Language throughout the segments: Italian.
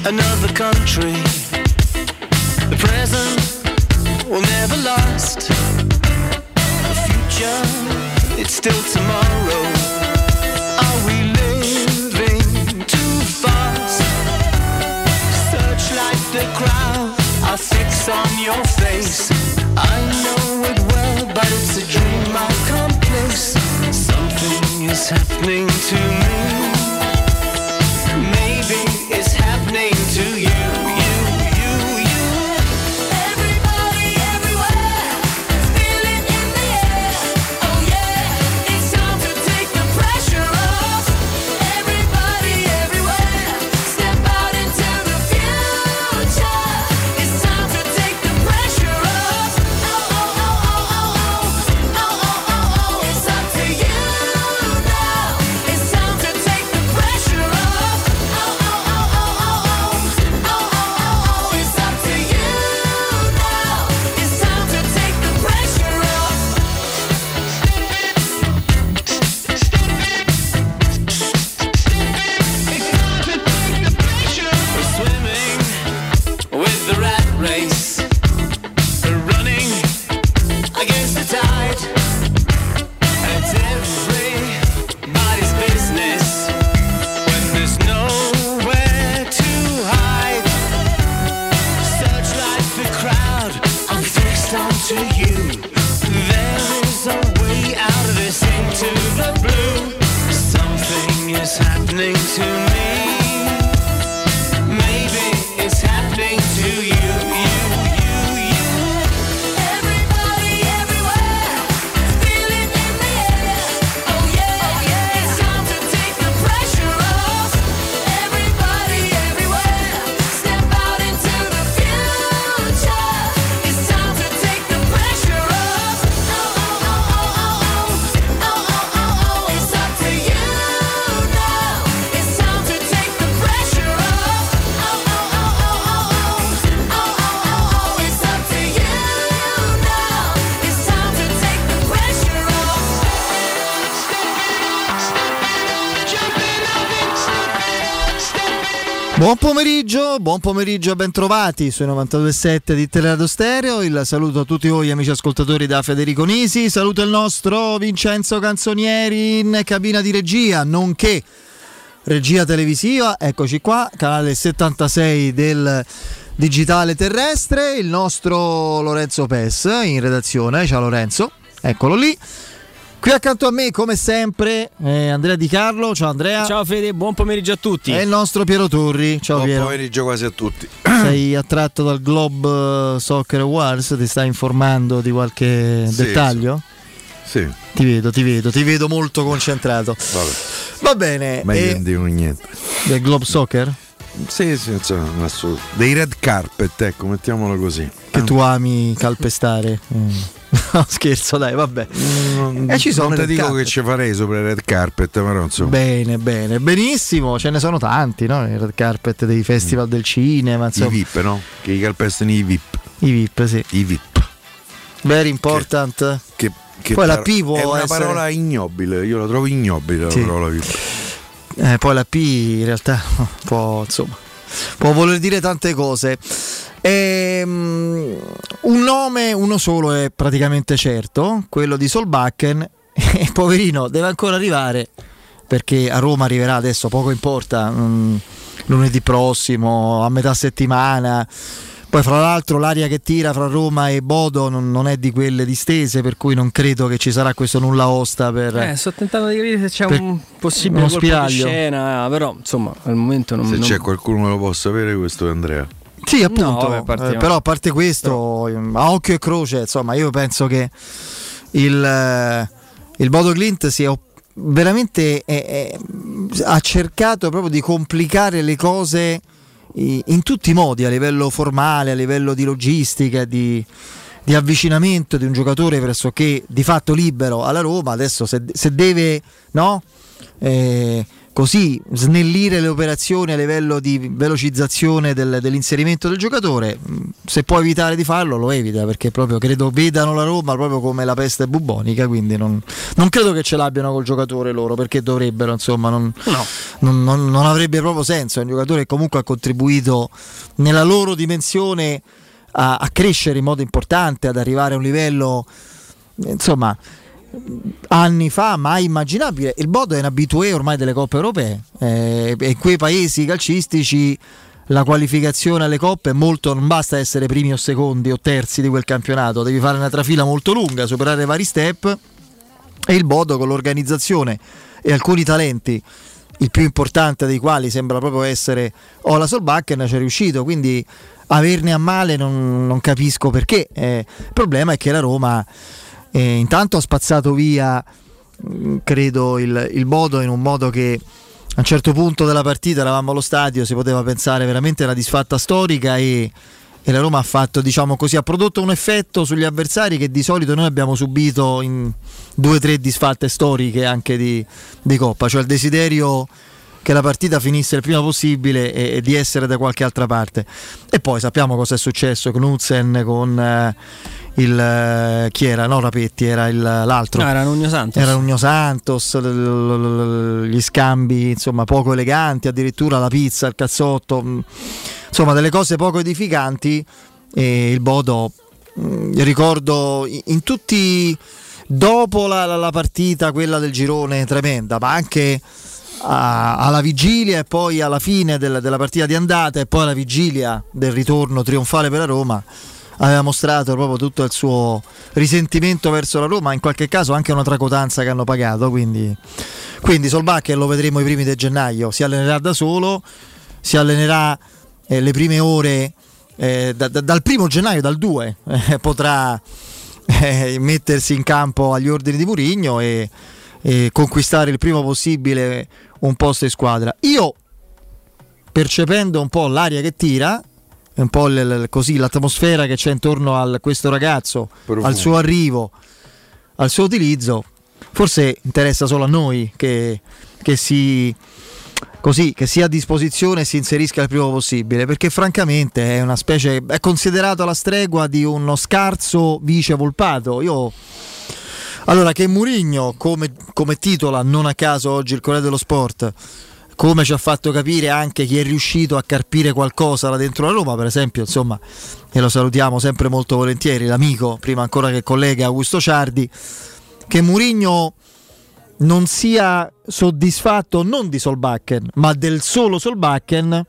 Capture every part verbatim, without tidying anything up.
another country. The present will never last. The future, it's still tomorrow. Are we living too fast? Searchlight the crowd, I'll fix on your face. I know it well, but it's a dream I can't place. Something is happening to me. Maybe it's happening to you. Buon pomeriggio, buon pomeriggio, ben trovati sui novantadue virgola sette di Teleradio Stereo. Il saluto a tutti voi amici ascoltatori da Federico Nisi, saluto il nostro Vincenzo Canzonieri in cabina di regia, nonché regia televisiva, eccoci qua, canale settantasei del digitale terrestre, il nostro Lorenzo Pes in redazione. Ciao Lorenzo, eccolo lì. Qui accanto a me, come sempre, eh, Andrea Di Carlo. Ciao Andrea. Ciao Fede, buon pomeriggio a tutti. E il nostro Piero Turri. Ciao buon Piero. Buon pomeriggio quasi a tutti. Sei attratto dal Globe Soccer Awards? Ti stai informando di qualche sì, dettaglio? Sì. Ti vedo, ti vedo, ti vedo molto concentrato. Vabbè. Va bene. Ma io e... non dico niente. Del Globe Soccer? Sì, sì, insomma, assolutamente. Dei red carpet, ecco, mettiamolo così. Che ah. tu ami calpestare. Mm. No, scherzo, dai, vabbè. Non, e ci sono non ti dico carpet. che ci farei sopra i red carpet, però insomma. Bene, bene, benissimo. Ce ne sono tanti, no? I red carpet dei festival mm. del cinema. Insomma. I V I P, no? Che i calpestano i V I P. I V I P, sì. I V I P. Very important. Che, che, che poi par- la P può è una essere... parola ignobile. Io la trovo ignobile la sì. parola V I P. Eh, poi la P in realtà può, insomma, può voler dire tante cose. Ehm, un nome, uno solo è praticamente certo, quello di Solbakken, e poverino deve ancora arrivare, perché a Roma arriverà adesso, poco importa, mh, lunedì prossimo, a metà settimana. Poi fra l'altro l'aria che tira fra Roma e Bodo non, non è di quelle distese, per cui non credo che ci sarà questo nulla osta per... Eh, sto tentando di capire se c'è un possibile colpo di scena, però insomma al momento non... Se non... c'è qualcuno che lo può sapere, questo è Andrea. Sì, appunto, no, vabbè, partiamo. eh, però a parte questo, però... a occhio e croce, insomma, io penso che il, il Bodo Glimt sia veramente è, è, ha cercato proprio di complicare le cose in tutti i modi, a livello formale, a livello di logistica, di, di avvicinamento di un giocatore pressoché di fatto libero alla Roma. Adesso se, se deve, no? Eh, così snellire le operazioni a livello di velocizzazione del, dell'inserimento del giocatore. Se può evitare di farlo lo evita, perché proprio credo vedano la Roma proprio come la peste bubonica, quindi non, non credo che ce l'abbiano col giocatore loro, perché dovrebbero, insomma non, no. non, non, non avrebbe proprio senso. È un giocatore che comunque ha contribuito nella loro dimensione a, a crescere in modo importante, ad arrivare a un livello, insomma, anni fa mai immaginabile. Il Bodo è un abitué ormai delle coppe europee, eh, e in quei paesi calcistici la qualificazione alle coppe molto, non basta essere primi o secondi o terzi di quel campionato, devi fare una trafila molto lunga, superare vari step, e il Bodo con l'organizzazione e alcuni talenti, il più importante dei quali sembra proprio essere Ola Solbakken, ci è riuscito, quindi averne a male non, non capisco perché. Eh, il problema è che la Roma Eh, intanto ha spazzato via mh, credo il, il Bodo in un modo che a un certo punto della partita, eravamo allo stadio, si poteva pensare veramente una disfatta storica, e, e la Roma ha fatto, diciamo così, ha prodotto un effetto sugli avversari che di solito noi abbiamo subito in due o tre disfatte storiche anche di, di Coppa, cioè il desiderio che la partita finisse il prima possibile e, e di essere da qualche altra parte. E poi sappiamo cosa è successo con Knudsen, con eh, il eh, chi era? No, Rapetti, era il, l'altro. No, era Nuno Santos. Era Nuno Santos, l, l, l, gli scambi insomma poco eleganti, addirittura la pizza, il cazzotto, insomma delle cose poco edificanti. E il Bodo, mh, ricordo in, in tutti, dopo la, la, la partita quella del girone tremenda, ma anche A, alla vigilia e poi alla fine del, della partita di andata e poi alla vigilia del ritorno trionfale per la Roma, aveva mostrato proprio tutto il suo risentimento verso la Roma, in qualche caso anche una tracotanza che hanno pagato. Quindi, quindi Solbakken lo vedremo i primi di gennaio, si allenerà da solo, si allenerà eh, le prime ore eh, da, da, dal primo gennaio, dal due eh, potrà eh, mettersi in campo agli ordini di Mourinho e e conquistare il primo possibile un posto in squadra. Io, percependo un po' l'aria che tira, un po' l- così l'atmosfera che c'è intorno a questo ragazzo, Profumo. al suo arrivo, al suo utilizzo, forse interessa solo a noi che, che si così che sia a disposizione e si inserisca il primo possibile, perché francamente è una specie, è considerato alla stregua di uno scarso vice Volpato. Io Allora, che Mourinho, come, come titola non a caso oggi il Corriere dello Sport, come ci ha fatto capire anche chi è riuscito a carpire qualcosa là dentro la Roma, per esempio, insomma, e lo salutiamo sempre molto volentieri, l'amico, prima ancora che collega, Augusto Ciardi, che Mourinho non sia soddisfatto non di Solbakken, ma del solo Solbakken,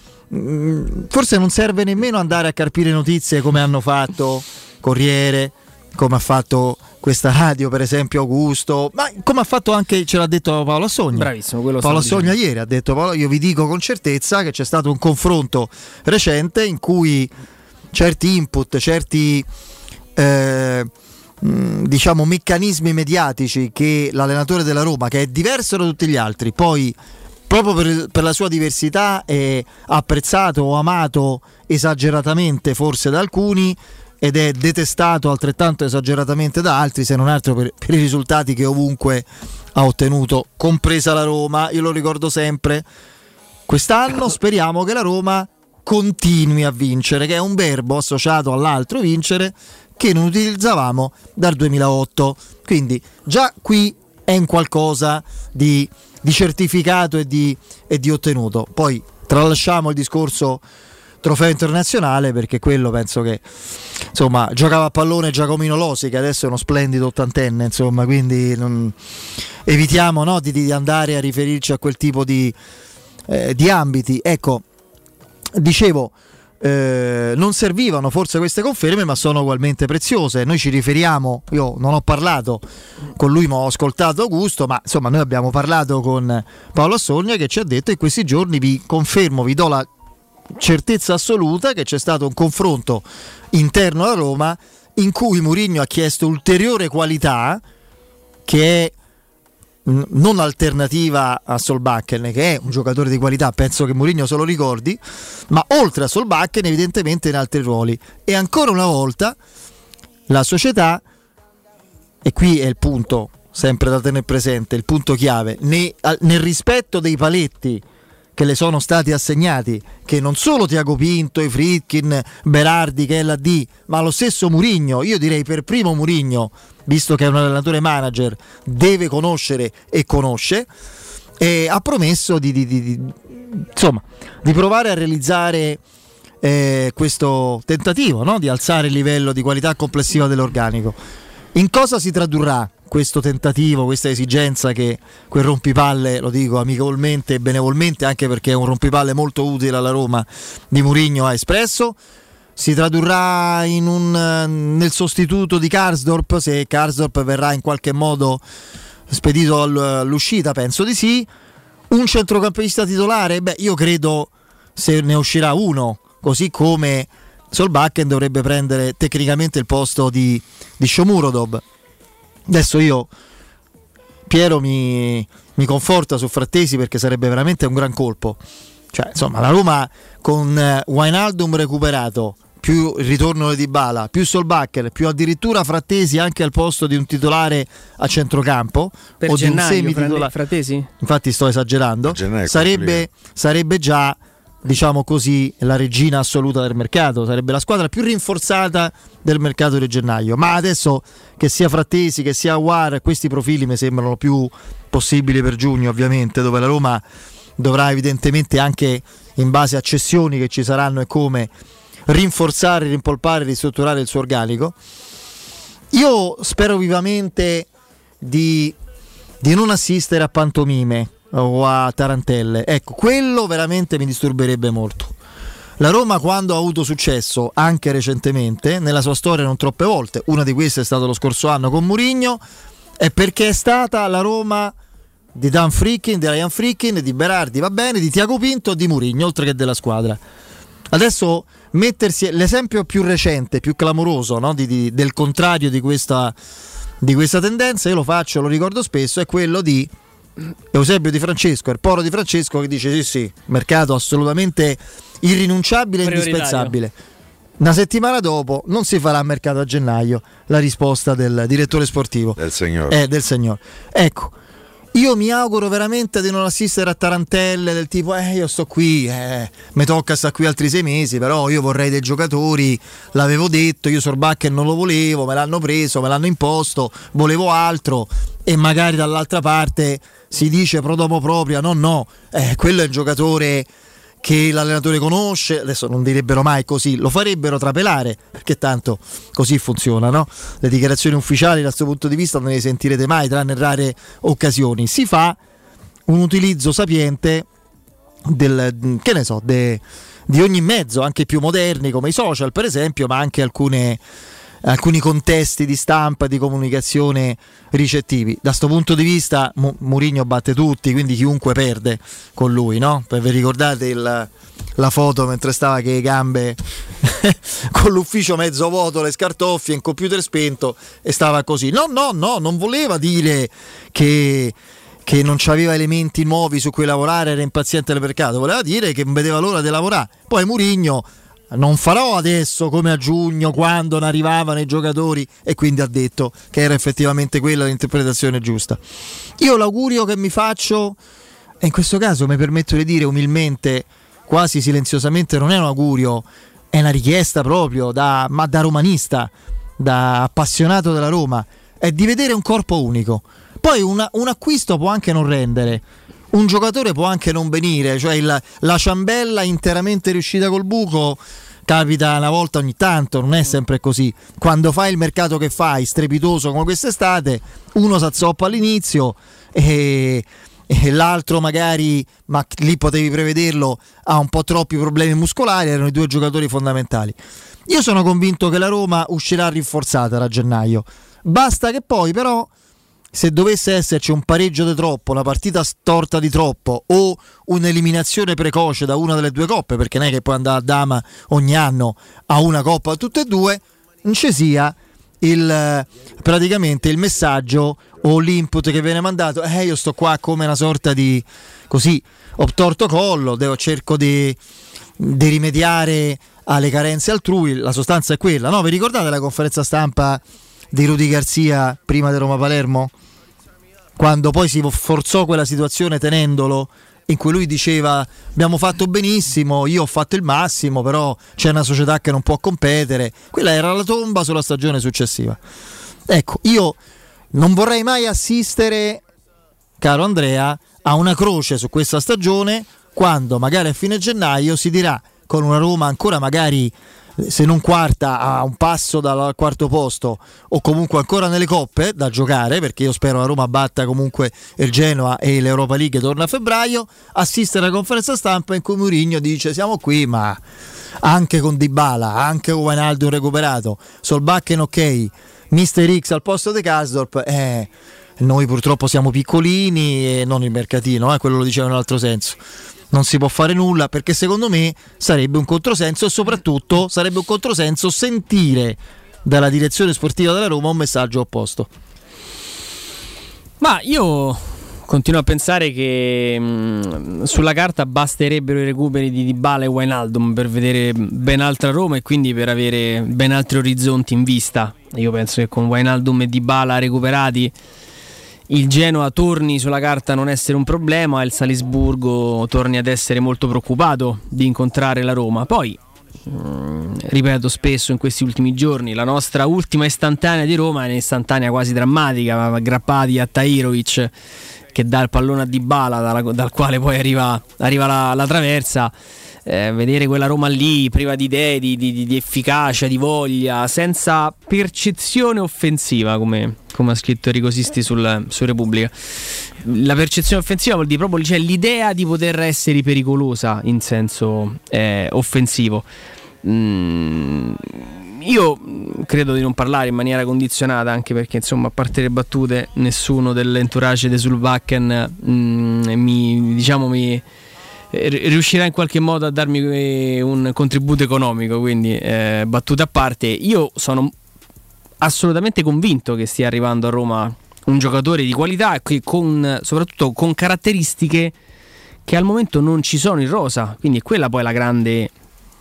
forse non serve nemmeno andare a carpire notizie come hanno fatto Corriere, come ha fatto questa radio, per esempio Augusto, ma come ha fatto anche, ce l'ha detto Paolo Assogna. Bravissimo, quello Paolo Assogna ieri ha detto: Paolo, io vi dico con certezza che c'è stato un confronto recente in cui certi input, certi eh, mh, diciamo meccanismi mediatici che l'allenatore della Roma, che è diverso da tutti gli altri, poi proprio per, per la sua diversità è apprezzato o amato esageratamente forse da alcuni, ed è detestato altrettanto esageratamente da altri, se non altro per, per i risultati che ovunque ha ottenuto, compresa la Roma. Io lo ricordo sempre, quest'anno speriamo che la Roma continui a vincere, che è un verbo associato all'altro vincere che non utilizzavamo dal duemilaotto, quindi già qui è un qualcosa di, di certificato e di, e di ottenuto. Poi tralasciamo il discorso trofeo internazionale, perché quello penso che insomma giocava a pallone Giacomino Losi, che adesso è uno splendido ottantenne, insomma, quindi non, evitiamo no, di, di andare a riferirci a quel tipo di, eh, di ambiti. Ecco, dicevo, eh, non servivano forse queste conferme, ma sono ugualmente preziose. Noi ci riferiamo, io non ho parlato con lui ma ho ascoltato Augusto, ma insomma noi abbiamo parlato con Paolo Assogna, che ci ha detto: in questi giorni vi confermo, vi do la certezza assoluta che c'è stato un confronto interno alla Roma in cui Mourinho ha chiesto ulteriore qualità, che è non alternativa a Solbakken, che è un giocatore di qualità, penso che Mourinho se lo ricordi, ma oltre a Solbakken evidentemente in altri ruoli. E ancora una volta la società, e qui è il punto sempre da tenere presente, il punto chiave, ne, nel rispetto dei paletti che le sono stati assegnati, che non solo Tiago Pinto, i Friedkin, Berardi che è l'A D, ma lo stesso Mourinho, io direi per primo Mourinho, visto che è un allenatore manager, deve conoscere e conosce, e ha promesso di, di, di, di, insomma, di provare a realizzare eh, questo tentativo, no? Di alzare il livello di qualità complessiva dell'organico. In cosa si tradurrà questo tentativo, questa esigenza che quel rompipalle, lo dico amichevolmente e benevolmente, anche perché è un rompipalle molto utile alla Roma, di Mourinho ha espresso? Si tradurrà in un, nel sostituto di Karsdorp, se Karsdorp verrà in qualche modo spedito all'uscita? Penso di sì. Un centrocampista titolare? Beh, io credo se ne uscirà uno, così come Solbakken dovrebbe prendere tecnicamente il posto di, di Shomurodov. Adesso io, Piero mi, mi conforta su Frattesi perché sarebbe veramente un gran colpo. Cioè, insomma, la Roma con eh, Wijnaldum recuperato, più il ritorno di Dybala, più Solbakken, più addirittura Frattesi anche al posto di un titolare a centrocampo per o gennaio, di un semititolare. Frattesi? Infatti sto esagerando. Sarebbe, sarebbe già, diciamo così, la regina assoluta del mercato, sarebbe la squadra più rinforzata del mercato di gennaio. Ma adesso che sia Frattesi, che sia Aouar, questi profili mi sembrano più possibili per giugno, ovviamente, dove la Roma dovrà evidentemente, anche in base a cessioni che ci saranno e come, rinforzare, rimpolpare, ristrutturare il suo organico. Io spero vivamente di, di non assistere a pantomime o a tarantelle. Ecco, quello veramente mi disturberebbe molto. La Roma, quando ha avuto successo, anche recentemente, nella sua storia non troppe volte, una di queste è stato lo scorso anno con Mourinho, è perché è stata la Roma di Dan Friedkin, di Ryan Friedkin, di Berardi, va bene, di Tiago Pinto, di Mourinho, oltre che della squadra. Adesso mettersi l'esempio più recente, più clamoroso, no? di, di, del contrario di questa, di questa tendenza, io lo faccio, lo ricordo spesso, è quello di Eusebio Di Francesco, il poro Di Francesco, che dice sì sì, mercato assolutamente irrinunciabile e indispensabile. Una settimana dopo non si farà mercato a gennaio, la risposta del direttore sportivo del signor. Eh, del signor. Ecco, io mi auguro veramente di non assistere a tarantelle del tipo eh io sto qui, eh, mi tocca stare qui altri sei mesi, però io vorrei dei giocatori, l'avevo detto, io Solbakken non lo volevo, me l'hanno preso, me l'hanno imposto, volevo altro, e magari dall'altra parte si dice pro domo propria, no no, eh, quello è un giocatore che l'allenatore conosce. Adesso non direbbero mai così, lo farebbero trapelare, perché tanto così funziona, no? Le dichiarazioni ufficiali dal suo punto di vista non le sentirete mai, tranne rare occasioni. Si fa un utilizzo sapiente del, che ne so, de, di ogni mezzo, anche più moderni come i social per esempio, ma anche alcune alcuni contesti di stampa, di comunicazione ricettivi. Da sto punto di vista M- Mourinho batte tutti, quindi chiunque perde con lui, no? Vi ricordate il, la foto mentre stava che le gambe con l'ufficio mezzo vuoto, le scartoffie, in computer spento, e stava così. No, no, no, non voleva dire che che non c'aveva elementi nuovi su cui lavorare, era impaziente del mercato, voleva dire che non vedeva l'ora di lavorare. Poi Mourinho: non farò adesso come a giugno quando non arrivavano i giocatori, e quindi ha detto che era effettivamente quella l'interpretazione giusta. Io l'augurio che mi faccio, e in questo caso mi permetto di dire umilmente, quasi silenziosamente, non è un augurio, è una richiesta proprio da, ma da romanista, da appassionato della Roma, è di vedere un corpo unico. Poi una, un acquisto può anche non rendere, un giocatore può anche non venire, cioè il, la ciambella interamente riuscita col buco capita una volta ogni tanto, non è sempre così. Quando fai il mercato che fai, strepitoso come quest'estate, uno s'azzoppa all'inizio e, e l'altro magari, ma lì potevi prevederlo, ha un po' troppi problemi muscolari, erano i due giocatori fondamentali. Io sono convinto che la Roma uscirà rinforzata da gennaio, basta che poi però, se dovesse esserci un pareggio di troppo, una partita storta di troppo o un'eliminazione precoce da una delle due coppe, perché non è che puoi andare a dama ogni anno a una coppa a tutte e due, non ci sia il, praticamente il messaggio o l'input che viene mandato, eh io sto qua come una sorta di, così, obtorto collo, devo, cerco di, di rimediare alle carenze altrui. La sostanza è quella, no? Vi ricordate la conferenza stampa di Rudy Garcia prima di Roma-Palermo? quando poi si forzò quella situazione tenendolo, in cui lui diceva abbiamo fatto benissimo, io ho fatto il massimo, però c'è una società che non può competere. Quella era la tomba sulla stagione successiva. Ecco, io non vorrei mai assistere, caro Andrea, a una croce su questa stagione, quando magari a fine gennaio si dirà, con una Roma ancora magari se non quarta a un passo dal quarto posto, o comunque ancora nelle coppe da giocare, perché io spero la Roma batta comunque il Genoa e l'Europa League torna a febbraio, assistere alla conferenza stampa in cui Mourinho dice siamo qui ma anche con Dybala, anche con Wijnaldum recuperato, Solbakken ok, mister X al posto di Karsdorp, eh, noi purtroppo siamo piccolini e non il mercatino, eh, quello lo diceva in un altro senso. Non si può fare nulla, perché secondo me sarebbe un controsenso, e soprattutto sarebbe un controsenso sentire dalla direzione sportiva della Roma un messaggio opposto. Ma io continuo a pensare che mh, sulla carta basterebbero i recuperi di Dybala e Wijnaldum per vedere ben altra Roma e quindi per avere ben altri orizzonti in vista. Io penso che con Wijnaldum e Dybala recuperati il Genoa torni sulla carta a non essere un problema e il Salisburgo torni ad essere molto preoccupato di incontrare la Roma. Poi, mh, ripeto spesso in questi ultimi giorni, la nostra ultima istantanea di Roma è un'istantanea quasi drammatica, aggrappati a Tahirovic che dà il pallone a Dybala, dal, dal quale poi arriva, arriva la, la traversa. Eh, vedere quella Roma lì priva di idee, di, di, di efficacia, di voglia, senza percezione offensiva, come, come ha scritto Enrico Sisti sul, su Repubblica. La percezione offensiva vuol dire proprio, cioè, l'idea di poter essere pericolosa in senso eh, offensivo. Mm, io credo di non parlare in maniera condizionata, anche perché insomma, a parte le battute, nessuno dell'entourage di Solbakken mm, mi diciamo mi riuscirà in qualche modo a darmi un contributo economico, quindi eh, battute a parte, io sono assolutamente convinto che stia arrivando a Roma un giocatore di qualità e che con, soprattutto con caratteristiche che al momento non ci sono in rosa, quindi è quella poi la grande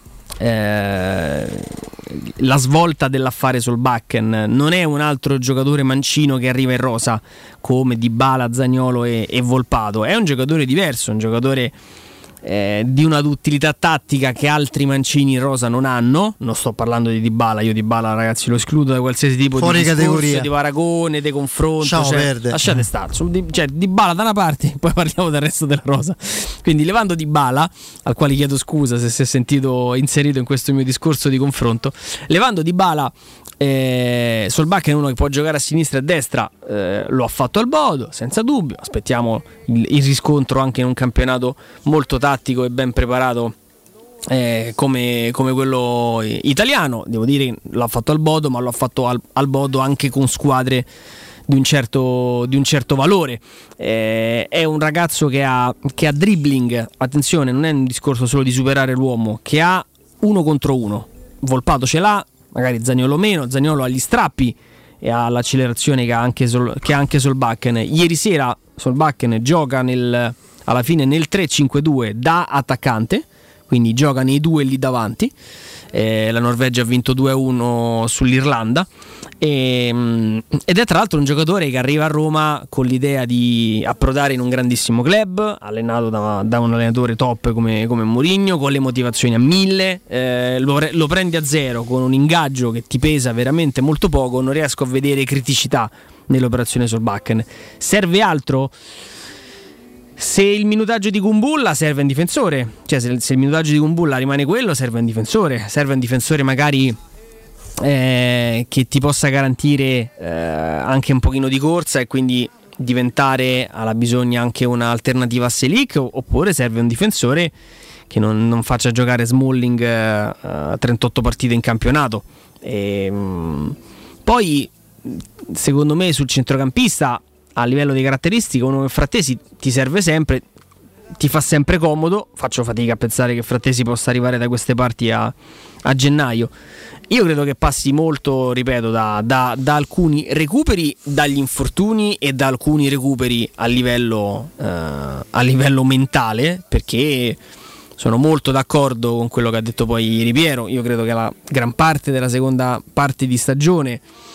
eh, la svolta dell'affare Solbakken. Non è un altro giocatore mancino che arriva in rosa come Dybala, Zaniolo e, e Volpato, è un giocatore diverso, un giocatore Eh, di una duttilità tattica che altri mancini in rosa non hanno. Non sto parlando di Dybala, io Dybala ragazzi lo escludo da qualsiasi tipo fuori di discorso, categoria, di paragone, di confronto, cioè, lasciate stare, cioè Dybala da una parte, poi parliamo del resto della rosa. Quindi levando Dybala, al quale chiedo scusa se si è sentito inserito in questo mio discorso di confronto, levando Dybala, eh, Solbakken è uno che può giocare a sinistra e a destra, eh, lo ha fatto al Bodo senza dubbio, aspettiamo il, il riscontro anche in un campionato molto tattico e ben preparato eh, come, come quello italiano. Devo dire che l'ha fatto al Bodo, ma l'ha fatto al, al Bodo anche con squadre di un certo, di un certo valore. Eh, è un ragazzo che ha, che ha dribbling, attenzione, non è un discorso solo di superare l'uomo, che ha uno contro uno. Volpato ce l'ha, magari Zaniolo meno, Zaniolo ha gli strappi e ha l'accelerazione che ha anche, Sol, che ha anche Solbakken. Ieri sera Solbakken gioca nel, alla fine nel tre cinque due da attaccante, quindi gioca nei due lì davanti. Eh, la Norvegia ha vinto due a uno sull'Irlanda e, ed è tra l'altro un giocatore che arriva a Roma con l'idea di approdare in un grandissimo club, allenato da, da un allenatore top come, come Mourinho, con le motivazioni a mille. Eh, lo, lo prendi a zero con un ingaggio che ti pesa veramente molto poco. Non riesco a vedere criticità nell'operazione Solbakken. Serve altro? Se il minutaggio di Kumbulla serve un difensore, cioè se, se il minutaggio di Kumbulla rimane quello, serve un difensore, serve un difensore magari eh, che ti possa garantire eh, anche un pochino di corsa e quindi diventare alla bisogna anche un'alternativa a Selic, oppure serve un difensore che non, non faccia giocare Smalling eh, trentotto partite in campionato. E, mh, poi secondo me sul centrocampista a livello di caratteristiche uno che Frattesi ti serve sempre, ti fa sempre comodo. Faccio fatica a pensare che Frattesi possa arrivare da queste parti a, a gennaio. Io credo che passi molto, ripeto, da, da, da alcuni recuperi dagli infortuni e da alcuni recuperi a livello, eh, a livello mentale, perché sono molto d'accordo con quello che ha detto poi Ripiero. Io credo che la gran parte della seconda parte di stagione,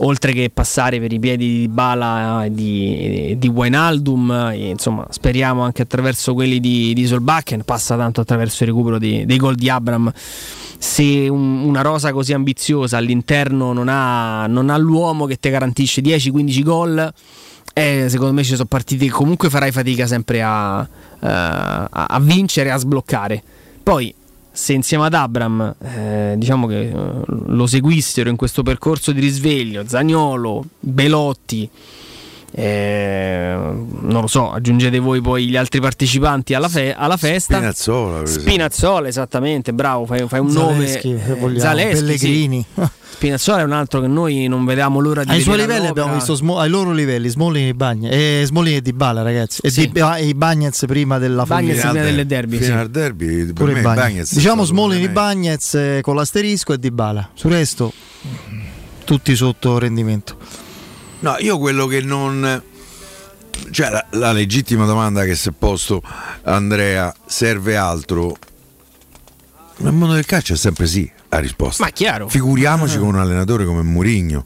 oltre che passare per i piedi di Dybala e di, di Wijnaldum, e insomma speriamo anche attraverso quelli di, di Solbakken, passa tanto attraverso il recupero di, dei gol di Abraham. Se un, una rosa così ambiziosa all'interno non ha, non ha l'uomo che ti garantisce dieci quindici gol, eh, secondo me ci sono partiti che comunque farai fatica sempre a, uh, a, a vincere, a sbloccare. Poi se insieme ad Abraham eh, diciamo che uh, lo seguissero in questo percorso di risveglio Zaniolo, Belotti, eh, non lo so, aggiungete voi poi gli altri partecipanti alla, fe- alla festa. Spinazzola, Spinazzola, esattamente, bravo, fai, fai un Zaleschi, nome, se vogliamo, Zaleschi, Pellegrini. Sì. Spinazzola è un altro che noi non vediamo l'ora di ai vedere suoi livelli all'opera. abbiamo visto Smo- ai loro livelli Smalling e Bagnez e Smalling e Dybala, ragazzi, e, Sì. Di- ah, e i Bagnez prima della Bagnez follia. prima delle derby, fino sì. al derby per Pure me Bagnez. Bagnez Diciamo è stato Smalling e veramente- Bagnez eh, con l'asterisco e Dybala, su resto tutti sotto rendimento. No, io quello che non, cioè la, la legittima domanda che si è posto Andrea, serve altro? Nel mondo del calcio è sempre sì la risposta. Ma chiaro. Figuriamoci con un allenatore come Mourinho.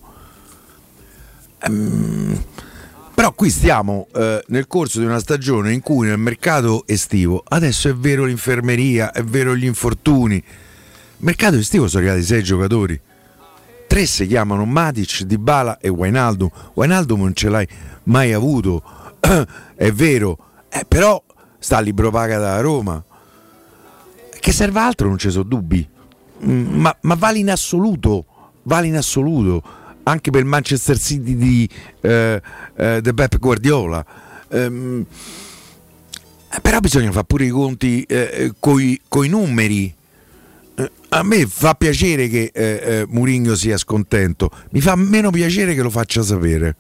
Ehm, però qui stiamo eh, nel corso di una stagione in cui nel mercato estivo, adesso è vero l'infermeria, è vero gli infortuni, mercato estivo sono arrivati sei giocatori, tre si chiamano Matic, Dybala e Wijnaldum. Wijnaldum non ce l'hai mai avuto, è vero, eh, però sta a libro paga da Roma. Che serve altro non ci sono dubbi, mm, ma, ma vale in assoluto, vale in assoluto anche per il Manchester City di eh, eh, de Pep Guardiola. Ehm, eh, però bisogna fare pure i conti eh, coi, coi numeri. Eh, a me fa piacere che eh, eh, Mourinho sia scontento, mi fa meno piacere che lo faccia sapere.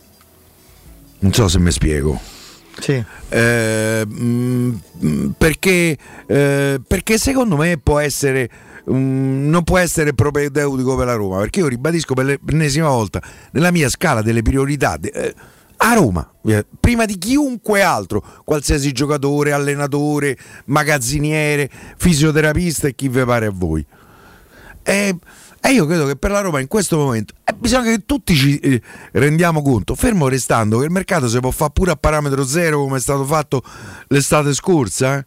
Non so se mi spiego. Sì. Eh, mh, perché, eh, perché secondo me può essere mh, non può essere propedeutico per la Roma, perché io ribadisco per l'ennesima volta nella mia scala delle priorità eh, a Roma eh, prima di chiunque altro, qualsiasi giocatore, allenatore, magazziniere, fisioterapista e chi vi pare a voi. E E io credo che per la Roma in questo momento eh, bisogna che tutti ci eh, rendiamo conto, fermo restando che il mercato si può fare pure a parametro zero come è stato fatto l'estate scorsa, eh?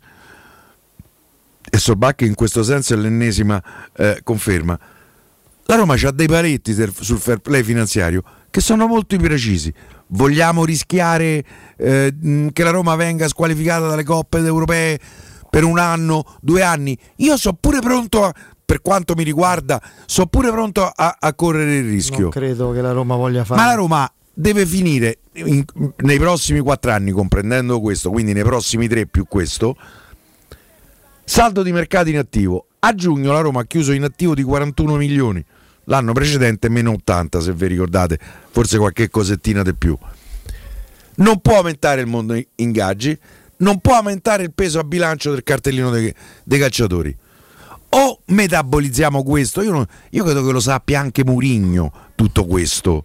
E Solbakken in questo senso è l'ennesima eh, conferma. La Roma ha dei paletti sul fair play finanziario che sono molto precisi. Vogliamo rischiare eh, che la Roma venga squalificata dalle coppe europee per un anno, due anni? Io sono pure pronto a, per quanto mi riguarda, sono pure pronto a, a correre il rischio. Non credo che la Roma voglia fare. Ma la Roma deve finire in, nei prossimi quattro anni, comprendendo questo, quindi nei prossimi tre più questo, saldo di mercato in attivo. A giugno la Roma ha chiuso in attivo di quarantuno milioni, l'anno precedente meno ottanta, se vi ricordate, forse qualche cosettina di più. Non può aumentare il mondo ingaggi, non può aumentare il peso a bilancio del cartellino dei, dei calciatori. O metabolizziamo questo, io, non, io credo che lo sappia anche Mourinho tutto questo.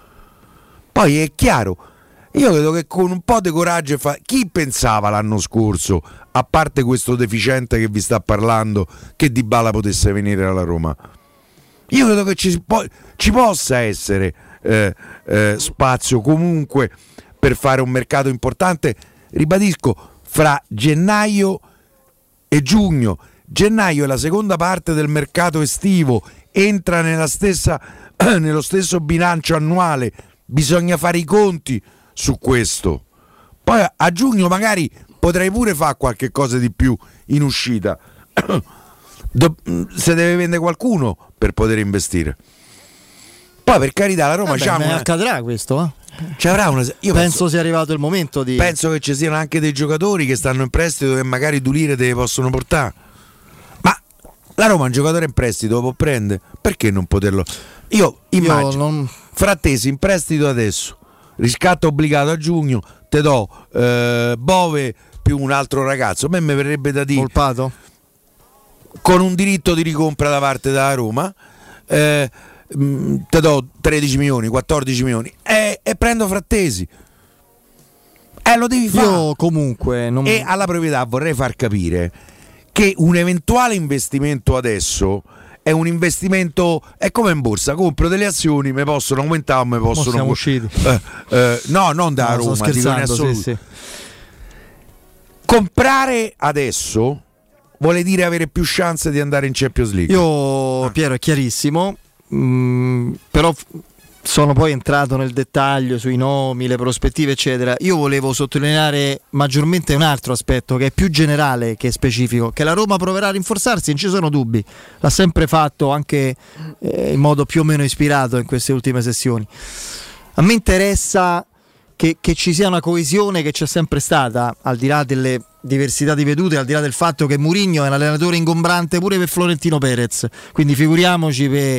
Poi è chiaro, io credo che con un po' di coraggio fa... Chi pensava l'anno scorso, a parte questo deficiente che vi sta parlando, che Dybala potesse venire alla Roma? Io credo che ci, po- ci possa essere eh, eh, spazio comunque per fare un mercato importante, ribadisco, fra gennaio e giugno. Gennaio è la seconda parte del mercato estivo, entra nella stessa, nello stesso bilancio annuale, bisogna fare i conti su questo. Poi a giugno magari potrei pure fare qualche cosa di più in uscita. Do- se deve vendere qualcuno per poter investire. Poi per carità la Roma Vabbè, c'ha ma una... accadrà questo, eh? Ci avrà una... Io penso, penso, sia arrivato il momento di... penso che ci siano anche dei giocatori che stanno in prestito e magari Dulire te li possono portare. Ma la Roma un giocatore in prestito lo può prendere, perché non poterlo? Io immagino Io non... Frattesi in prestito adesso, riscatto obbligato a giugno, te do eh, Bove più un altro ragazzo, a me mi verrebbe da dire Volpato? con un diritto di ricompra da parte della Roma, eh, mh, te do tredici milioni, quattordici milioni e, e prendo Frattesi. Eh, lo devi fare. Io comunque non... E alla proprietà vorrei far capire che un eventuale investimento adesso è un investimento, è come in borsa, compro delle azioni, mi possono aumentare o mi possono... Siamo usciti. Eh, eh, no, non da no, Roma, dico in assoluto. Sì, sì. Comprare adesso vuole dire avere più chance di andare in Champions League. Io, Piero, è chiarissimo, mh, però sono poi entrato nel dettaglio sui nomi, le prospettive eccetera. Io volevo sottolineare maggiormente un altro aspetto che è più generale che specifico, che la Roma proverà a rinforzarsi, non ci sono dubbi, l'ha sempre fatto anche eh, in modo più o meno ispirato in queste ultime sessioni. A me interessa che, che ci sia una coesione che c'è sempre stata, al di là delle diversità di vedute, al di là del fatto che Mourinho è un allenatore ingombrante pure per Florentino Perez, quindi figuriamoci per,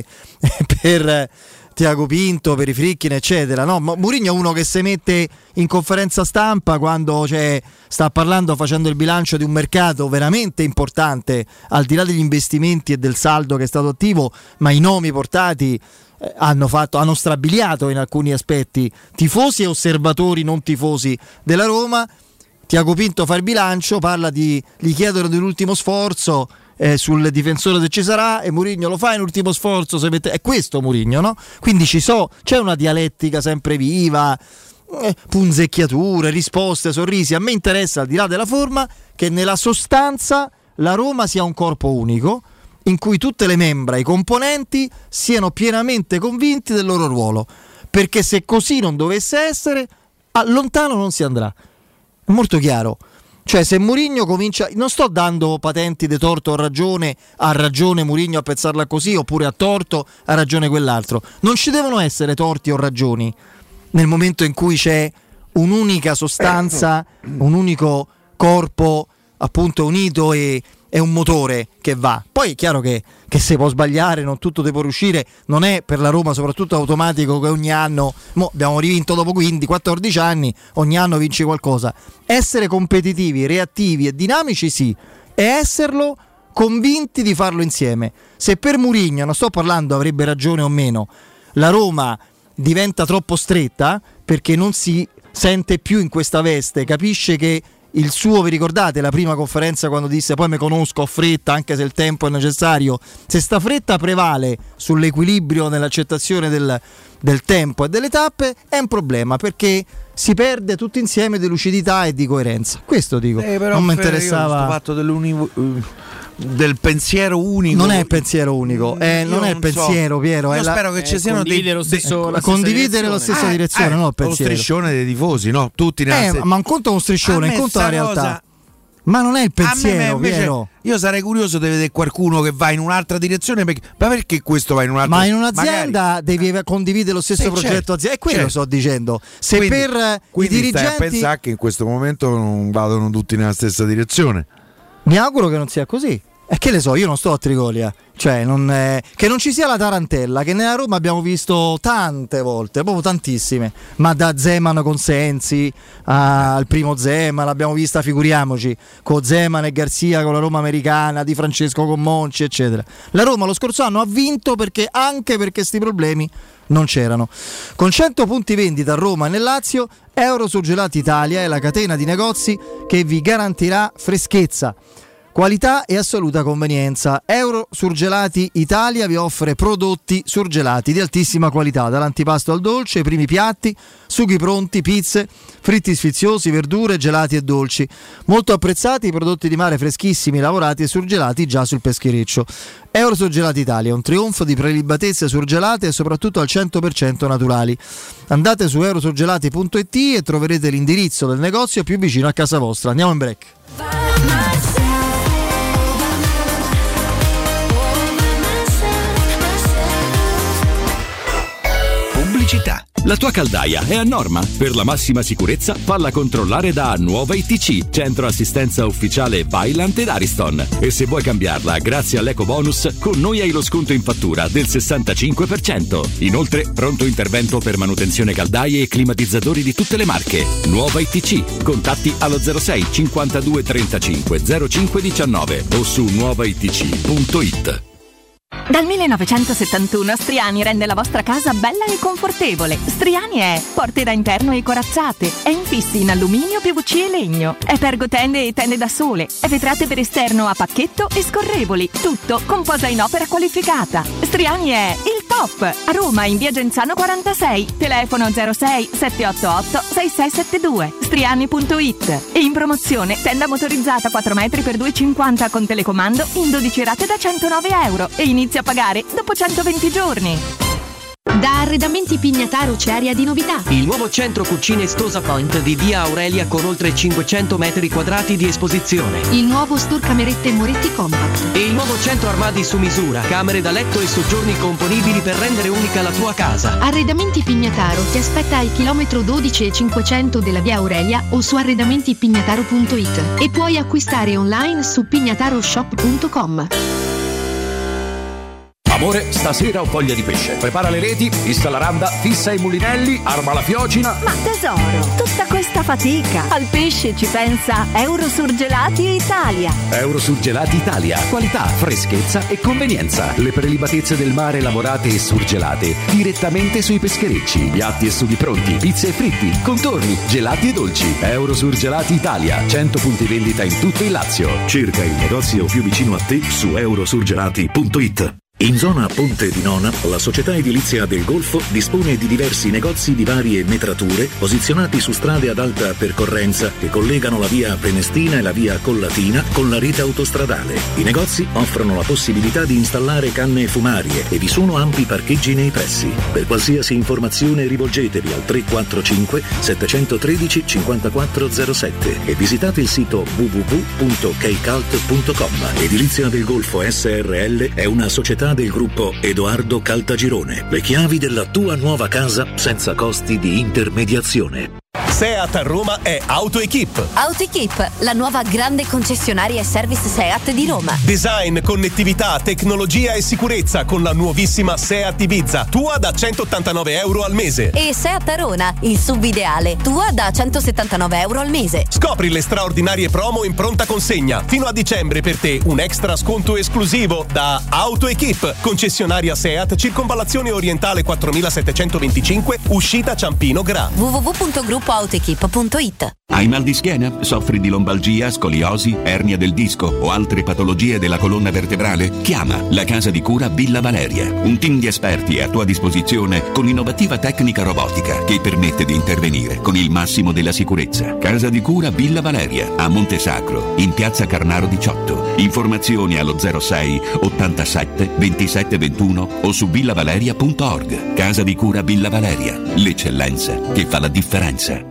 per Tiago Pinto, per i Fricchin eccetera, no? Mourinho è uno che si mette in conferenza stampa quando cioè, sta parlando, facendo il bilancio di un mercato veramente importante, al di là degli investimenti e del saldo che è stato attivo, ma i nomi portati eh, hanno, fatto, hanno strabiliato in alcuni aspetti tifosi e osservatori non tifosi della Roma. Tiago Pinto fa il bilancio, parla di gli chiedono dell'ultimo sforzo eh, sul difensore se ci sarà, e Mourinho lo fa in ultimo sforzo, se mette... è questo Mourinho, no? Quindi ci so, c'è una dialettica sempre viva, eh, punzecchiature, risposte, sorrisi. A me interessa, al di là della forma, che nella sostanza la Roma sia un corpo unico in cui tutte le membra, i componenti siano pienamente convinti del loro ruolo, perché se così non dovesse essere, a lontano non si andrà. È molto chiaro, cioè se Mourinho comincia, non sto dando patenti di torto o ragione, ha ragione Mourinho a pensarla così, oppure a torto ha ragione quell'altro, non ci devono essere torti o ragioni nel momento in cui c'è un'unica sostanza, un unico corpo appunto unito e, e un motore che va. Poi è chiaro che, che si può sbagliare, non tutto deve riuscire, non è per la Roma soprattutto automatico che ogni anno, mo abbiamo rivinto dopo quindi quattordici anni, ogni anno vinci qualcosa. Essere competitivi, reattivi e dinamici sì, e esserlo convinti di farlo insieme. Se per Mourinho, non sto parlando avrebbe ragione o meno, la Roma diventa troppo stretta perché non si sente più in questa veste, capisce che il suo, vi ricordate la prima conferenza quando disse poi mi conosco, ho fretta anche se il tempo è necessario, se sta fretta prevale sull'equilibrio nell'accettazione del, del tempo e delle tappe è un problema, perché si perde tutto insieme di lucidità e di coerenza. Questo dico, eh, però, non mi Fede, interessava io fatto del pensiero unico. Non è il pensiero unico, eh, non è il pensiero, so. Piero. Io è spero la, che ci siano condividere dei, lo stesso, de, la condividere stessa la stessa eh, direzione, eh, non il pensiero. Lo striscione dei tifosi, no? Tutti nella eh, stessa... ma un conto è uno striscione, un conto è la realtà. Cosa... Ma non è il pensiero, invece, Piero. Io sarei curioso di vedere qualcuno che va in un'altra direzione, perché, ma perché questo va in un'altra? Ma in un'azienda Magari... devi condividere lo stesso sì, progetto certo, aziendale, e quello certo. sto dicendo. Se quindi, per quindi i dirigenti stai a pensare che in questo momento non vadano tutti nella stessa direzione. Mi auguro che non sia così. E che ne so, io non sto a Trigolia, cioè non è... che non ci sia la tarantella che nella Roma abbiamo visto tante volte, proprio tantissime, ma da Zeman con Sensi al primo Zeman l'abbiamo vista, figuriamoci, con Zeman e Garzia con la Roma americana, Di Francesco con Monci eccetera. La Roma lo scorso anno ha vinto perché anche perché sti problemi non c'erano. Con cento punti vendita a Roma e nel Lazio, Eurosurgelati Italia è la catena di negozi che vi garantirà freschezza, qualità e assoluta convenienza. Eurosurgelati Italia vi offre prodotti surgelati di altissima qualità, dall'antipasto al dolce, i primi piatti, sughi pronti, pizze, fritti sfiziosi, verdure, gelati e dolci. Molto apprezzati i prodotti di mare freschissimi, lavorati e surgelati già sul peschereccio. Eurosurgelati Italia, un trionfo di prelibatezze surgelate e soprattutto al cento per cento naturali. Andate su eurosurgelati punto it e troverete l'indirizzo del negozio più vicino a casa vostra. Andiamo in break. Pubblicità. La tua caldaia è a norma? Per la massima sicurezza falla controllare da Nuova I T C, centro assistenza ufficiale Vaillant ed Ariston. E se vuoi cambiarla grazie all'eco bonus, con noi hai lo sconto in fattura del sessantacinque per cento. Inoltre pronto intervento per manutenzione caldaie e climatizzatori di tutte le marche. Nuova I T C. Contatti allo zero sei cinquantadue trentacinque zero cinque diciannove o su nuova i t c punto it. Dal millenovecentosettantuno Striani rende la vostra casa bella e confortevole. Striani è porte da interno e corazzate, è infissi in alluminio, P V C e legno, è pergotende e tende da sole, è vetrate per esterno a pacchetto e scorrevoli, tutto con posa in opera qualificata. Striani è il top! A Roma in via Genzano quarantasei, telefono zero sei sette otto otto sei sei sette due, striani punto it. E in promozione tenda motorizzata quattro metri per due e cinquanta con telecomando in dodici rate da centonove euro e inizia a pagare dopo centoventi giorni. Da Arredamenti Pignataro c'è aria di novità. Il nuovo centro cucine Stosa Point di via Aurelia con oltre cinquecento metri quadrati di esposizione. Il nuovo store camerette Moretti Compact. E il nuovo centro armadi su misura, camere da letto e soggiorni componibili per rendere unica la tua casa. Arredamenti Pignataro ti aspetta al chilometro dodici e cinquecento della via Aurelia o su arredamentipignataro punto it e puoi acquistare online su pignataroshop punto com. Amore, stasera ho voglia di pesce. Prepara le reti, fissa la randa, fissa i mulinelli, arma la fiocina. Ma tesoro, tutta questa fatica. Al pesce ci pensa Eurosurgelati Italia. Eurosurgelati Italia. Qualità, freschezza e convenienza. Le prelibatezze del mare lavorate e surgelate direttamente sui pescherecci. Piatti e sughi pronti, pizze e fritti, contorni, gelati e dolci. Eurosurgelati Italia. cento punti vendita in tutto il Lazio. Cerca il negozio più vicino a te su eurosurgelati punto it. In zona Ponte di Nona, la società edilizia del Golfo dispone di diversi negozi di varie metrature posizionati su strade ad alta percorrenza che collegano la via Prenestina e la via Collatina con la rete autostradale. I negozi offrono la possibilità di installare canne fumarie e vi sono ampi parcheggi nei pressi. Per qualsiasi informazione rivolgetevi al tre quattro cinque sette uno tre cinque zero sette e visitate il sito w w w punto keicalt punto com. Edilizia del Golfo S R L è una società del gruppo Edoardo Caltagirone. Le chiavi della tua nuova casa senza costi di intermediazione. Seat a Roma è AutoEquip. AutoEquip, la nuova grande concessionaria e service Seat di Roma. Design, connettività, tecnologia e sicurezza con la nuovissima Seat Ibiza, tua da centottantanove euro al mese. E Seat Arona, il sub ideale, tua da centosettantanove euro al mese. Scopri le straordinarie promo in pronta consegna. Fino a dicembre per te un extra sconto esclusivo da AutoEquip, concessionaria Seat, circonvallazione orientale quattromilasettecentoventicinque, uscita Ciampino Gra. w w w punto gruppo autoequip punto it. Hai mal di schiena? Soffri di lombalgia, scoliosi, ernia del disco o altre patologie della colonna vertebrale? Chiama la casa di cura Villa Valeria. Un team di esperti è a tua disposizione con innovativa tecnica robotica che permette di intervenire con il massimo della sicurezza. Casa di cura Villa Valeria a Montesacro, in piazza Carnaro diciotto. Informazioni allo zero sei ottantasette ventisette ventuno o su villavaleria punto org. Casa di cura Villa Valeria, l'eccellenza che fa la differenza.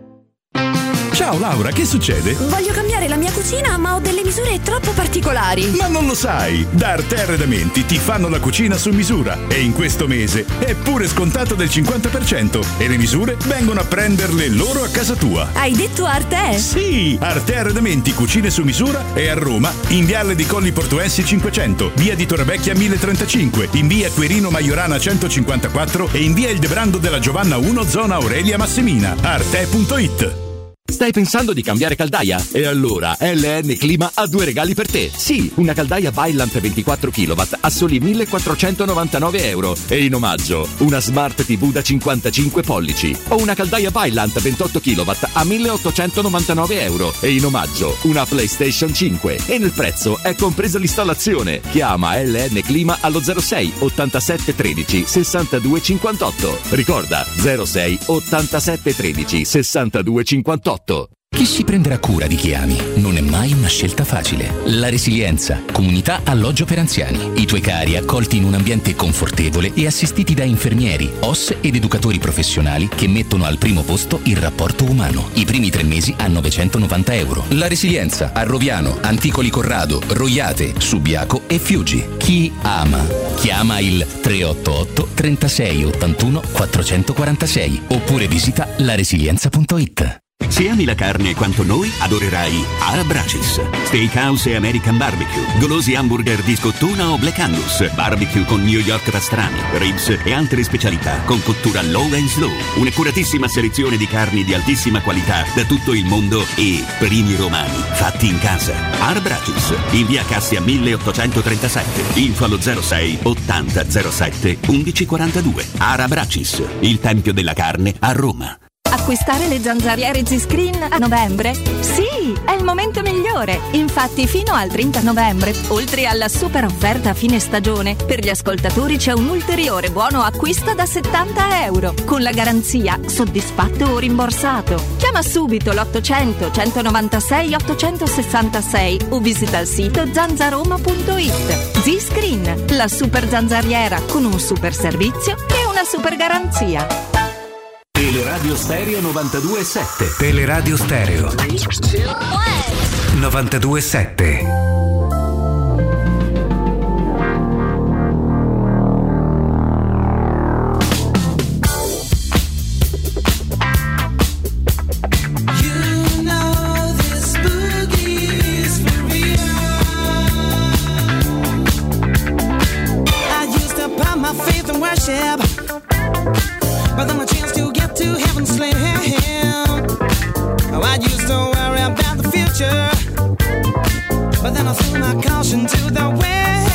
Ciao Laura, che succede? Voglio cambiare la mia cucina, ma ho delle misure troppo particolari. Ma non lo sai! Da Arte Arredamenti ti fanno la cucina su misura e in questo mese è pure scontato del cinquanta per cento e le misure vengono a prenderle loro a casa tua. Hai detto Arte? Sì! Arte Arredamenti Cucine su misura è a Roma, in Viale di Colli Portuensi cinquecento, via di Torrevecchia mille trentacinque, in via Quirino Maiorana centocinquantaquattro e in via Il Debrando della Giovanna uno, zona Aurelia Massimina. arte punto it. Stai pensando di cambiare caldaia? E allora L N Clima ha due regali per te. Sì, una caldaia Vaillant ventiquattro chilowatt a soli millequattrocentonovantanove euro e in omaggio una Smart T V da cinquantacinque pollici o una caldaia Vaillant ventotto chilowatt a milleottocentonovantanove euro e in omaggio una PlayStation cinque e nel prezzo è compresa l'installazione. Chiama L N Clima allo zero sei ottantasette tredici sessantadue cinquantotto. Ricorda zero sei ottantasette tredici sessantadue cinquantotto. Chi si prenderà cura di chi ami? Non è mai una scelta facile. La Resilienza, comunità alloggio per anziani. I tuoi cari accolti in un ambiente confortevole e assistiti da infermieri, O S ed educatori professionali che mettono al primo posto il rapporto umano. I primi tre mesi a novecentonovanta euro. La Resilienza a Roviano, Anticoli Corrado, Roiate, Subiaco e Fiuggi. Chi ama? Chiama il tre otto otto trentasei ottantuno quattrocentoquarantasei oppure visita la resilienza punto it. Se ami la carne quanto noi, adorerai Arabracis. Steakhouse e American Barbecue, golosi hamburger di scottuna o Black Angus, barbecue con New York pastrami, ribs e altre specialità con cottura low and slow. Un'accuratissima selezione di carni di altissima qualità da tutto il mondo e primi romani fatti in casa. Arabracis, in via Cassia milleottocentotrentasette, info allo zero sei ottanta zero sette undici quarantadue. Arabracis, il tempio della carne a Roma. Acquistare le zanzariere Z-Screen a novembre? Sì, è il momento migliore. Infatti fino al trenta novembre, oltre alla super offerta a fine stagione, per gli ascoltatori c'è un ulteriore buono acquisto da settanta euro, con la garanzia soddisfatto o rimborsato. Chiama subito l'ottocento centonovantasei ottocentosessantasei o visita il sito zanzaroma punto it. Z-Screen, la super zanzariera con un super servizio e una super garanzia. Teleradio Stereo novantadue sette. Teleradio Stereo novantadue sette. But then a chance to get to heaven slam. Oh, I used to worry about the future, but then I threw my caution to the wind.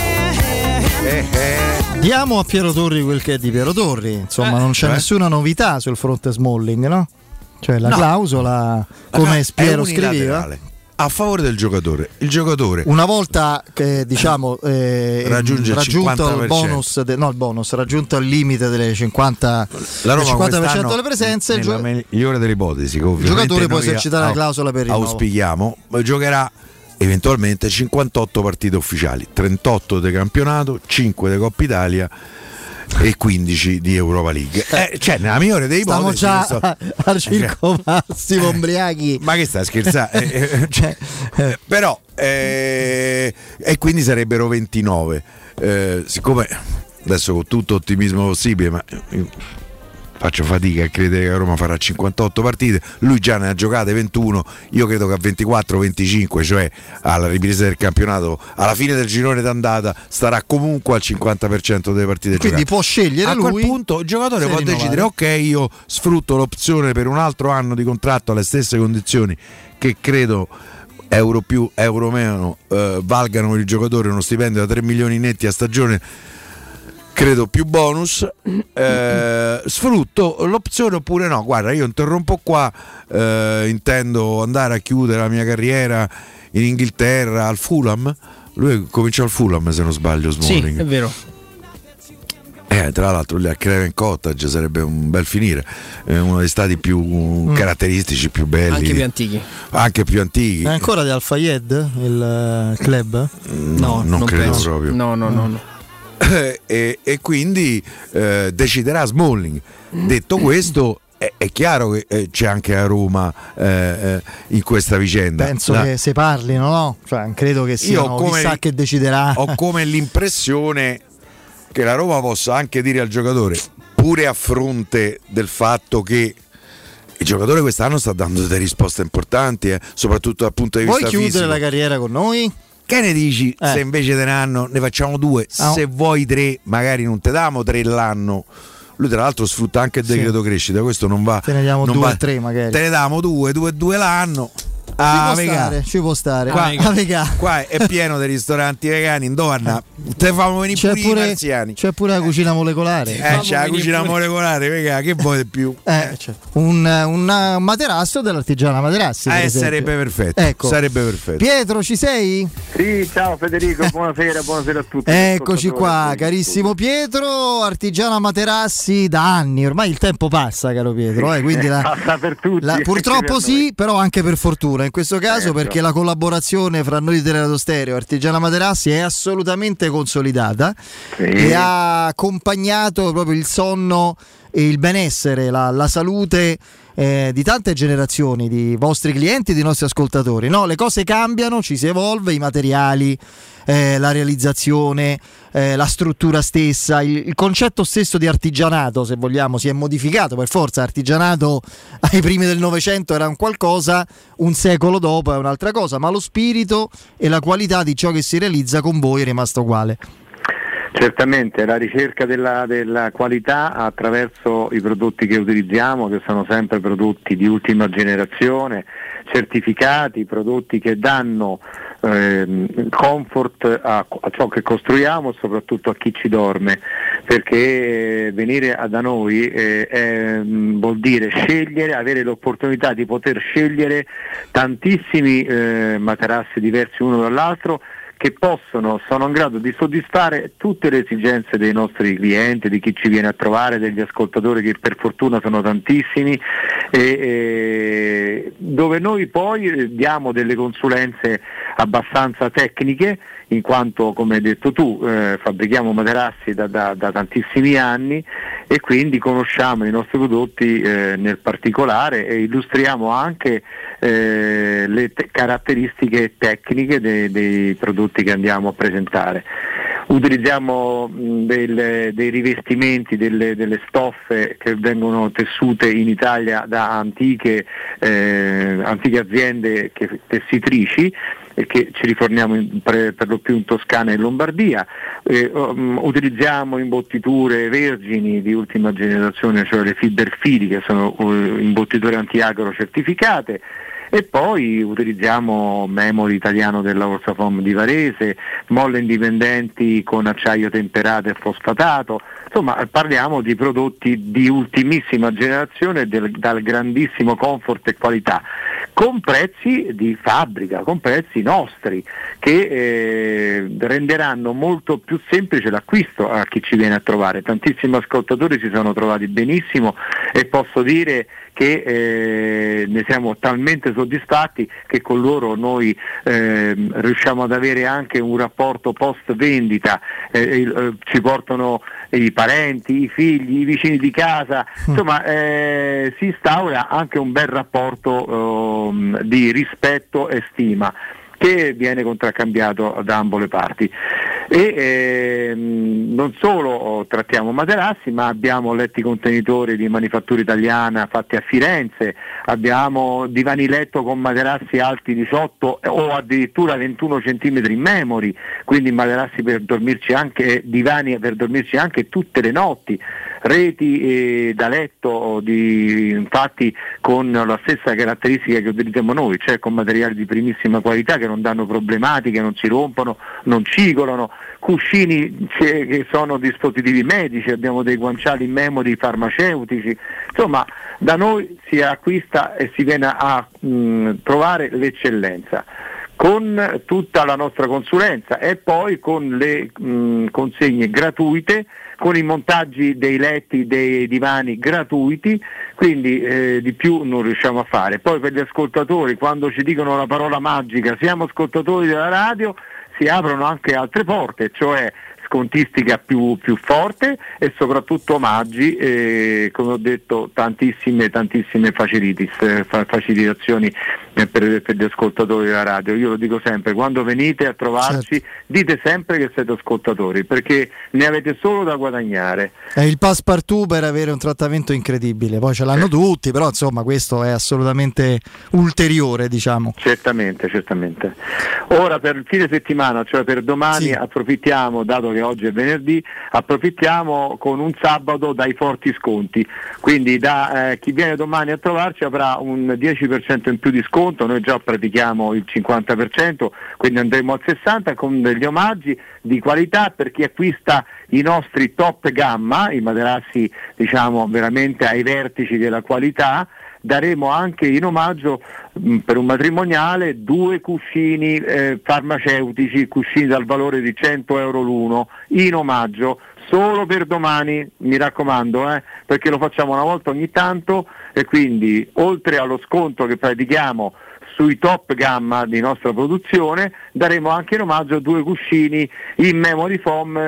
Eh, eh. Diamo a Piero Torri quel che è di Piero Torri. Insomma, eh, non c'è eh. nessuna novità sul fronte Smalling, no? Cioè la no. clausola, come no, Piero scriveva, a favore del giocatore. Il giocatore una volta che diciamo eh, raggiunge raggiunto il, il bonus de, no il bonus raggiunto il limite delle cinquanta la Roma cinquanta per cento delle presenze, nella il migliore delle ipotesi, che il giocatore può esercitare la clausola per rinnovo. Auspichiamo, giocherà eventualmente cinquantotto partite ufficiali, trentotto di campionato, cinque di Coppa Italia e quindici di Europa League. Eh, cioè, nella migliore dei ipotesi stiamo già sto... al circo massimo ubriachi. Ma che stai scherzando? eh, cioè, eh, però eh, e quindi sarebbero ventinove. Eh, siccome adesso con tutto ottimismo possibile, ma faccio fatica a credere che Roma farà cinquantotto partite, lui già ne ha giocate ventuno, io credo che a ventiquattro venticinque, cioè alla ripresa del campionato, alla fine del girone d'andata, starà comunque al cinquanta per cento delle partite quindi giocate. Può scegliere a lui, quel punto il giocatore può rinnovare. decidere: ok, io sfrutto l'opzione per un altro anno di contratto alle stesse condizioni, che credo euro più euro meno eh, valgano per il giocatore uno stipendio da tre milioni netti a stagione, credo più bonus, eh, sfrutto l'opzione oppure no, guarda, io interrompo qua, eh, intendo andare a chiudere la mia carriera in Inghilterra al Fulham. Lui cominciò al Fulham, se non sbaglio, Smalling. Sì, è vero. Eh, tra l'altro lì a Craven Cottage sarebbe un bel finire, eh, uno dei stati più mm. caratteristici, più belli, anche più antichi, anche più antichi. È ancora di Al Fayed il club? No, no non, non credo penso. proprio. No, no, no, no. e, e quindi eh, deciderà Smalling. Detto questo, è, è chiaro che eh, c'è anche a Roma eh, in questa vicenda. Penso La... che se parlino, no? Cioè, credo che siano come, chissà che deciderà. Ho come l'impressione che la Roma possa anche dire al giocatore, pure a fronte del fatto che il giocatore quest'anno sta dando delle risposte importanti, eh, soprattutto dal punto di vista fisico. Vuoi chiudere fisico. la carriera con noi? Che ne dici eh. se invece te ne hanno, ne facciamo due, oh. se vuoi tre, magari non te damo tre l'anno. Lui tra l'altro sfrutta anche il decreto sì. crescita, questo non va. Te ne diamo non due va, o tre magari. Te ne diamo due, due, due l'anno. Ah, ci, può stare, ci può stare, qua, ah, qua è pieno di ristoranti vegani in donna, te fanno venire c'è pure, pure i marziani. C'è pure la cucina molecolare. Eh, c'è la cucina pure. molecolare, vegà, che vuoi di più? Eh, cioè, un, un materasso dell'artigiana Materassi. Eh, per sarebbe perfetto. Ecco. Sarebbe perfetto. Pietro, ci sei? Sì, ciao Federico, buonasera, buonasera a tutti. Eccoci qua, carissimo Pietro, artigiana Materassi da anni, ormai il tempo passa, caro Pietro, eh, quindi la, passa per tutti. La, purtroppo sì, però anche per fortuna in questo caso, eh, perché la collaborazione fra noi di Teleradio Stereo e Artigiana Materassi è assolutamente consolidata, sì. E ha accompagnato proprio il sonno e il benessere, la, la salute eh, di tante generazioni di vostri clienti e di nostri ascoltatori. No, le cose cambiano, ci si evolve, i materiali, eh, la realizzazione, eh, la struttura stessa, il, il concetto stesso di artigianato, se vogliamo, si è modificato per forza. Artigianato ai primi del Novecento era un qualcosa, un secolo dopo è un'altra cosa, ma lo spirito e la qualità di ciò che si realizza con voi è rimasto uguale. Certamente, la ricerca della, della qualità attraverso i prodotti che utilizziamo, che sono sempre prodotti di ultima generazione, certificati, prodotti che danno eh, comfort a, a ciò che costruiamo e soprattutto a chi ci dorme, perché eh, venire da noi eh, è, vuol dire scegliere, avere l'opportunità di poter scegliere tantissimi eh, materassi diversi uno dall'altro, che possono, sono in grado di soddisfare tutte le esigenze dei nostri clienti, di chi ci viene a trovare, degli ascoltatori che per fortuna sono tantissimi, e, e, dove noi poi diamo delle consulenze abbastanza tecniche, in quanto, come hai detto tu, eh, fabbrichiamo materassi da, da, da tantissimi anni e quindi conosciamo i nostri prodotti eh, nel particolare e illustriamo anche eh, le te- caratteristiche tecniche de- dei prodotti che andiamo a presentare. Utilizziamo mh, del, dei rivestimenti, delle, delle stoffe che vengono tessute in Italia da antiche, eh, antiche aziende che, tessitrici, e che ci riforniamo in, per, per lo più in Toscana e in Lombardia. Eh, um, utilizziamo imbottiture vergini di ultima generazione, cioè le fiberfili, che sono uh, imbottiture antiacaro certificate, e poi utilizziamo memori italiano della Orsafoam di Varese, molle indipendenti con acciaio temperato e fosfatato. Insomma, parliamo di prodotti di ultimissima generazione del, dal grandissimo comfort e qualità, con prezzi di fabbrica, con prezzi nostri, che eh, renderanno molto più semplice l'acquisto a chi ci viene a trovare. Tantissimi ascoltatori si sono trovati benissimo e posso dire che eh, ne siamo talmente soddisfatti che con loro noi eh, riusciamo ad avere anche un rapporto post vendita, eh, eh, ci portano i parenti, i figli, i vicini di casa, insomma eh, si instaura anche un bel rapporto eh, di rispetto e stima, che viene contraccambiato da ambo le parti. E ehm, non solo oh, trattiamo materassi, ma abbiamo letti contenitori di manifattura italiana fatti a Firenze, abbiamo divani letto con materassi alti diciotto o addirittura ventuno centimetri in memory, quindi materassi per dormirci anche, divani per dormirci anche tutte le notti, reti eh, da letto di, infatti con la stessa caratteristica che utilizziamo noi, cioè con materiali di primissima qualità che non danno problematiche, non si rompono, non cigolano, cuscini che sono dispositivi medici, abbiamo dei guanciali in memory farmaceutici, insomma da noi si acquista e si viene a mh, trovare l'eccellenza, con tutta la nostra consulenza e poi con le mh, consegne gratuite, con i montaggi dei letti, dei divani gratuiti, quindi eh, di più non riusciamo a fare. Poi per gli ascoltatori, quando ci dicono la parola magica, siamo ascoltatori della radio, si aprono anche altre porte, cioè scontistica più, più forte e soprattutto omaggi, eh, come ho detto tantissime tantissime facilitis, eh, facilitazioni eh, per, per gli ascoltatori della radio. Io lo dico sempre, quando venite a trovarci, certo, dite sempre che siete ascoltatori, perché ne avete solo da guadagnare. È il passepartout per avere un trattamento incredibile, poi ce l'hanno tutti, però insomma questo è assolutamente ulteriore, diciamo. Certamente, certamente. Ora per il fine settimana, cioè per domani, sì, approfittiamo, dato che oggi è venerdì, approfittiamo con un sabato dai forti sconti, quindi da eh, chi viene domani a trovarci avrà un dieci per cento in più di sconto, noi già pratichiamo il cinquanta per cento, quindi andremo al sessanta per cento con degli omaggi di qualità per chi acquista i nostri top gamma, i materassi diciamo veramente ai vertici della qualità. Daremo anche in omaggio mh, per un matrimoniale due cuscini eh, farmaceutici, cuscini dal valore di cento euro l'uno, in omaggio, solo per domani, mi raccomando, eh, perché lo facciamo una volta ogni tanto e quindi oltre allo sconto che pratichiamo sui top gamma di nostra produzione, daremo anche in omaggio due cuscini in memory foam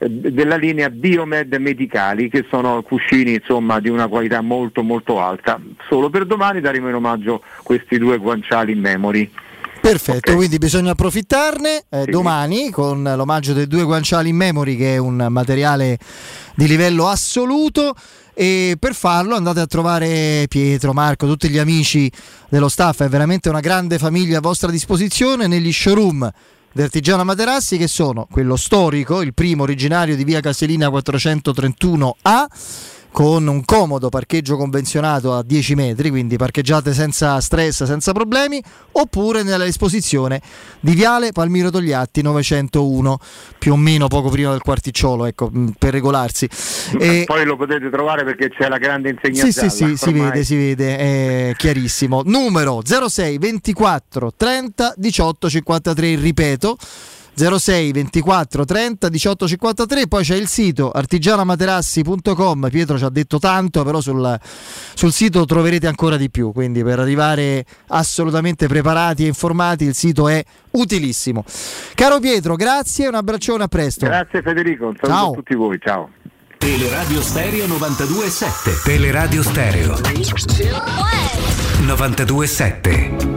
eh, della linea Biomed Medicali, che sono cuscini insomma di una qualità molto molto alta. Solo per domani daremo in omaggio questi due guanciali in memory. Perfetto, Okay. quindi bisogna approfittarne eh, Sì. domani con l'omaggio dei due guanciali in memory, che è un materiale di livello assoluto, e per farlo andate a trovare Pietro, Marco, tutti gli amici dello staff, è veramente una grande famiglia a vostra disposizione negli showroom di Artigiana Materassi, che sono quello storico, il primo originario di via Casilina quattrocentotrentuno A, con un comodo parcheggio convenzionato a dieci metri, quindi parcheggiate senza stress, senza problemi, oppure nell'esposizione di Viale Palmiro Togliatti novecentouno, più o meno poco prima del Quarticciolo, ecco, per regolarsi. E Poi lo potete trovare perché c'è la grande insegna sì, gialla, sì, sì, si ormai. vede, si vede, è chiarissimo. Numero zero sei ventiquattro trenta diciotto cinquantatré, ripeto, zero sei ventiquattro trenta diciotto cinquantatré. Poi c'è il sito artigianamaterassi punto com. Pietro ci ha detto tanto, però sul, sul sito troverete ancora di più, quindi per arrivare assolutamente preparati e informati il sito è utilissimo. Caro Pietro, grazie, un abbraccione, a presto. Grazie Federico, un saluto Ciao. a tutti voi, ciao. Teleradio Stereo novantadue virgola sette. Teleradio Stereo novantadue virgola sette.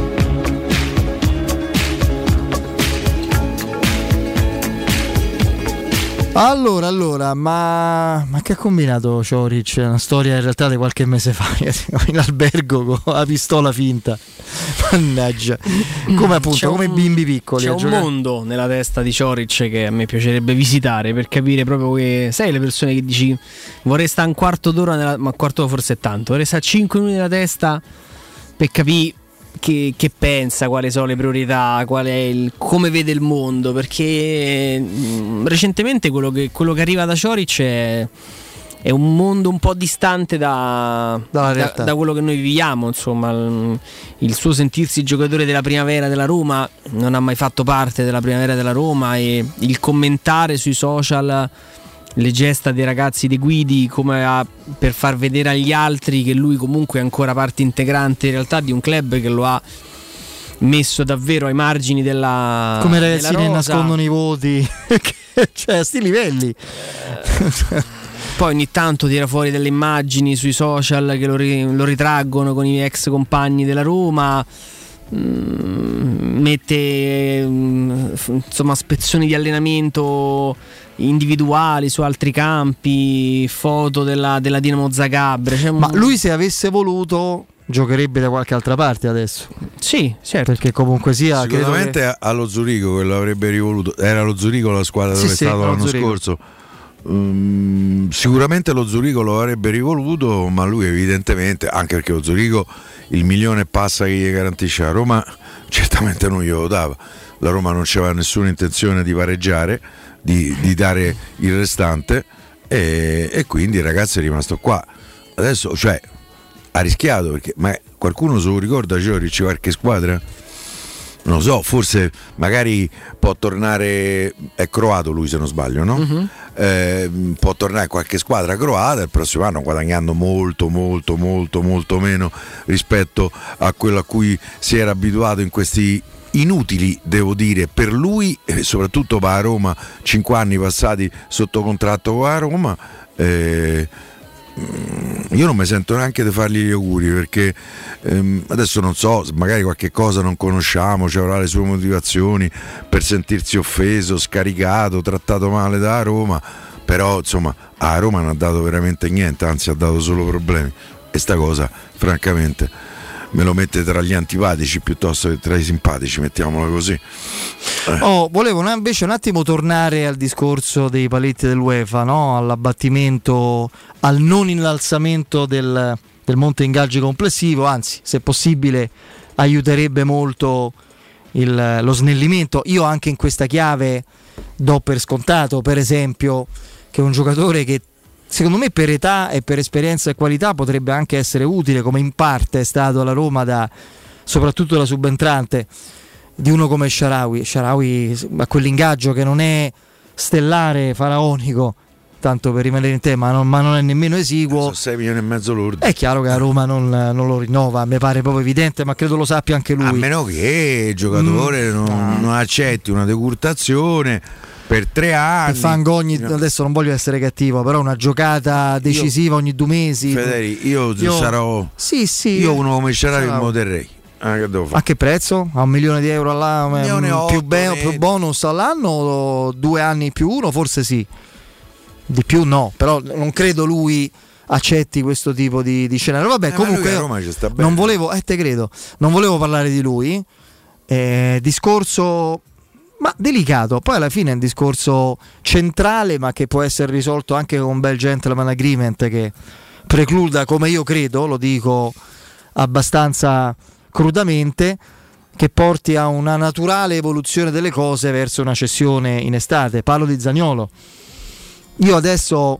Allora, allora, ma, ma che ha combinato Cioric? Una storia in realtà di qualche mese fa, in albergo con la pistola finta. Mannaggia, come appunto, C'è come un- bimbi piccoli. C'è a un giocare. mondo nella testa di Cioric che a me piacerebbe visitare, per capire proprio che, sai, le persone che dici vorrei stare un quarto d'ora nella, ma un quarto d'ora forse è tanto, vorrei stare cinque minuti nella testa per capire che, che pensa, quali sono le priorità, qual è il, come vede il mondo, perché mh, recentemente quello che, quello che arriva da Cioric è, è un mondo un po' distante da, Dalla da, realtà. da quello che noi viviamo, insomma. Il, il suo sentirsi giocatore della primavera della Roma, non ha mai fatto parte della primavera della Roma, e il commentare sui social le gesta dei ragazzi dei Guidi come a, per far vedere agli altri che lui comunque è ancora parte integrante in realtà di un club che lo ha messo davvero ai margini della Come i della ragazzini che rosa. nascondono i voti, cioè a sti livelli. Poi ogni tanto tira fuori delle immagini sui social che lo, ri- lo ritraggono con i ex compagni della Roma, mm, mette mm, f- insomma spezzoni di allenamento individuali su altri campi, foto della, della Dinamo Zagabria. C'è un- Ma lui, se avesse voluto, giocherebbe da qualche altra parte adesso. Sì, certo. Perché comunque sia, credo Sicuramente che- allo Zurigo, che lo avrebbe rivoluto. Era lo Zurigo la squadra Sì, dove sì, è stato lo l'anno Zurigo. scorso. Mm, sicuramente lo Zurigo lo avrebbe rivoluto, ma lui evidentemente, anche perché lo Zurigo il milione e passa che gli garantisce la Roma, certamente non glielo dava. La Roma non c'aveva nessuna intenzione di pareggiare, di, di dare il restante, e, e quindi il ragazzo è rimasto qua. Adesso, cioè, ha rischiato, perché ma qualcuno se lo ricorda, Cioric, qualche squadra? Non lo so, forse magari può tornare, è croato lui se non sbaglio, no? Mhm. Eh, può tornare a qualche squadra croata il prossimo anno guadagnando molto molto molto molto meno rispetto a quello a cui si era abituato in questi inutili, devo dire, per lui, e soprattutto per la Roma, cinque anni passati sotto contratto con la Roma. eh, Io non mi sento neanche di fargli gli auguri, perché ehm, adesso non so, magari qualche cosa non conosciamo, ci avrà le sue motivazioni per sentirsi offeso, scaricato, trattato male da Roma, però insomma a Roma non ha dato veramente niente, anzi ha dato solo problemi, e sta cosa francamente me lo mette tra gli antipatici piuttosto che tra i simpatici, mettiamola così. Oh, volevo un- invece un attimo tornare al discorso dei paletti dell'UEFA, no? All'abbattimento, al non innalzamento del, del monte ingaggi complessivo, anzi, se possibile, aiuterebbe molto il- lo snellimento. Io anche in questa chiave do per scontato, per esempio, che un giocatore che secondo me per età e per esperienza e qualità potrebbe anche essere utile, come in parte è stato alla Roma, da, soprattutto da subentrante, di uno come Shaarawy. Shaarawy ha quell'ingaggio che non è stellare, faraonico, tanto per rimanere in tema, non, ma non è nemmeno esiguo. Sono sei milioni e mezzo lordi. È chiaro che la Roma non, non lo rinnova, mi pare proprio evidente, ma credo lo sappia anche lui. A meno che il giocatore Mm. non, non accetti una decurtazione per tre anni. Che fa ogni, adesso non voglio essere cattivo, però una giocata decisiva io, ogni due mesi. Federi, io, io sarò. Sì, sì. Io uno come Sciarari me lo terrei. Ah, che devo fare? A che prezzo? A un milione di euro all'anno? Più, be- più bonus all'anno o due anni più uno? Forse sì. Di più no, però non credo lui accetti questo tipo di, di scenario. Vabbè, eh, comunque a Roma ci sta bene. Non volevo, eh te credo, non volevo parlare di lui. Eh, discorso ma delicato, poi alla fine è un discorso centrale, ma che può essere risolto anche con un bel gentleman agreement che precluda, come io credo, lo dico abbastanza crudamente, che porti a una naturale evoluzione delle cose verso una cessione in estate. Parlo di Zaniolo. Io adesso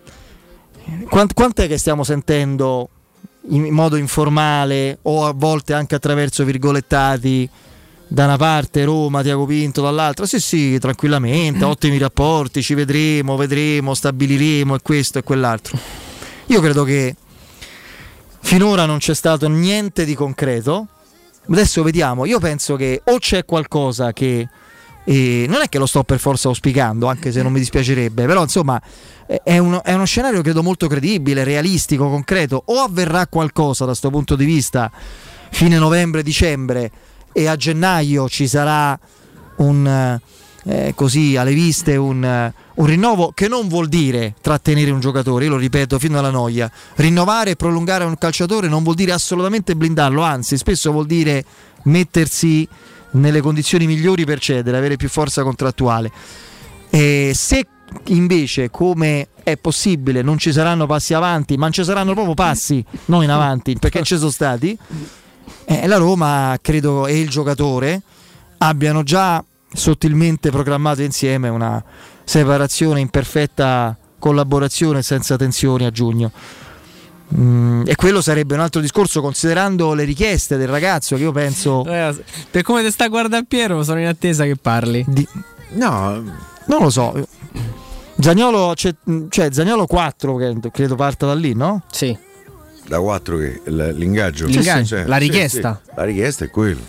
quant- quant'è che stiamo sentendo in modo informale o a volte anche attraverso virgolettati da una parte Roma, Tiago Pinto, dall'altra sì sì tranquillamente, ottimi rapporti, ci vedremo, vedremo, stabiliremo e questo e quell'altro. Io credo che finora non c'è stato niente di concreto, adesso vediamo. Io penso che o c'è qualcosa che E non è che lo sto per forza auspicando, anche se non mi dispiacerebbe, però insomma è uno, è uno scenario credo molto credibile, realistico, concreto. O avverrà qualcosa da questo punto di vista fine novembre-dicembre e a gennaio ci sarà un eh, così alle viste un, un rinnovo, che non vuol dire trattenere un giocatore, io lo ripeto fino alla noia. Rinnovare e prolungare un calciatore non vuol dire assolutamente blindarlo, anzi spesso vuol dire mettersi nelle condizioni migliori per cedere, avere più forza contrattuale. E se invece, come è possibile, non ci saranno passi avanti, ma ci saranno proprio passi non in avanti, perché ci sono stati, eh, la Roma credo e il giocatore abbiano già sottilmente programmato insieme una separazione in perfetta collaborazione senza tensioni a giugno. Mm, e quello sarebbe un altro discorso, considerando le richieste del ragazzo, che io penso eh, per come te sta guardando Piero sono in attesa che parli di... no, non lo so. Zaniolo, cioè Zaniolo quattro che credo parta da lì, no? Sì, da quattro che l'ingaggio, l'ingaggio cioè, la richiesta sì, sì. La richiesta è quello.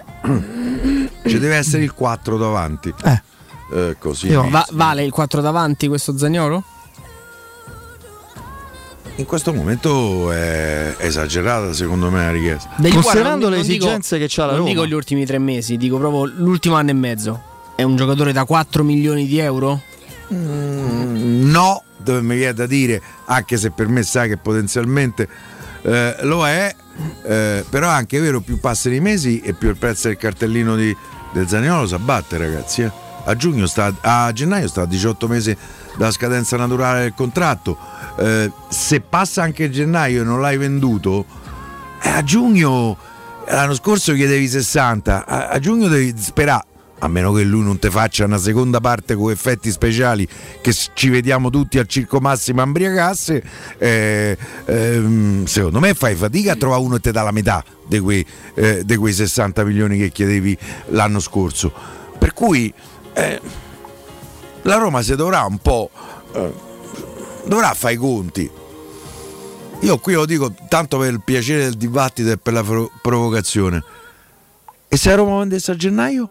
Ci deve essere il quattro davanti, eh. Eh, così Va, vale il quattro davanti questo Zaniolo? In questo momento è esagerata secondo me la richiesta. Degli considerando guarda, le esigenze dico, che c'ha la non Roma. dico gli ultimi tre mesi, dico proprio l'ultimo anno e mezzo. È un giocatore da quattro milioni di euro? Mm, no, dove mi viene da dire, anche se per me sai che potenzialmente eh, lo è, eh, però è anche vero, più passano i mesi e più il prezzo del cartellino di, del Zaniolo si abbatte, ragazzi. Eh. A giugno sta, a gennaio sta a diciotto mesi dalla scadenza naturale del contratto. Eh, se passa anche gennaio e non l'hai venduto, eh, a giugno, l'anno scorso chiedevi sessanta, a, a giugno devi sperare, a meno che lui non te faccia una seconda parte con effetti speciali che ci vediamo tutti al Circo Massimo a imbriacasse. Eh, ehm, secondo me fai fatica a trovare uno e te dà la metà di quei, eh, di quei sessanta milioni che chiedevi l'anno scorso, per cui eh, la Roma si dovrà un po' eh, dovrà fare i conti. Io qui lo dico tanto per il piacere del dibattito e per la pro- provocazione. E se la Roma vendesse a gennaio?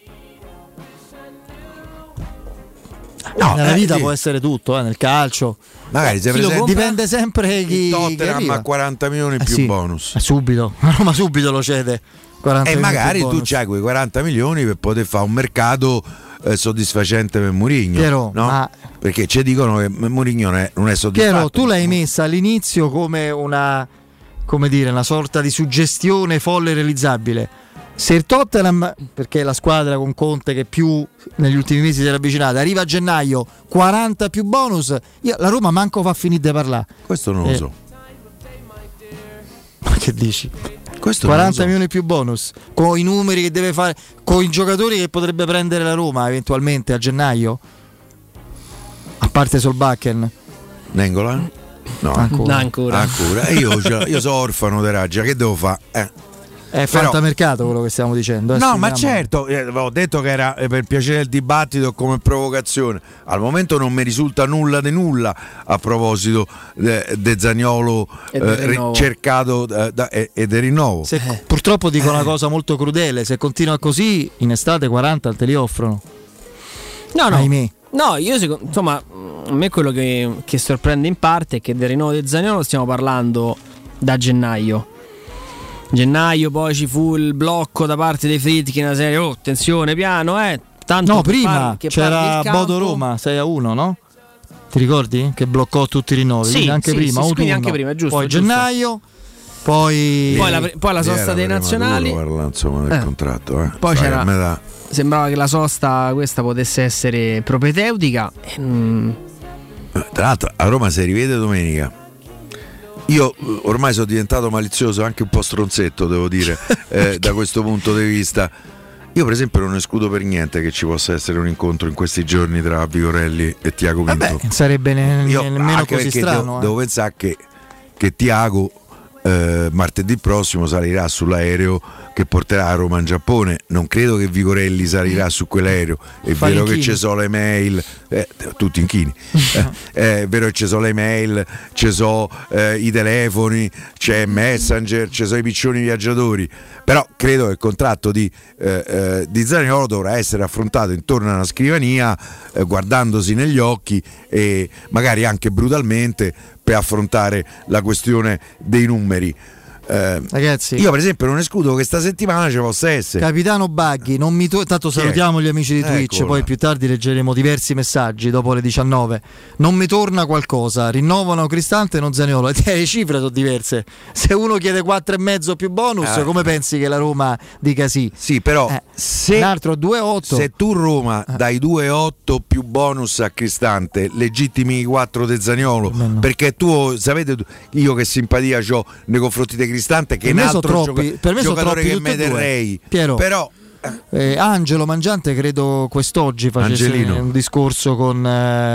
No, nella eh, vita sì. può essere tutto, eh, nel calcio. Magari se dipende sempre chi, il Tottenham chi a quaranta milioni eh più sì, bonus. Eh, subito, ma subito lo cede. E magari tu c'hai quei quaranta milioni per poter fare un mercato eh, soddisfacente per Mourinho. Piero, no? ma... perché ci dicono che Mourinho non è, non è soddisfatto. Piero, tu l'hai messa all'inizio come una, come dire, una sorta di suggestione folle e realizzabile. Se il Tottenham, perché è la squadra con Conte che più negli ultimi mesi si era avvicinata, arriva a gennaio quaranta più bonus, io, la Roma manco fa finire di parlare. Questo non eh. lo so. Ma che dici? Questo quaranta so. milioni più bonus con i numeri che deve fare, con i giocatori che potrebbe prendere la Roma eventualmente a gennaio, a parte Solbakken. Nengola? No, ancora. ancora. ancora. Io, io sono orfano di Raggia, che devo fare? Eh. È fantamercato quello che stiamo dicendo. No, ma certo, eh, ho detto che era per piacere del dibattito come provocazione. Al momento non mi risulta nulla di nulla a proposito de, de Zaniolo eh, cercato eh, da, e, e del rinnovo. Se, eh. Purtroppo dico eh. una cosa molto crudele: se continua così, in estate quaranta te li offrono. No, no. Ahimè. No, io secondo, insomma, a me quello che, che sorprende in parte è che del rinnovo di Zaniolo stiamo parlando da gennaio. Gennaio, poi ci fu il blocco da parte dei Friedkin, una serie, oh, attenzione, piano, eh. Tanto no, che prima parli, che c'era Bodo Roma sei a uno, no? Ti ricordi? Che bloccò tutti i rinnovi, sì, anche sì, prima, sì, quindi anche prima, è giusto. Poi giusto. gennaio, poi poi la, poi la sosta dei nazionali. Parla, insomma, del eh. contratto, eh. Poi Sai, c'era da... sembrava che la sosta questa potesse essere propedeutica. Mm. Tra l'altro a Roma si rivede domenica. Io ormai sono diventato malizioso, anche un po' stronzetto, devo dire, eh, da questo punto di vista. Io per esempio non escludo per niente che ci possa essere un incontro in questi giorni tra Vigorelli e Tiago Pinto. Vabbè, sarebbe ne- Io, nemmeno così strano. Devo, eh. devo pensare che, che Tiago eh, martedì prossimo salirà sull'aereo che porterà a Roma in Giappone. Non credo che Vigorelli salirà su quell'aereo. È Fai vero inchini. che ci sono le mail, eh, tutti inchini. eh, è vero che ci sono le mail, ci sono eh, i telefoni, c'è Messenger, ci sono i piccioni viaggiatori. Però credo che il contratto di, eh, eh, di Zaniolo dovrà essere affrontato intorno a una scrivania, eh, guardandosi negli occhi e magari anche brutalmente per affrontare la questione dei numeri. Eh, Ragazzi, io per esempio non escludo che questa settimana ci possa essere Capitano Baghi, non mi to- tanto salutiamo gli amici di Twitch, Eccola. poi più tardi leggeremo diversi messaggi dopo le diciannove. Non mi torna qualcosa, rinnovano Cristante e non Zaniolo. E le cifre sono diverse. Se uno chiede quattro e mezzo più bonus, Eh. come pensi che la Roma dica sì? Sì, però Eh, se, un altro due virgola otto. se tu Roma dai due virgola otto più bonus a Cristante, legittimi i quattro di Zaniolo, perché tu sapete io che simpatia ho nei confronti di Cristante, che è Per un me sono altro troppi, gioca- per me sono giocatore troppi che tutti e me due. terrei. Piero, Però eh, Angelo Mangiante credo quest'oggi facesse Angelino. un discorso con,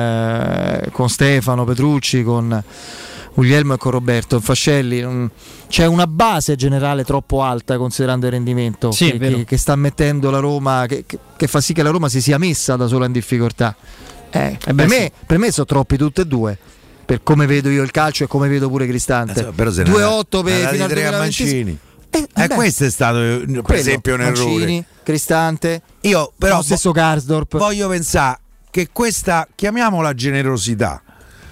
eh, con Stefano Petrucci, con Guglielmo e con Roberto Fascelli. mm, C'è una base generale troppo alta considerando il rendimento Sì, è che, vero. che- che sta mettendo la Roma, che, che- che fa sì che la Roma si sia messa da sola in difficoltà. Eh, Eh beh, per, me, sì. per me sono troppi tutti e due, per come vedo io il calcio e come vedo pure Cristante. Eh, però se ne due virgola ha- otto ne ha per dati fino al tre a duemilaventisei. Mancini. Eh, Eh, vabbè. questo è stato per Quello, esempio un errore. Mancini, Cristante, Io però lo stesso Karsdorp. voglio pensare che questa, chiamiamola generosità,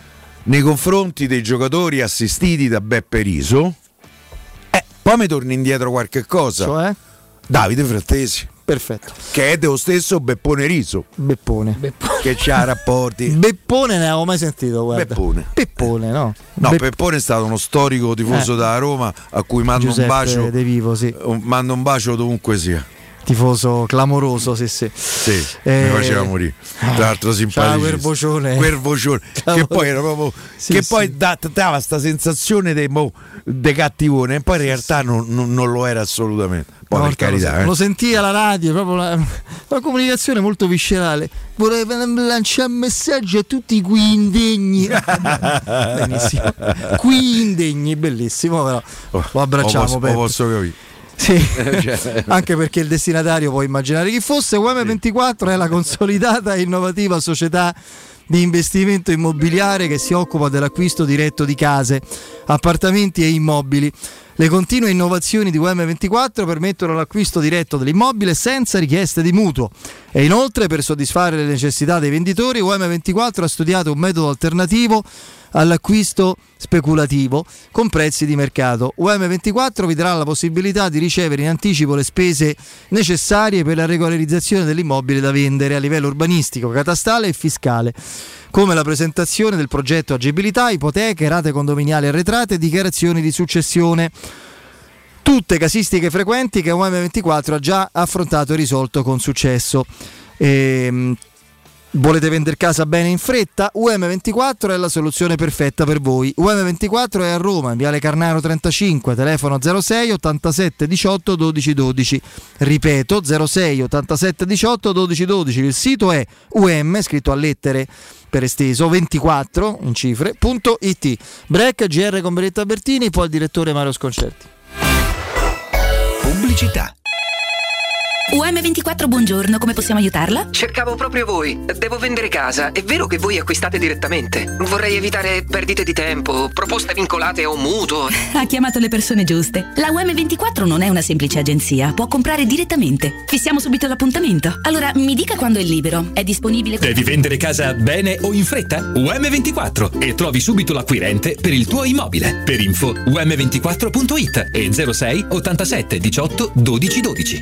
nei confronti dei giocatori assistiti da Beppe Riso, eh, poi mi torna indietro qualche cosa. Cioè? Davide Frattesi, Perfetto. che è dello stesso Beppone Riso, Beppone. che c'ha rapporti. Beppone ne avevo mai sentito, guarda. Beppone. Beppone, no? No, Be- Peppone è stato uno storico tifoso Eh. da Roma a cui mando Giuseppe un bacio. De Vivo, sì. un- Mando un bacio dovunque sia. Tifoso clamoroso, sì, sì. Sì, Eh, mi faceva morire. Tra l'altro simpatico. Ciao, quel vocione. Quel vocione. Che poi era proprio. Sì, che sì. poi da- dava sta sensazione di cattivone, e poi in realtà non, non- non lo era assolutamente. Poi per Porta, carità, lo, eh. lo sentì alla radio, proprio una, una comunicazione molto viscerale. Vorrei lanciare un messaggio a tutti qui indegni. Benissimo. Qui indegni, bellissimo, però. Lo abbracciamo, Lo posso, Peppe. lo posso capire. Sì, Cioè. anche perché il destinatario può immaginare chi fosse. U M ventiquattro è la consolidata e innovativa società di investimento immobiliare che si occupa dell'acquisto diretto di case, appartamenti e immobili. Le continue innovazioni di U M ventiquattro permettono l'acquisto diretto dell'immobile senza richieste di mutuo e inoltre, per soddisfare le necessità dei venditori, U M ventiquattro ha studiato un metodo alternativo all'acquisto speculativo con prezzi di mercato. U M ventiquattro vi darà la possibilità di ricevere in anticipo le spese necessarie per la regolarizzazione dell'immobile da vendere a livello urbanistico, catastale e fiscale, come la presentazione del progetto agibilità, ipoteche, rate condominiali arretrate e dichiarazioni di successione. Tutte casistiche frequenti che U M ventiquattro ha già affrontato e risolto con successo. Ehm, Volete vendere casa bene in fretta? U M ventiquattro è la soluzione perfetta per voi. U M ventiquattro è a Roma, in Viale Carnaro trentacinque, telefono zero sei ottantasette diciotto dodici dodici. Ripeto, zero sei ottantasette diciotto dodici dodici. Il sito è U M, scritto a lettere per esteso, ventiquattro in cifre, punto it. Break, G R con Benetta Bertini, poi il direttore Mario Sconcerti. Pubblicità. U M ventiquattro, buongiorno, come possiamo aiutarla? Cercavo proprio voi. Devo vendere casa. È vero che voi acquistate direttamente? Vorrei evitare perdite di tempo, proposte vincolate o mutuo. Ha chiamato le persone giuste. La U M ventiquattro non è una semplice agenzia, può comprare direttamente. Fissiamo subito l'appuntamento. Allora, mi dica quando è libero. È disponibile... Devi vendere casa bene o in fretta? U M ventiquattro e trovi subito l'acquirente per il tuo immobile. Per info u m ventiquattro punto it e zero sei ottantasette diciotto dodici dodici.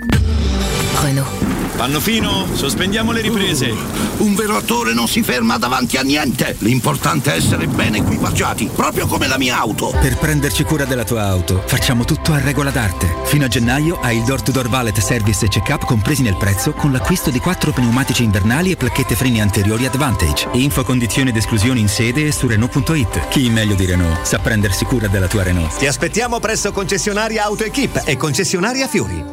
Renault. Pannofino, sospendiamo le riprese. Uh, un vero attore non si ferma davanti a niente. L'importante è essere ben equipaggiati, proprio come la mia auto. Per prenderci cura della tua auto, facciamo tutto a regola d'arte. Fino a gennaio hai il door-to-door valet service e check-up compresi nel prezzo con l'acquisto di quattro pneumatici invernali e placchette freni anteriori Advantage. Info, condizioni ed esclusioni in sede e su Renault punto it. Chi meglio di Renault sa prendersi cura della tua Renault. Ti aspettiamo presso concessionaria AutoEquip e concessionaria Fiori.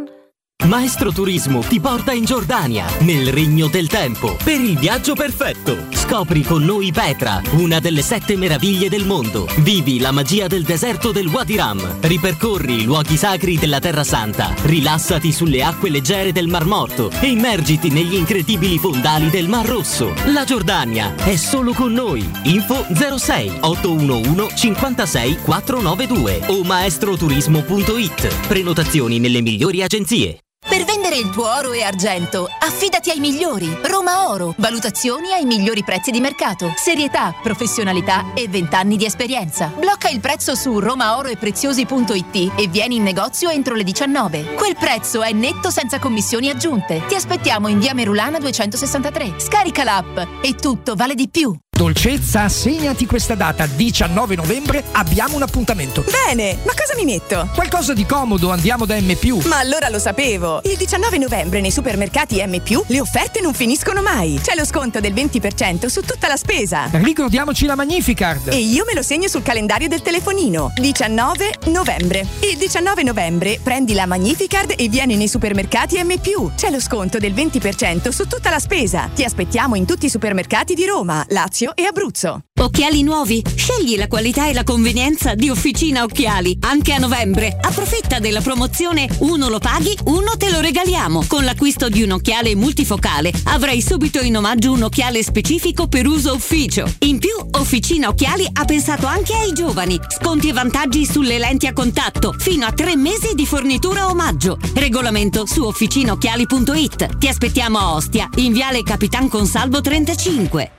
Maestro Turismo ti porta in Giordania, nel Regno del Tempo, per il viaggio perfetto. Scopri con noi Petra, una delle sette meraviglie del mondo. Vivi la magia del deserto del Wadi Ram. Ripercorri i luoghi sacri della Terra Santa. Rilassati sulle acque leggere del Mar Morto e immergiti negli incredibili fondali del Mar Rosso. La Giordania è solo con noi. Info zero sei otto uno uno cinquantasei quattrocentonnovantadue o maestroturismo punto it. Prenotazioni nelle migliori agenzie. Per vendere il tuo oro e argento, affidati ai migliori. Roma Oro. Valutazioni ai migliori prezzi di mercato. Serietà, professionalità e vent'anni di esperienza. Blocca il prezzo su romaoroepreziosi punto it e vieni in negozio entro le diciannove. Quel prezzo è netto senza commissioni aggiunte. Ti aspettiamo in via Merulana duecentosessantatré. Scarica l'app e tutto vale di più. Dolcezza, segnati questa data, diciannove novembre, abbiamo un appuntamento. Bene, ma cosa mi metto? Qualcosa di comodo, andiamo da M più. Ma allora lo sapevo. Il diciannove novembre nei supermercati M più le offerte non finiscono mai. C'è lo sconto del venti per cento su tutta la spesa. Ricordiamoci la Magnificard. E io me lo segno sul calendario del telefonino. diciannove novembre. Il diciannove novembre prendi la Magnificard e vieni nei supermercati M più. C'è lo sconto del venti per cento su tutta la spesa. Ti aspettiamo in tutti i supermercati di Roma, Lazio e Abruzzo. Occhiali nuovi? Scegli la qualità e la convenienza di Officina Occhiali. Anche a novembre. Approfitta della promozione uno lo paghi, uno te lo regaliamo. Con l'acquisto di un occhiale multifocale avrai subito in omaggio un occhiale specifico per uso ufficio. In più, Officina Occhiali ha pensato anche ai giovani. Sconti e vantaggi sulle lenti a contatto. Fino a tre mesi di fornitura omaggio. Regolamento su officinaocchiali punto it. Ti aspettiamo a Ostia, in viale Capitan Consalvo trentacinque.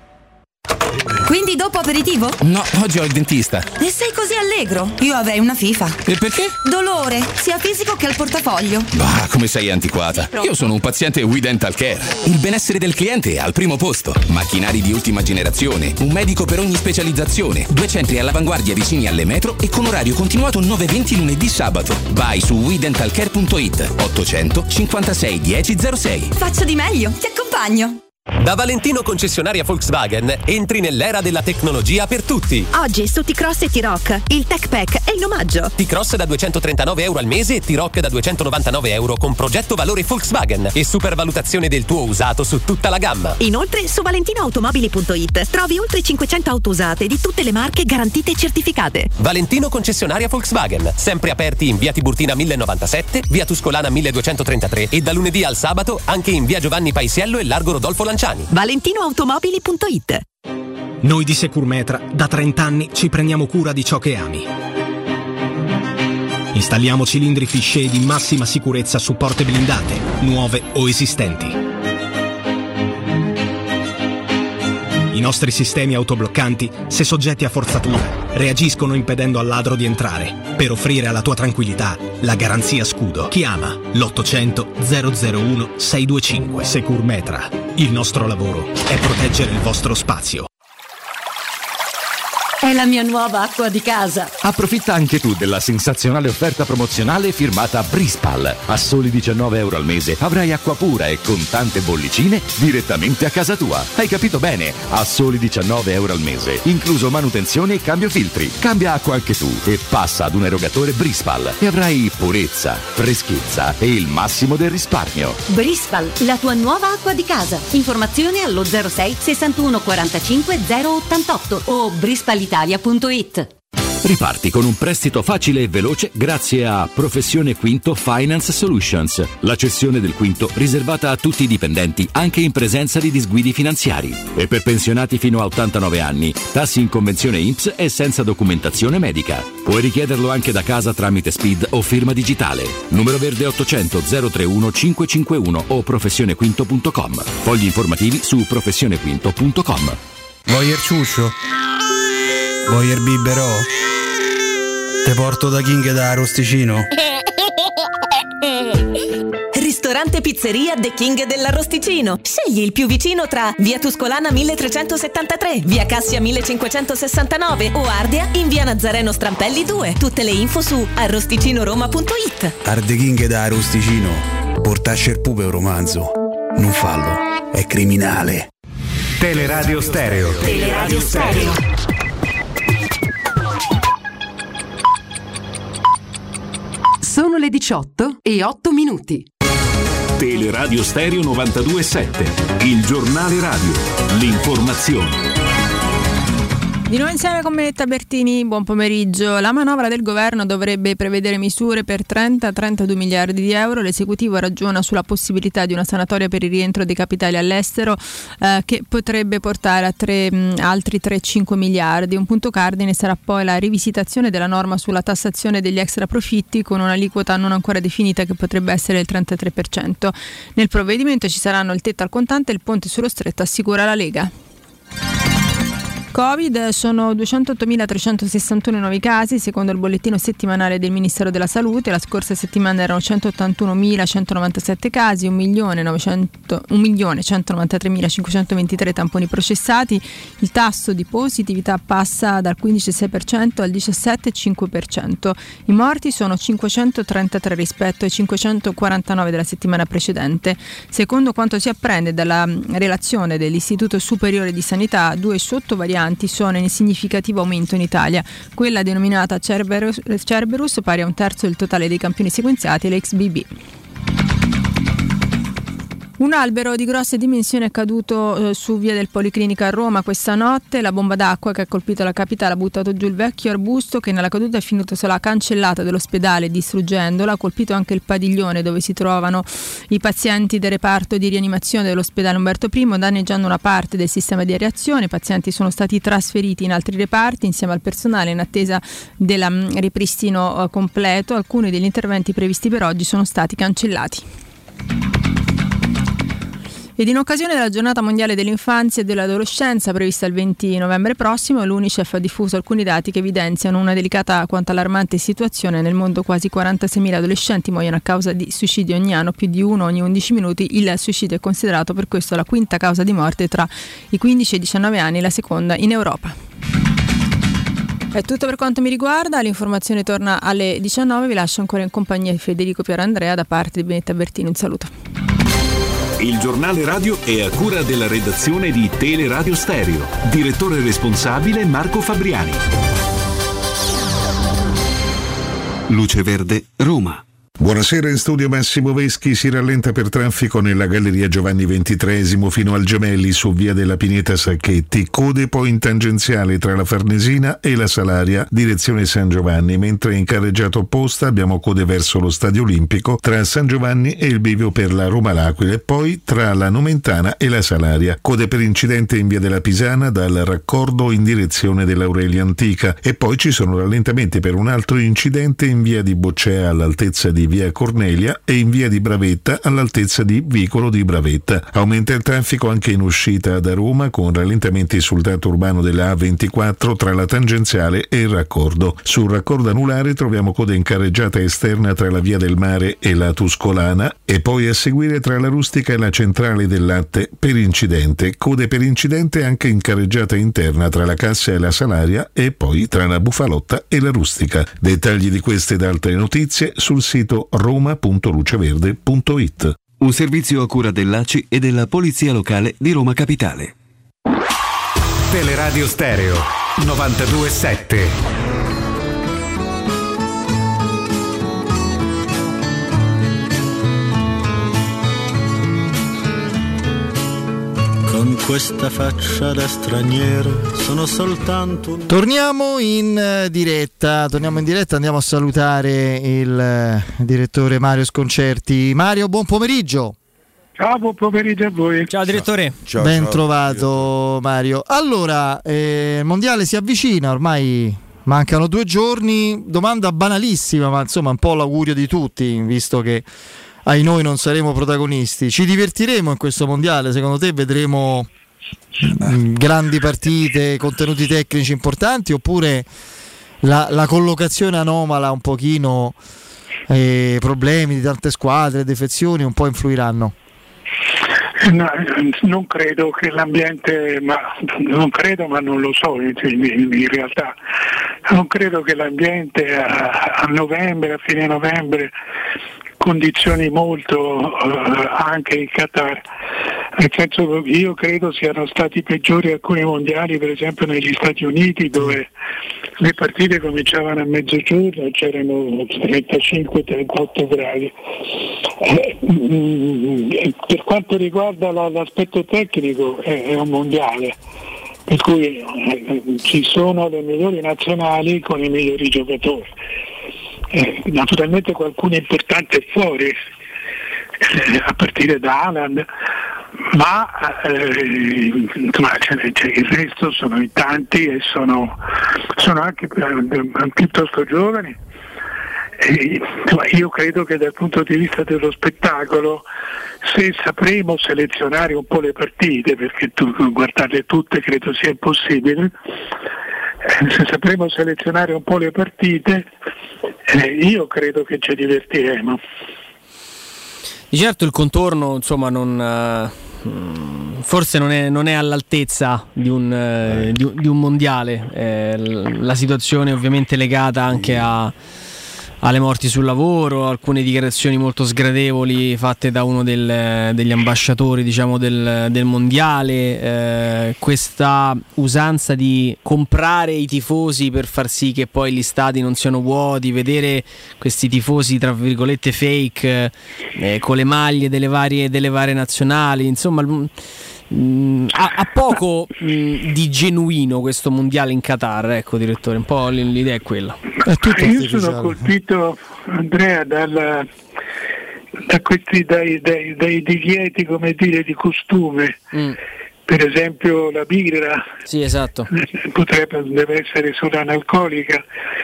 Quindi dopo aperitivo? No, oggi ho il dentista. E sei così allegro? Io avrei una FIFA. E perché? Dolore, sia fisico che al portafoglio. Bah, come sei antiquata. Io sono un paziente We Dental Care. Il benessere del cliente è al primo posto. Macchinari di ultima generazione, un medico per ogni specializzazione, due centri all'avanguardia vicini alle metro e con orario continuato nove venti lunedì sabato. Vai su we dental care punto it. ottocento cinquantasei dieci zero sei. Faccio di meglio, ti accompagno. Da Valentino concessionaria Volkswagen entri nell'era della tecnologia per tutti. Oggi su T-Cross e T-Rock il Tech Pack è in omaggio. T-Cross da duecentotrentanove euro al mese e T-Rock da duecentonovantanove euro con progetto valore Volkswagen e supervalutazione del tuo usato su tutta la gamma. Inoltre su valentinoautomobili punto it trovi oltre cinquecento auto usate di tutte le marche garantite e certificate. Valentino concessionaria Volkswagen, sempre aperti in via Tiburtina mille novantasette, via Tuscolana milleduecentotrentatré e da lunedì al sabato anche in via Giovanni Paisiello e largo Rodolfo Lanciani. valentinoautomobili punto it. Noi di Securmetra da trenta anni ci prendiamo cura di ciò che ami. Installiamo cilindri Fichet di massima sicurezza su porte blindate, nuove o esistenti. I nostri sistemi autobloccanti, se soggetti a forzatura, reagiscono impedendo al ladro di entrare, per offrire alla tua tranquillità la garanzia scudo. Chiama l'ottocento zero zero uno sei due cinque. Securmetra. Il nostro lavoro è proteggere il vostro spazio. È la mia nuova acqua di casa. Approfitta anche tu della sensazionale offerta promozionale firmata Brispal. A soli diciannove euro al mese avrai acqua pura e con tante bollicine direttamente a casa tua. Hai capito bene? A soli diciannove euro al mese, incluso manutenzione e cambio filtri. Cambia acqua anche tu e passa ad un erogatore Brispal e avrai purezza, freschezza e il massimo del risparmio. Brispal, la tua nuova acqua di casa. Informazioni allo zero sei sessantuno quarantacinque zero ottantotto o brispal italia punto it. Riparti con un prestito facile e veloce grazie a Professione Quinto Finance Solutions, la cessione del quinto riservata a tutti i dipendenti anche in presenza di disguidi finanziari. E per pensionati fino a ottantanove anni, tassi in convenzione I N P S e senza documentazione medica. Puoi richiederlo anche da casa tramite S P I D o firma digitale. Numero verde ottocento zero trentuno cinquecentocinquantuno o professionequinto punto com. Fogli informativi su professionequinto punto com. Voyer ciuscio? Voyer biberò? Te porto da King da Arrosticino? Ristorante Pizzeria The King dell'Arrosticino. Scegli il più vicino tra Via Tuscolana milletrecentosettantatré, Via Cassia millecinquecentosessantanove o Ardea in Via Nazareno Strampelli due. Tutte le info su arrosticinoroma punto it. Arde King da Arrosticino. Portasce il pupe un romanzo. Non fallo, è criminale. Teleradio Stereo. Teleradio Stereo. Sono le diciotto e otto minuti. Teleradio Stereo novantadue virgola sette, il giornale radio, l'informazione. Di nuovo insieme con Metta Bertini, buon pomeriggio. La manovra del governo dovrebbe prevedere misure per trenta trentadue miliardi di euro. L'esecutivo ragiona sulla possibilità di una sanatoria per il rientro dei capitali all'estero eh, che potrebbe portare a tre, mh, altri tre cinque miliardi. Un punto cardine sarà poi la rivisitazione della norma sulla tassazione degli extra profitti con un'aliquota non ancora definita che potrebbe essere il trentatré per cento. Nel provvedimento ci saranno il tetto al contante e il ponte sullo stretto, assicura la Lega. Covid sono duecentottomilatrecentosessantuno nuovi casi, secondo il bollettino settimanale del Ministero della Salute. La scorsa settimana erano centottantunomilacentonovantasette casi, un milione centonovantatremilacinquecentoventitré tamponi processati. Il tasso di positività passa dal quindici virgola sei per cento al diciassette virgola cinque per cento. I morti sono cinquecentotrentatré rispetto ai cinquecentoquarantanove della settimana precedente. Secondo quanto si apprende dalla relazione dell'Istituto Superiore di Sanità, due sottovarianti sono in significativo aumento in Italia, quella denominata Cerberus, Cerberus pari a un terzo del totale dei campioni sequenziati, e l'X B B. Un albero di grosse dimensioni è caduto eh, su via del Policlinica a Roma questa notte. La bomba d'acqua che ha colpito la capitale ha buttato giù il vecchio arbusto che nella caduta è finito sulla cancellata dell'ospedale distruggendolo. Ha colpito anche il padiglione dove si trovano i pazienti del reparto di rianimazione dell'ospedale Umberto I, danneggiando una parte del sistema di areazione. I pazienti sono stati trasferiti in altri reparti insieme al personale in attesa del um, ripristino uh, completo. Alcuni degli interventi previsti per oggi sono stati cancellati. Ed in occasione della giornata mondiale dell'infanzia e dell'adolescenza prevista il venti novembre prossimo, l'Unicef ha diffuso alcuni dati che evidenziano una delicata quanto allarmante situazione. Nel mondo quasi quarantaseimila adolescenti muoiono a causa di suicidio ogni anno, più di uno ogni undici minuti. Il suicidio è considerato per questo la quinta causa di morte tra i quindici e i diciannove anni, la seconda in Europa. È tutto per quanto mi riguarda, l'informazione torna alle diciannove, vi lascio ancora in compagnia di Federico Pierandrea da parte di Benetta Bertini, un saluto. Il giornale radio è a cura della redazione di Teleradio Stereo. Direttore responsabile Marco Fabriani. Luce Verde, Roma. Buonasera, in studio Massimo Veschi. Si rallenta per traffico nella galleria Giovanni ventitreesimo fino al Gemelli su via della Pineta Sacchetti, code poi in tangenziale tra la Farnesina e la Salaria direzione San Giovanni, mentre in carreggiata opposta abbiamo code verso lo Stadio Olimpico tra San Giovanni e il bivio per la Roma L'Aquila e poi tra la Nomentana e la Salaria. Code per incidente in via della Pisana dal raccordo in direzione dell'Aurelia Antica e poi ci sono rallentamenti per un altro incidente in via di Boccea all'altezza di via Cornelia e in via di Bravetta all'altezza di Vicolo di Bravetta. Aumenta il traffico anche in uscita da Roma con rallentamenti sul tratto urbano della A ventiquattro tra la tangenziale e il raccordo. Sul raccordo anulare troviamo code in carreggiata esterna tra la via del Mare e la Tuscolana e poi a seguire tra la Rustica e la Centrale del Latte per incidente. Code per incidente anche in carreggiata interna tra la Cassia e la Salaria e poi tra la Bufalotta e la Rustica. Dettagli di queste ed altre notizie sul sito roma punto luceverde punto it. Un servizio a cura dell'A C I e della Polizia Locale di Roma Capitale. Teleradio Stereo novantadue virgola sette. Con questa faccia da straniero, sono soltanto un... Torniamo in diretta, torniamo in diretta, andiamo a salutare il direttore Mario Sconcerti. Mario, buon pomeriggio. Ciao, buon pomeriggio a voi. Ciao direttore. Ciao, ben ciao, trovato direttore. Mario. Allora, eh, il mondiale si avvicina, ormai mancano due giorni, domanda banalissima, ma insomma un po' l'augurio di tutti, visto che ai noi non saremo protagonisti. Ci divertiremo in questo mondiale? Secondo te vedremo mh, grandi partite, contenuti tecnici importanti, oppure la, la collocazione anomala, un pochino eh, problemi di tante squadre, defezioni un po' influiranno? No, non credo che l'ambiente, ma non credo, ma non lo so in, in, in realtà, non credo che l'ambiente a, a novembre, a fine novembre, condizioni molto uh, anche in Qatar, nel senso che io credo siano stati peggiori alcuni mondiali, per esempio negli Stati Uniti, dove le partite cominciavano a mezzogiorno e c'erano trentacinque trentotto gradi. Eh, mh, per quanto riguarda la, l'aspetto tecnico è, è un mondiale, per cui eh, ci sono le migliori nazionali con i migliori giocatori. Eh, naturalmente qualcuno importante è fuori, eh, a partire da Haaland, ma eh, insomma, cioè, cioè, il resto sono in tanti e sono, sono anche eh, piuttosto giovani. E, insomma, io credo che dal punto di vista dello spettacolo, se sapremo selezionare un po' le partite, perché tu, guardarle tutte credo sia impossibile, se sapremo selezionare un po' le partite, eh, io credo che ci divertiremo. Di certo il contorno, insomma, non, uh, forse non è, non è all'altezza di un, uh, di, di un mondiale. Eh, la situazione ovviamente legata anche a alle morti sul lavoro, alcune dichiarazioni molto sgradevoli fatte da uno del, degli ambasciatori, diciamo, del, del mondiale, eh, questa usanza di comprare i tifosi per far sì che poi gli stadi non siano vuoti, vedere questi tifosi tra virgolette fake eh, con le maglie delle varie, delle varie nazionali, insomma mh, ha, ha poco mh, di genuino questo mondiale in Qatar, ecco direttore, un po' l'idea è quella. È tutto io sono colpito, Andrea, dal, da questi dai, dai, dai divieti, come dire, di costume. Mm. Per esempio la birra, sì, esatto, potrebbe deve essere solo analcolica.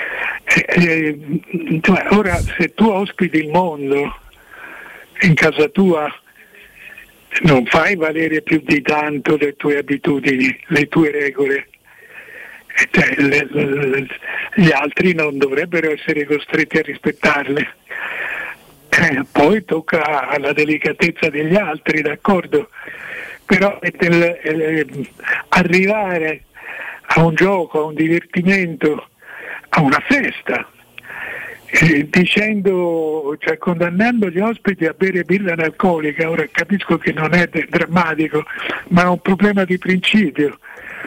Eh, eh, ora se tu ospiti il mondo in casa tua, non fai valere più di tanto le tue abitudini, le tue regole. Cioè, le, le, gli altri non dovrebbero essere costretti a rispettarle. Eh, poi tocca alla delicatezza degli altri, d'accordo? Però del, eh, arrivare a un gioco, a un divertimento, a una festa, eh, dicendo, cioè condannando gli ospiti a bere birra analcolica, ora capisco che non è de- drammatico, ma è un problema di principio.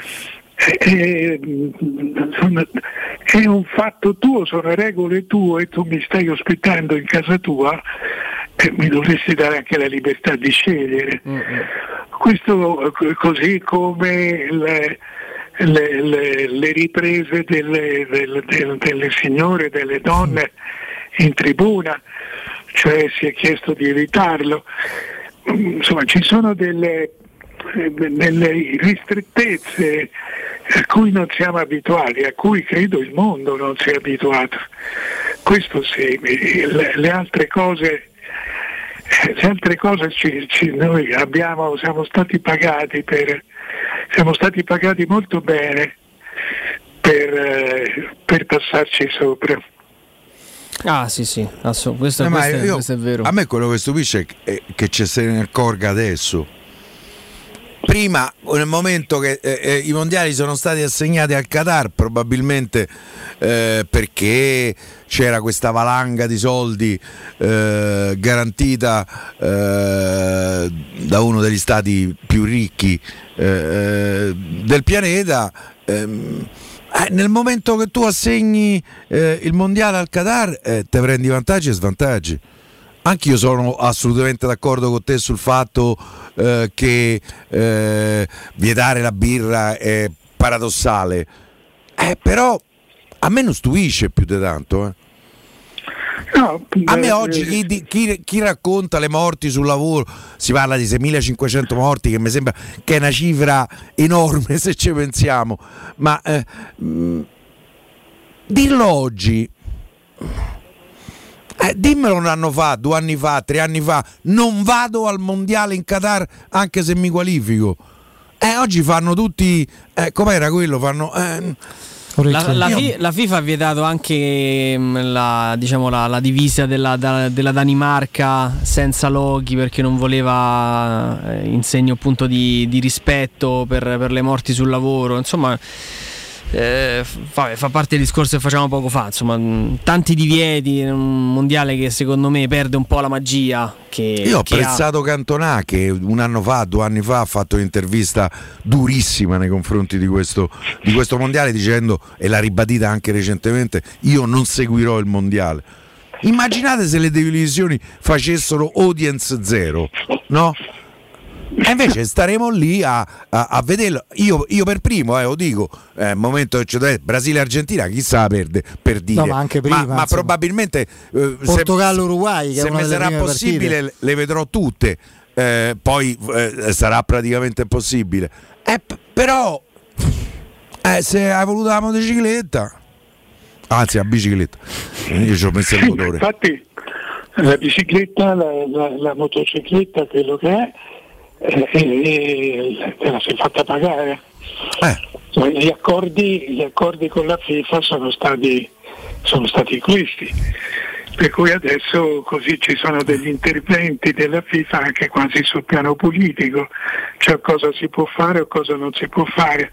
È, è un fatto tuo, sono regole tue, tu mi stai ospitando in casa tua e mi dovresti dare anche la libertà di scegliere. Mm-hmm. Questo così come le, le, le, le riprese delle, delle, delle, delle signore, delle donne in tribuna, cioè si è chiesto di evitarlo. Insomma, ci sono delle nelle ristrettezze a cui non siamo abituati, a cui credo il mondo non sia abituato. Questo sì, le, le altre cose, le altre cose ci, ci, noi abbiamo, siamo stati pagati per, siamo stati pagati molto bene per, per passarci sopra. Ah sì sì, questo, questo, no, questo, io, questo è vero. A me quello che stupisce è che ci se ne accorga adesso. Prima, nel momento che eh, i mondiali sono stati assegnati al Qatar, probabilmente eh, perché c'era questa valanga di soldi eh, garantita eh, da uno degli stati più ricchi eh, del pianeta, ehm, eh, nel momento che tu assegni eh, il mondiale al Qatar eh, te prendi vantaggi e svantaggi. Anch'io sono assolutamente d'accordo con te sul fatto eh, che eh, vietare la birra è paradossale, eh, però a me non stupisce più di tanto. Eh. No, a me beh, oggi chi, chi, chi racconta le morti sul lavoro, si parla di seimilacinquecento morti, che mi sembra che è una cifra enorme se ci pensiamo, ma eh, mh, dirlo oggi, eh, dimmelo un anno fa, due anni fa, tre anni fa, non vado al mondiale in Qatar anche se mi qualifico. Eh, oggi fanno tutti, eh, com'era quello? Fanno... Eh, La, la, la FIFA ha vietato anche la, diciamo, la, la divisa della, da, della Danimarca senza loghi, perché non voleva eh, in segno appunto di, di rispetto per, per le morti sul lavoro. Insomma, eh, fa, fa parte del discorso che facciamo poco fa. Insomma, tanti divieti in un mondiale che secondo me perde un po' la magia. Che, Io ho che apprezzato ha... Cantona, che un anno fa, due anni fa ha fatto un'intervista durissima nei confronti di questo, di questo mondiale, dicendo, e l'ha ribadita anche recentemente, io non seguirò il mondiale. Immaginate se le televisioni facessero audience zero, no? E invece staremo lì a, a, a vederlo. Io, io per primo, eh, lo dico, eh, momento cioè, Brasile-Argentina, chissà perde per dire, no, ma, anche prima, ma, ma probabilmente eh, Portogallo-Uruguay, che se è una mi sarà possibile partite. Le vedrò tutte, eh, poi eh, sarà praticamente impossibile. Eh, p- però, eh, se hai voluto la motocicletta, anzi la bicicletta, io ci ho messo il motore. Infatti, la bicicletta, la, la, la motocicletta, quello che è. E, e te la sei fatta pagare. Eh. Gli, accordi, gli accordi con la FIFA sono stati, sono stati questi, per cui adesso così ci sono degli interventi della FIFA anche quasi sul piano politico, cioè cosa si può fare o cosa non si può fare.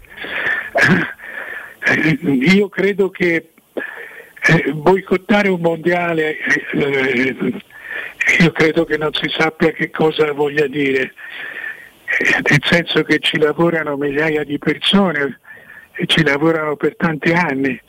Eh, io credo che eh, boicottare un mondiale, eh, io credo che non si sappia che cosa voglia dire, nel senso che ci lavorano migliaia di persone e ci lavorano per tanti anni.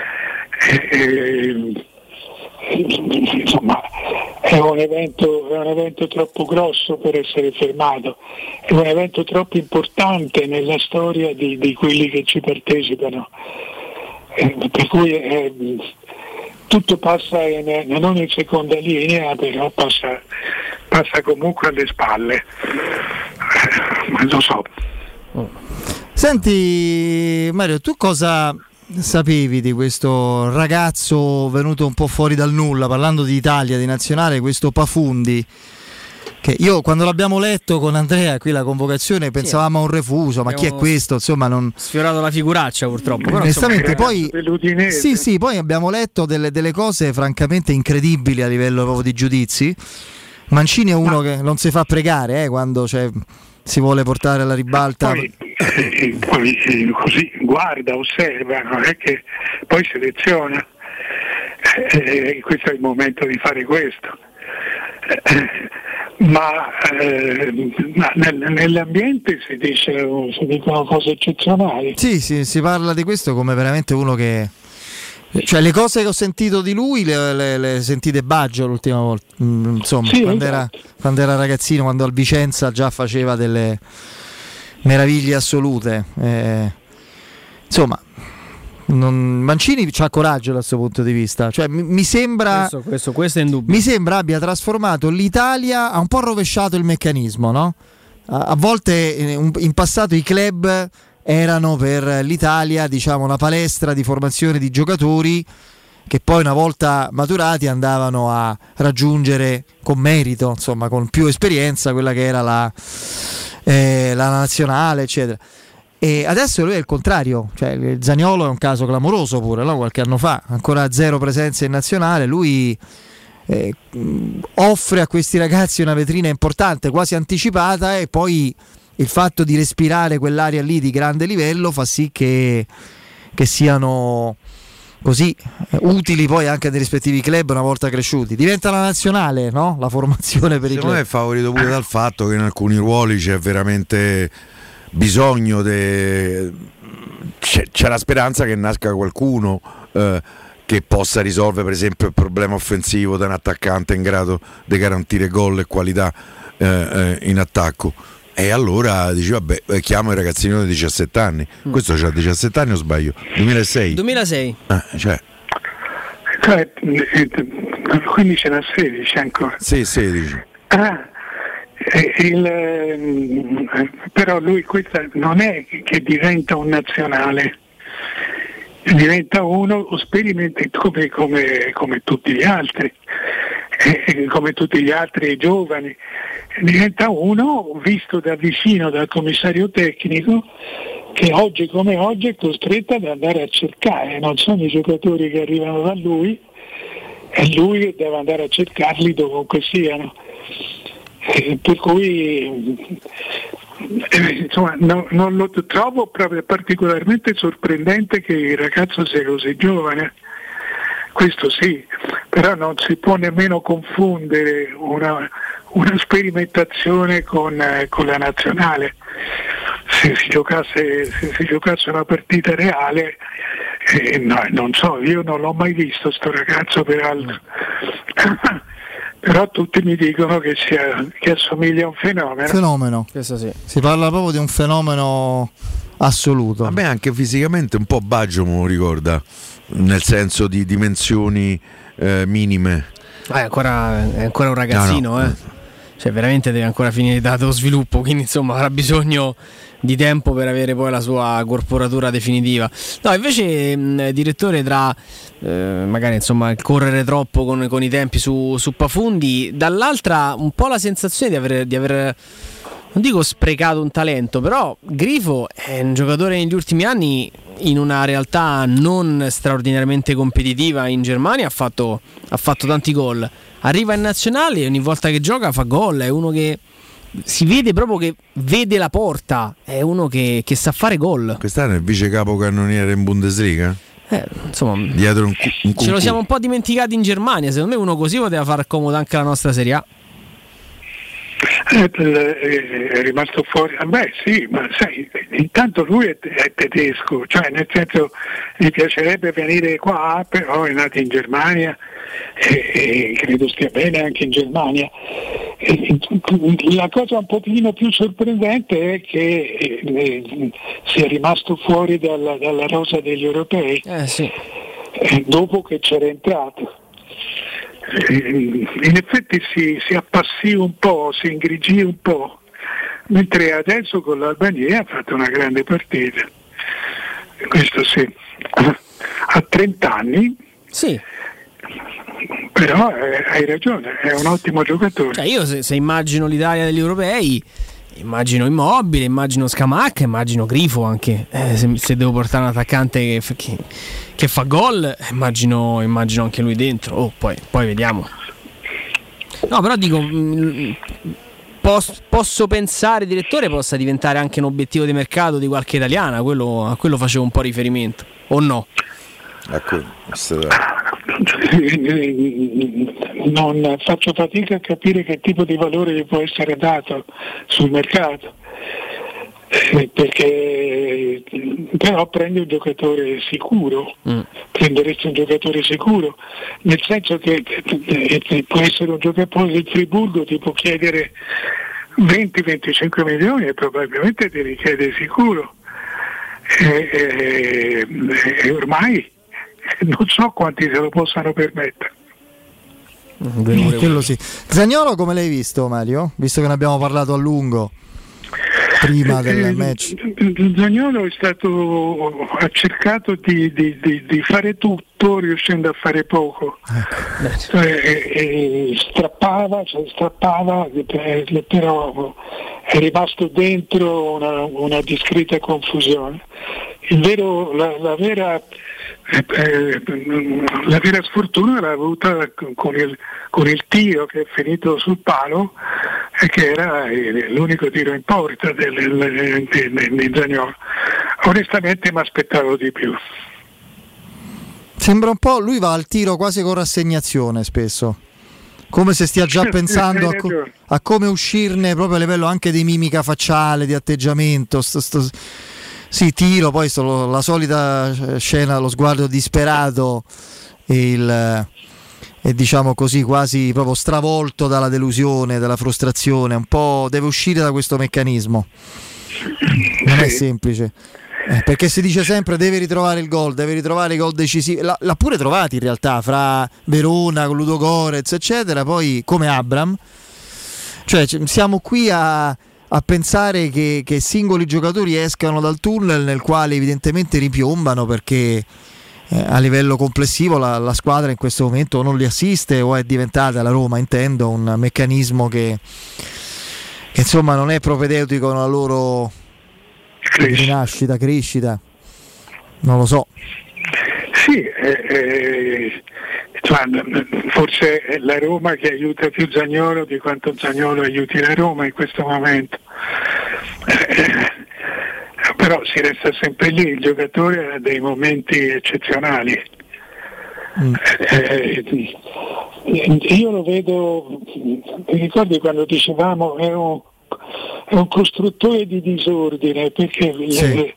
E, insomma, è un evento, è un evento troppo grosso per essere fermato, è un evento troppo importante nella storia di, di quelli che ci partecipano. Eh, per cui eh, tutto passa in, non in seconda linea, però passa, passa comunque alle spalle. Ma lo so. Senti Mario, tu cosa sapevi di questo ragazzo venuto un po' fuori dal nulla, parlando di Italia, di nazionale, questo Pafundi, che io quando l'abbiamo letto con Andrea qui la convocazione pensavamo a un refuso, ma chi è questo? Insomma, non sfiorato la figuraccia purtroppo. Però, onestamente insomma, poi sì sì poi abbiamo letto delle, delle cose francamente incredibili a livello proprio di giudizi. Mancini è uno no. che non si fa pregare eh, quando cioè, si vuole portare alla ribalta. Poi, eh, poi eh, così guarda, osserva, non è che poi seleziona. Eh, questo è il momento di fare questo. Eh, ma, eh, ma nel, nell'ambiente si, dice, si dicono cose eccezionali. Sì, sì, si parla di questo come veramente uno che... Cioè le cose che ho sentito di lui le, le, le sentite Baggio l'ultima volta, mm, insomma, sì, quando, era, quando era ragazzino, quando al Vicenza già faceva delle meraviglie assolute. Eh, insomma, non, Mancini c'ha coraggio dal suo punto di vista. Cioè, mi, mi sembra questo, questo, questo è indubbio. Mi sembra abbia trasformato l'Italia, ha un po' rovesciato il meccanismo, no? A, a volte in, in passato i club erano per l'Italia, diciamo, una palestra di formazione di giocatori che poi una volta maturati andavano a raggiungere con merito, insomma con più esperienza, quella che era la, eh, la nazionale, eccetera. E adesso lui è il contrario, cioè Zaniolo è un caso clamoroso pure, no? Qualche anno fa, ancora zero presenza in nazionale, lui eh, offre a questi ragazzi una vetrina importante, quasi anticipata, e poi il fatto di respirare quell'area lì di grande livello fa sì che, che siano così eh, utili poi anche nei rispettivi club una volta cresciuti. Diventa la nazionale, no? La formazione per i club. Secondo me è favorito pure dal fatto che in alcuni ruoli c'è veramente bisogno de... c'è, c'è la speranza che nasca qualcuno eh, che possa risolvere per esempio il problema offensivo da un attaccante in grado di garantire gol e qualità eh, eh, in attacco. E allora dici vabbè, chiamo il ragazzino di diciassette anni. Mm. Questo c'ha diciassette anni o sbaglio? duemilasei duemilasei Ah, cioè. Cioè, quindi ce n'ha sedici ancora. Sì, sedici. Ah, il, però lui questa non è che diventa un nazionale, diventa uno sperimenta come, come, come tutti gli altri, eh, come tutti gli altri giovani, diventa uno visto da vicino dal commissario tecnico che oggi come oggi è costretto ad andare a cercare, non sono i giocatori che arrivano da lui, è lui che deve andare a cercarli dovunque siano. Eh, per cui eh, insomma, no, non lo trovo proprio particolarmente sorprendente che il ragazzo sia così giovane, questo sì, però non si può nemmeno confondere una, una sperimentazione con, eh, con la nazionale. Se si giocasse, se si giocasse una partita reale, eh, no, non so, io non l'ho mai visto sto ragazzo peraltro. Però tutti mi dicono che, sia, che assomiglia a un fenomeno. Fenomeno. Questo sì. Si parla proprio di un fenomeno assoluto. A me anche fisicamente un po' Baggio me lo ricorda, nel senso di dimensioni eh, minime. Ah, è, ancora, è ancora un ragazzino, no, no. Eh. Cioè veramente deve ancora finire dato sviluppo, quindi insomma avrà bisogno di tempo per avere poi la sua corporatura definitiva. No, invece mh, direttore, tra eh, magari insomma il correre troppo con, con i tempi su, su Pafundi, dall'altra un po' la sensazione di aver, di aver non dico sprecato un talento, però Grifo è un giocatore negli ultimi anni in una realtà non straordinariamente competitiva in Germania, ha fatto, ha fatto tanti gol, arriva in nazionale e ogni volta che gioca fa gol, è uno che si vede proprio che vede la porta, è uno che, che sa fare gol. Quest'anno è il vice capocannoniere in Bundesliga? Eh, insomma, dietro un, un ce lo siamo un po' dimenticati in Germania, secondo me uno così poteva far comodo anche la nostra Serie A. È rimasto fuori, beh sì, ma sai, intanto lui è, è tedesco, cioè nel senso gli piacerebbe venire qua, però è nato in Germania e, e credo stia bene anche in Germania. E, la cosa un pochino più sorprendente è che eh, sia rimasto fuori dalla, dalla rosa degli europei, eh, sì. eh, dopo che c'era entrato. In effetti si, si appassì un po', si ingrigì un po', mentre adesso con l'Albania ha fatto una grande partita. Questo sì, a trenta anni. Sì. Però eh, hai ragione, è un ottimo giocatore. Cioè io se, se immagino l'Italia degli europei, immagino Immobile, immagino Scamacca, immagino Grifo anche. Eh, se, se devo portare un attaccante che, che, che fa gol, immagino, immagino anche lui dentro. Oh, poi, poi vediamo. No, però dico, mh, posso, posso pensare, direttore, possa diventare anche un obiettivo di mercato di qualche italiana. Quello, a quello facevo un po' riferimento, o no? Ecco, non faccio fatica a capire che tipo di valore gli può essere dato sul mercato, eh, perché però prendi un giocatore sicuro, mm. prenderesti un giocatore sicuro, nel senso che eh, può essere un giocatore del Friburgo, ti può chiedere venti venticinque milioni e probabilmente ti richiede sicuro, e, e, e ormai non so quanti se lo possano permettere. Mm, quello sì. Zaniolo come l'hai visto, Mario? Visto che ne abbiamo parlato a lungo prima del eh, match. Zaniolo è stato ha cercato di, di, di, di fare tutto riuscendo a fare poco, ecco. eh, eh, strappava, cioè strappava eh, però è rimasto dentro una, una discreta confusione. Il vero, la, la vera Eh, eh, la vera sfortuna l'ha avuta con il, con il tiro che è finito sul palo e che era l'unico tiro in porta del, del, del, di Zaniolo. Onestamente mi aspettavo di più. Sembra un po', lui va al tiro quasi con rassegnazione spesso, come se stia già pensando a, co- a come uscirne proprio a livello anche di mimica facciale, di atteggiamento. Sto, sto, Sì, tiro, poi solo la solita scena, lo sguardo disperato e il e diciamo così quasi proprio stravolto dalla delusione, dalla frustrazione, un po' deve uscire da questo meccanismo. Non è semplice. Eh, perché si dice sempre deve ritrovare il gol, deve ritrovare i gol decisivi. L'ha, l'ha pure trovati in realtà fra Verona, con Ludogorets, eccetera. Poi come Abram, cioè siamo qui a, a pensare che, che singoli giocatori escano dal tunnel nel quale evidentemente ripiombano perché eh, a livello complessivo la, la squadra in questo momento o non li assiste o è diventata, la Roma intendo, un meccanismo che, che insomma non è propedeutico alla loro crescita. rinascita, crescita, non lo so. Sì, eh, eh, forse è la Roma che aiuta più Zaniolo di quanto Zaniolo aiuti la Roma in questo momento. Eh, però si resta sempre lì, il giocatore ha dei momenti eccezionali. Mm. Eh, io lo vedo, ti ricordi quando dicevamo è un, è un costruttore di disordine, perché sì.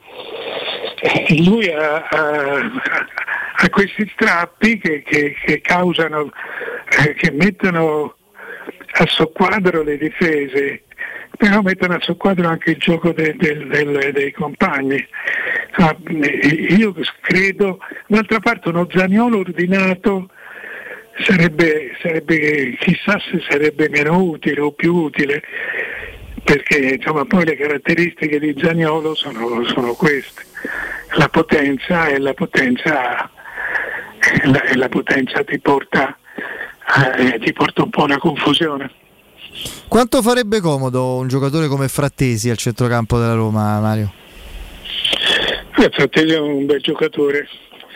lui ha, ha, ha questi strappi che, che, che causano, eh, che mettono a soqquadro le difese, però mettono a soqquadro anche il gioco de, de, de, dei compagni. Ah, io credo, d'altra parte uno Zaniolo ordinato sarebbe, sarebbe, chissà se sarebbe meno utile o più utile, perché insomma poi le caratteristiche di Zaniolo sono, sono queste, la potenza e la potenza e la, e la potenza ti porta, eh, ti porta un po' una confusione. Quanto farebbe comodo un giocatore come Frattesi al centrocampo della Roma, Mario? Eh, Frattesi è un bel giocatore,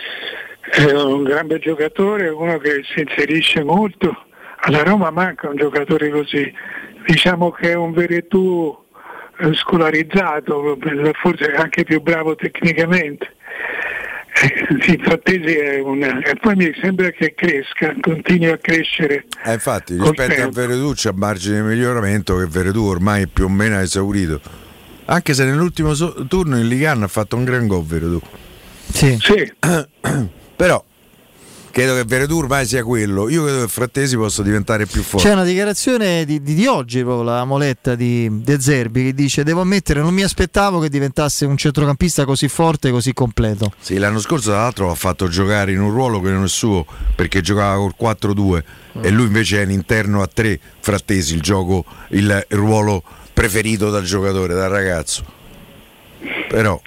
è un gran bel giocatore, uno che si inserisce molto. Alla Roma manca un giocatore così, diciamo che è un Veretù eh, scolarizzato, forse anche più bravo tecnicamente. Eh, sì, Frattesi è un, e poi mi sembra che cresca, continui a crescere. Eh, infatti rispetto a Veretù c'è margine di miglioramento, che Veretù ormai più o meno è esaurito, anche se nell'ultimo so- turno in Ligue uno ha fatto un gran gol Veretù. Sì. Sì. Però credo che Veretù ormai sia quello. Io credo che Frattesi possa diventare più forte. C'è una dichiarazione di, di, di oggi, proprio la moletta di De Zerbi, che dice: devo ammettere, non mi aspettavo che diventasse un centrocampista così forte e così completo. Sì, l'anno scorso tra l'altro l'ha fatto giocare in un ruolo che non è suo, perché giocava col quattro due mm. e lui invece è un interno a tre. Frattesi, il gioco, il, il ruolo preferito dal giocatore, dal ragazzo. Però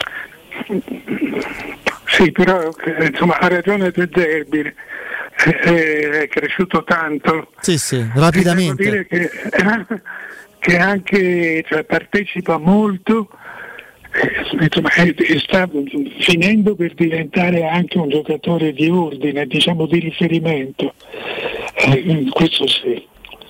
sì, però insomma ha ragione De Zerbi, è cresciuto tanto. Sì, sì, rapidamente. Devo dire che, che anche, cioè, partecipa molto, insomma, sta finendo per diventare anche un giocatore di ordine, diciamo di riferimento. Eh, questo sì.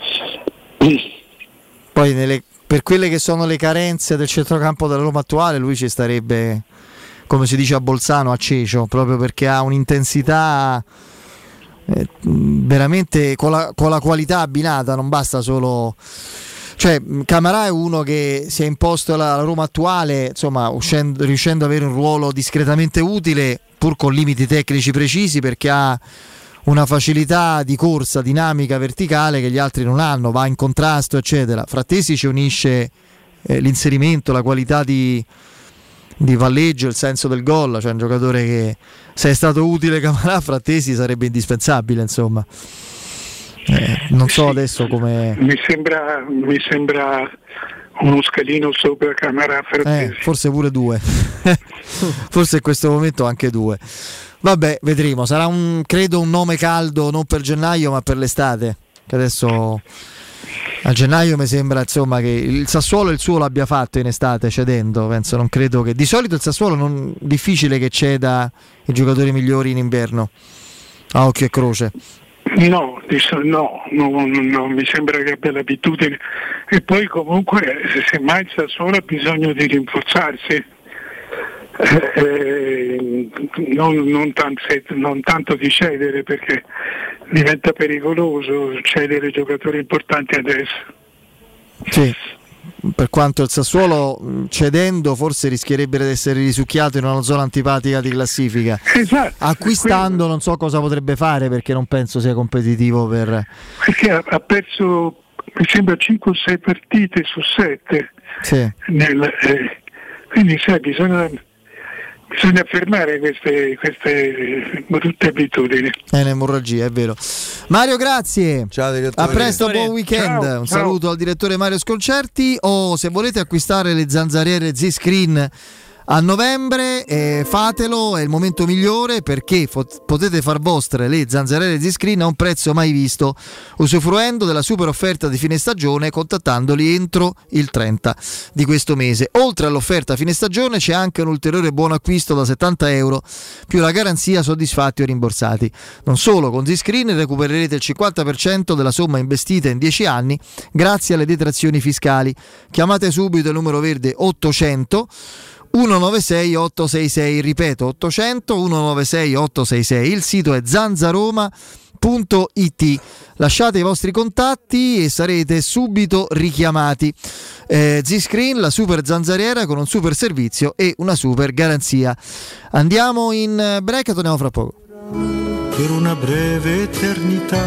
Poi nelle, per quelle che sono le carenze del centrocampo della Roma attuale, lui ci starebbe, come si dice a Bolzano, acceso, proprio perché ha un'intensità eh, veramente con la, con la qualità abbinata, non basta solo, cioè Camarà è uno che si è imposto alla, alla Roma attuale, insomma, uscendo, riuscendo ad avere un ruolo discretamente utile pur con limiti tecnici precisi, perché ha una facilità di corsa dinamica verticale che gli altri non hanno, va in contrasto eccetera. Frattesi ci unisce eh, l'inserimento, la qualità di di palleggio, il senso del gol, cioè un giocatore che, se è stato utile Camarà, Frattesi sarebbe indispensabile, insomma. Eh, non so sì, adesso come mi sembra mi sembra uno scalino sopra Camarà, Frattesi. Eh, forse pure due. Forse in questo momento anche due. Vabbè, vedremo, sarà un, credo un nome caldo non per gennaio ma per l'estate, che adesso a gennaio mi sembra, insomma, che il Sassuolo il suo l'abbia fatto in estate cedendo, penso, non credo che di solito il Sassuolo non difficile che ceda i giocatori migliori in inverno a occhio e croce. No, no, no, no, mi sembra che abbia l'abitudine, e poi comunque se mai il Sassuolo ha bisogno di rinforzarsi, eh, eh, non, non, tanto, non tanto di cedere, perché diventa pericoloso cedere giocatori importanti adesso. Sì, per quanto il Sassuolo cedendo forse rischierebbe di essere risucchiato in una zona antipatica di classifica. Esatto, acquistando non so cosa potrebbe fare, perché non penso sia competitivo per... perché ha, ha perso mi sembra cinque o sei partite su sette, sì. Nel, eh, quindi sai, bisogna Bisogna fermare queste, queste brutte abitudini. È un'emorragia, è vero. Mario, grazie. Ciao direttore. A presto, buon weekend. Ciao, Un ciao. saluto al direttore Mario Sconcerti. O se volete acquistare le zanzariere Z-Screen a novembre, eh, fatelo, è il momento migliore, perché fo- potete far vostre le zanzariere Z-Screen a un prezzo mai visto, usufruendo della super offerta di fine stagione contattandoli entro il trenta di questo mese. Oltre all'offerta fine stagione c'è anche un ulteriore buon acquisto da settanta euro più la garanzia soddisfatti o rimborsati. Non solo, con Z-Screen recupererete il cinquanta per cento della somma investita in dieci anni grazie alle detrazioni fiscali. Chiamate subito il numero verde ottocento centonovantasei ottocentosessantasei, ripeto ottocento centonovantasei ottocentosessantasei. Il sito è zanzaroma punto it. Lasciate i vostri contatti e sarete subito richiamati. eh, Z-Screen, la super zanzariera con un super servizio e una super garanzia. Andiamo in break e torniamo fra poco. Per una breve eternità.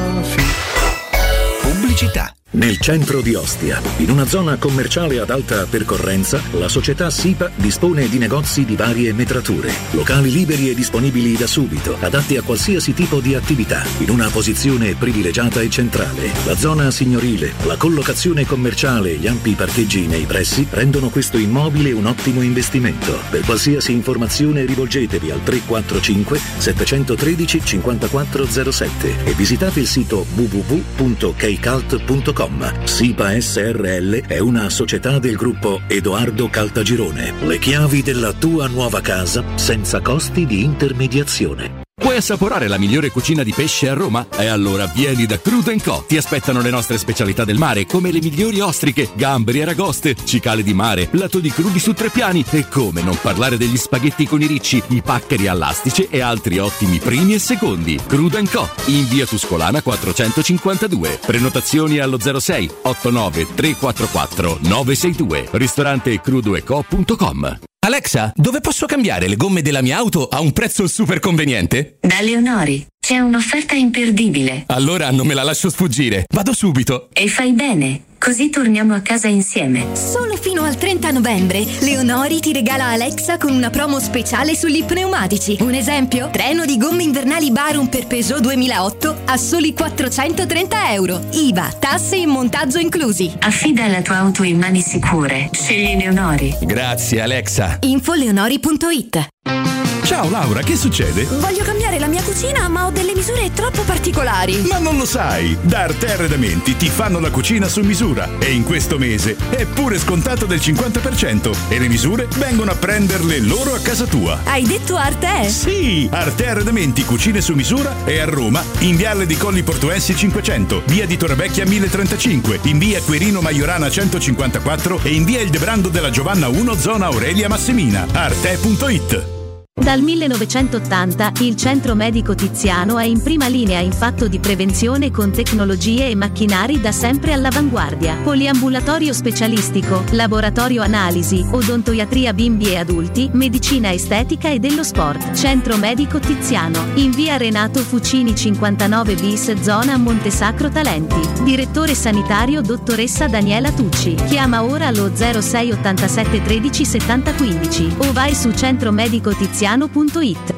Pubblicità. Nel centro di Ostia, in una zona commerciale ad alta percorrenza, la società SIPA dispone di negozi di varie metrature, locali liberi e disponibili da subito, adatti a qualsiasi tipo di attività, in una posizione privilegiata e centrale. La zona signorile, la collocazione commerciale e gli ampi parcheggi nei pressi rendono questo immobile un ottimo investimento. Per qualsiasi informazione rivolgetevi al tre quattro cinque sette uno tre cinque quattro zero sette e visitate il sito w w w punto keicalt punto com. SIPA S R L è una società del gruppo Edoardo Caltagirone. Le chiavi della tua nuova casa senza costi di intermediazione. Vuoi assaporare la migliore cucina di pesce a Roma? E allora vieni da Crudo and Co. Ti aspettano le nostre specialità del mare, come le migliori ostriche, gamberi e aragoste, cicale di mare, plato di crudi su tre piani e come non parlare degli spaghetti con i ricci, i paccheri all'astice e altri ottimi primi e secondi. Crudo and Co. in via Tuscolana quattrocentocinquantadue. Prenotazioni allo zero sei otto nove tre quattro quattro nove sei due. Ristorante crudoeco punto com. Alexa, dove posso cambiare le gomme della mia auto a un prezzo super conveniente? Da Leonori c'è un'offerta imperdibile. Allora non me la lascio sfuggire. Vado subito. E fai bene, così torniamo a casa insieme. Solo fino al trenta novembre Leonori ti regala Alexa con una promo speciale sugli pneumatici. Un esempio? Treno di gomme invernali Barum per Peugeot duemilaotto a soli quattrocentotrenta euro. I V A, tasse e montaggio inclusi. Affida la tua auto in mani sicure. Scegli Leonori. Grazie Alexa. Info leonori punto it. Ciao Laura, che succede? Voglio cambiare la mia cucina, ma ho delle misure troppo particolari. Ma non lo sai! Da Arte Arredamenti ti fanno la cucina su misura e in questo mese è pure scontato del cinquanta per cento e le misure vengono a prenderle loro a casa tua. Hai detto Arte? Sì! Arte Arredamenti Cucine su misura è a Roma, in Viale di Colli Portuensi cinquecento, via di Torrevecchia mille trentacinque, in via Quirino Maiorana centocinquantaquattro e in via Il Debrando della Giovanna uno, zona Aurelia Massimina. arte punto it. Dal millenovecentottanta il Centro Medico Tiziano è in prima linea in fatto di prevenzione con tecnologie e macchinari da sempre all'avanguardia. Poliambulatorio specialistico, laboratorio analisi, odontoiatria bimbi e adulti, medicina estetica e dello sport. Centro Medico Tiziano, in via Renato Fucini cinquantanove bis, zona Montesacro Talenti. Direttore sanitario dottoressa Daniela Tucci. Chiama ora allo zero sei ottantasette tredici settanta quindici o vai su centromedicotiziano punto it.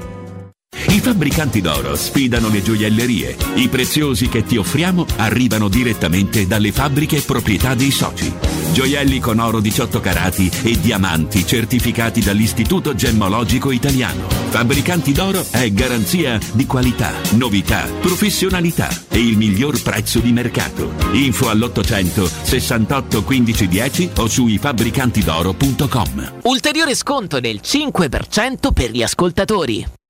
I fabbricanti d'oro sfidano le gioiellerie. I preziosi che ti offriamo arrivano direttamente dalle fabbriche proprietà dei soci. Gioielli con oro diciotto carati e diamanti certificati dall'Istituto Gemmologico Italiano. Fabbricanti d'oro è garanzia di qualità, novità, professionalità e il miglior prezzo di mercato. Info all'ottocento sessantotto quindici dieci o su i fabbricantidoro punto com. Ulteriore sconto del cinque per cento per gli ascoltatori.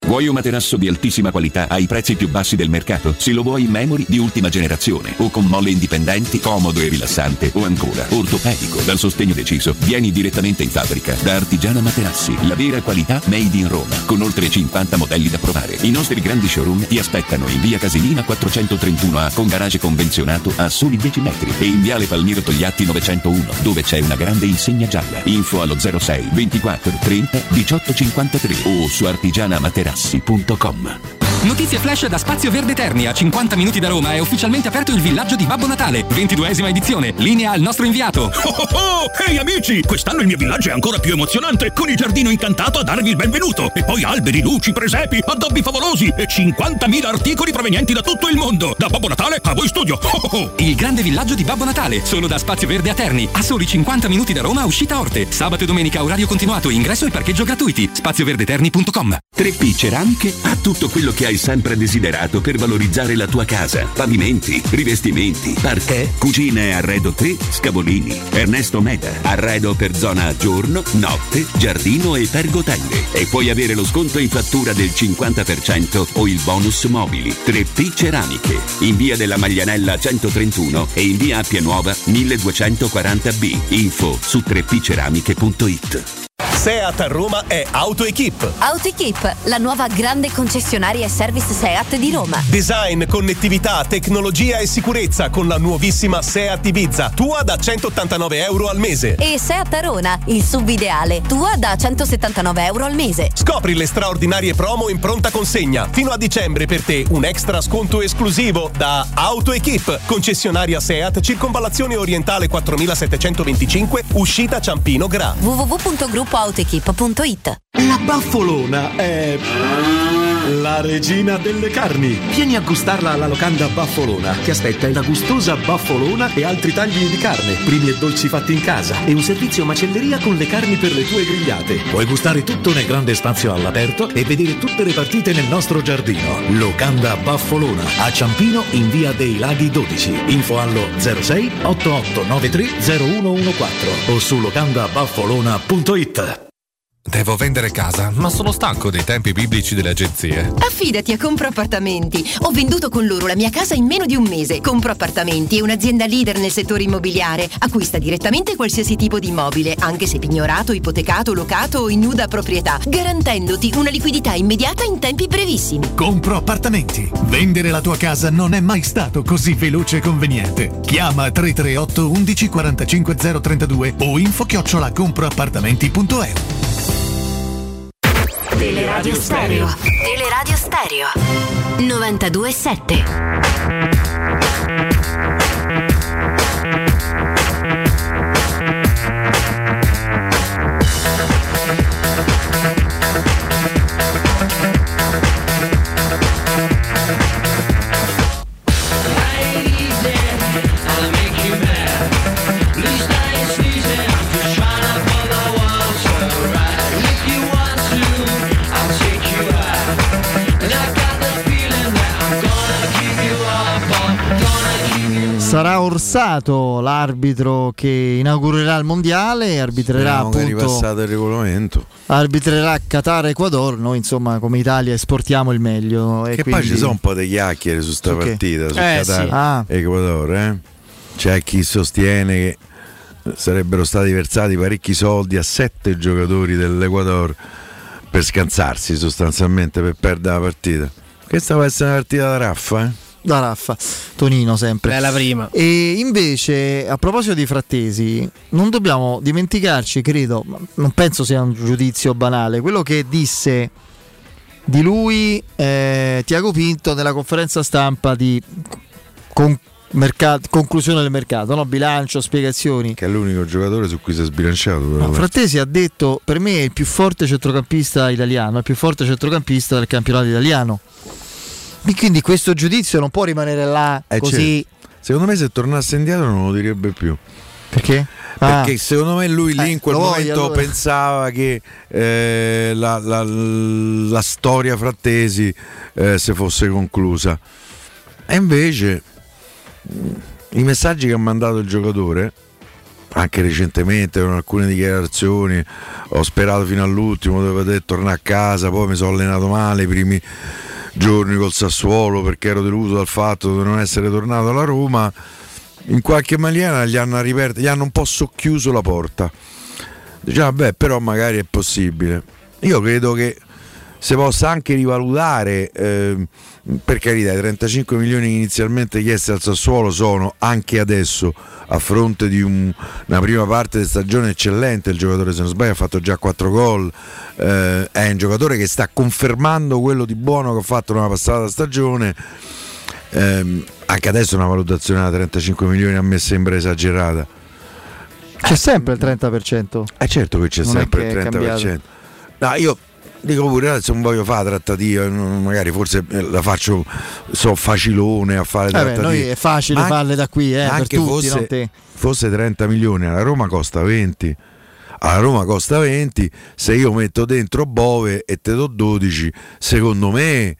Vuoi un materasso di altissima qualità ai prezzi più bassi del mercato? Se lo vuoi in memory di ultima generazione o con molle indipendenti, comodo e rilassante, o ancora ortopedico dal sostegno deciso, vieni direttamente in fabbrica da Artigiana Materassi, la vera qualità made in Roma, con oltre cinquanta modelli da provare. I nostri grandi showroom ti aspettano in via Casilina quattrocentotrentuno A con garage convenzionato a soli dieci metri e in viale Palmiro Togliatti novecentouno, dove c'è una grande insegna gialla. Info allo zero sei ventiquattro trenta diciotto cinquantatré o su artigiana materassi punto com. Notizie flash da Spazio Verde Terni, a cinquanta minuti da Roma è ufficialmente aperto il villaggio di Babbo Natale, ventiduesima edizione, linea al nostro inviato. Oh oh oh! Ehi amici, quest'anno il mio villaggio è ancora più emozionante, con il giardino incantato a darvi il benvenuto, e poi alberi, luci, presepi, addobbi favolosi e cinquantamila articoli provenienti da tutto il mondo. Da Babbo Natale a voi studio. Oh oh oh! Il grande villaggio di Babbo Natale, solo da Spazio Verde a Terni, a soli cinquanta minuti da Roma, uscita Orte. Sabato e domenica orario continuato, ingresso e parcheggio gratuiti. spazio verde terni punto com. tre P Ceramiche ha tutto quello che hai sempre desiderato per valorizzare la tua casa: pavimenti, rivestimenti, parquet, cucine e arredo tre Scavolini. Ernesto Meda, arredo per zona giorno, notte, giardino e pergotelle, e puoi avere lo sconto in fattura del cinquanta per cento o il bonus mobili. tre P Ceramiche, in via della Maglianella centotrentuno e in via Appia Nuova milleduecentoquaranta B. Info su tre p ceramiche punto it. Seat a Roma è AutoEquip. AutoEquip, la nuova grande concessionaria e service Seat di Roma. Design, connettività, tecnologia e sicurezza con la nuovissima Seat Ibiza, tua da centottantanove euro al mese. E Seat Arona, il sub ideale, tua da centosettantanove euro al mese. Scopri le straordinarie promo in pronta consegna. Fino a dicembre per te un extra sconto esclusivo da AutoEquip, concessionaria Seat, circonvallazione orientale quattromilasettecentoventicinque, uscita Ciampino Gra. w w w punto gruppo autoequip punto it. La Baffolona è la regina delle carni. Vieni a gustarla alla locanda Baffolona. Ti aspetta una gustosa baffolona e altri tagli di carne, primi e dolci fatti in casa e un servizio macelleria con le carni per le tue grigliate. Puoi gustare tutto nel grande spazio all'aperto e vedere tutte le partite nel nostro giardino. Locanda Baffolona a Ciampino in via dei Laghi dodici. Info allo zero sei ottantotto novantatré zero uno quattordici o su locanda baffolona punto it. Devo vendere casa, ma sono stanco dei tempi biblici delle agenzie. Affidati a Compro Appartamenti. Ho venduto con loro la mia casa in meno di un mese. Compro Appartamenti è un'azienda leader nel settore immobiliare. Acquista direttamente qualsiasi tipo di immobile, anche se pignorato, ipotecato, locato o in nuda proprietà, garantendoti una liquidità immediata in tempi brevissimi. Compro Appartamenti. Vendere la tua casa non è mai stato così veloce e conveniente. Chiama tre tre otto undici quarantacinque zero trentadue o info chiocciola comproappartamenti punto e u. Teleradio Stereo. Teleradio Stereo. novantadue sette. Sarà Orsato l'arbitro che inaugurerà il mondiale, arbitrerà Speriamo appunto che è ripassato il regolamento. Arbitrerà Qatar Ecuador. Noi insomma come Italia esportiamo il meglio. E che quindi... poi ci sono un po' di chiacchiere su sta okay. partita, su eh, Qatar sì. ah. Ecuador, eh? C'è chi sostiene che sarebbero stati versati parecchi soldi a sette giocatori dell'Ecuador per scansarsi sostanzialmente, per perdere la partita. Questa può essere una partita da raffa, eh? Da Raffa, Tonino sempre. Bella prima. E invece a proposito di Frattesi, non dobbiamo dimenticarci, credo, non penso sia un giudizio banale, quello che disse di lui eh, Tiago Pinto nella conferenza stampa di con, mercato, conclusione del mercato, no? Bilancio, spiegazioni. Che è l'unico giocatore su cui si è sbilanciato. No, Frattesi ha detto: per me è il più forte centrocampista italiano, il più forte centrocampista del campionato italiano. E quindi questo giudizio non può rimanere là eh così. Certo. Secondo me se tornasse indietro non lo direbbe più. Perché? Perché ah. secondo me lui lì eh, in quel momento allora. pensava che eh, la, la, la storia Frattesi eh, se fosse conclusa. E invece i messaggi che ha mandato il giocatore anche recentemente con alcune dichiarazioni ho sperato fino all'ultimo, dovevo poter tornare a casa, poi mi sono allenato male i primi giorni col Sassuolo perché ero deluso dal fatto di non essere tornato alla Roma. In qualche maniera gli hanno riperto, gli hanno un po' socchiuso la porta. Diciamo, vabbè, però magari è possibile. Io credo che si possa anche rivalutare, eh, per carità, i trentacinque milioni inizialmente chiesti al Sassuolo sono anche adesso, a fronte di un, una prima parte di stagione eccellente. Il giocatore, se non sbaglio, ha fatto già quattro gol, eh, è un giocatore che sta confermando quello di buono che ha fatto nella passata stagione. Eh, anche adesso una valutazione da trentacinque milioni a me sembra esagerata. C'è sempre il trenta per cento. Eh certo che c'è Non sempre è il che è trenta per cento. No, io dico pure adesso non voglio fare trattative, magari forse la faccio, so facilone a fare Eh trattative. beh, noi è facile Ma farle da qui, eh, per anche tutti, fosse, non te. fosse trenta milioni, alla Roma costa venti. Alla Roma costa venti, se io metto dentro Bove e te do dodici, secondo me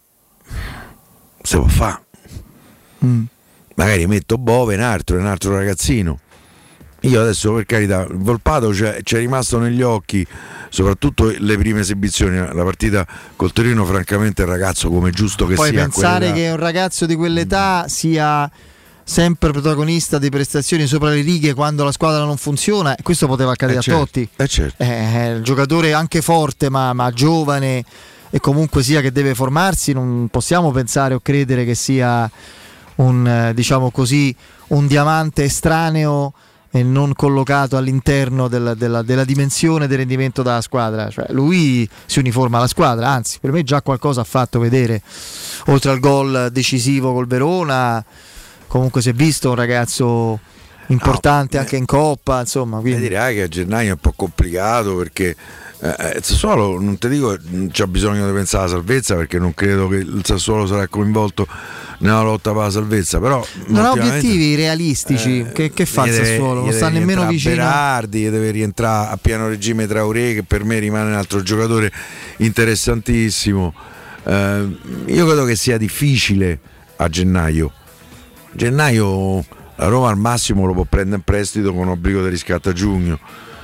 si può fare. Mm. Magari metto Bove, un altro, un altro ragazzino. Io adesso, per carità, Volpato c'è, c'è rimasto negli occhi, soprattutto le prime esibizioni. La partita col Torino, francamente, il ragazzo, come giusto che Poi sia, pensare che un ragazzo di quell'età sia sempre protagonista di prestazioni sopra le righe quando la squadra non funziona, questo poteva accadere eh a certo, Totti. Eh certo. Eh, il giocatore anche forte ma, ma giovane e comunque sia che deve formarsi, non possiamo pensare o credere che sia un, eh, diciamo così, un diamante estraneo e non collocato all'interno della, della, della dimensione del rendimento della squadra. Cioè, lui si uniforma alla squadra, anzi per me già qualcosa ha fatto vedere, oltre al gol decisivo col Verona. Comunque si è visto un ragazzo importante no, anche in Coppa, insomma. Quindi... direi che a gennaio è un po' complicato perché eh, il Sassuolo, non ti dico c'ha bisogno di pensare alla salvezza, perché non credo che il Sassuolo sarà coinvolto nella lotta per la salvezza, però non ha obiettivi realistici. Eh, che, che fa il Sassuolo? Non sta nemmeno vicino. Berardi, deve rientrare a pieno regime Traoré, che per me rimane un altro giocatore interessantissimo. Eh, io credo che sia difficile a gennaio. Gennaio la Roma al massimo lo può prendere in prestito con obbligo di riscatto a giugno,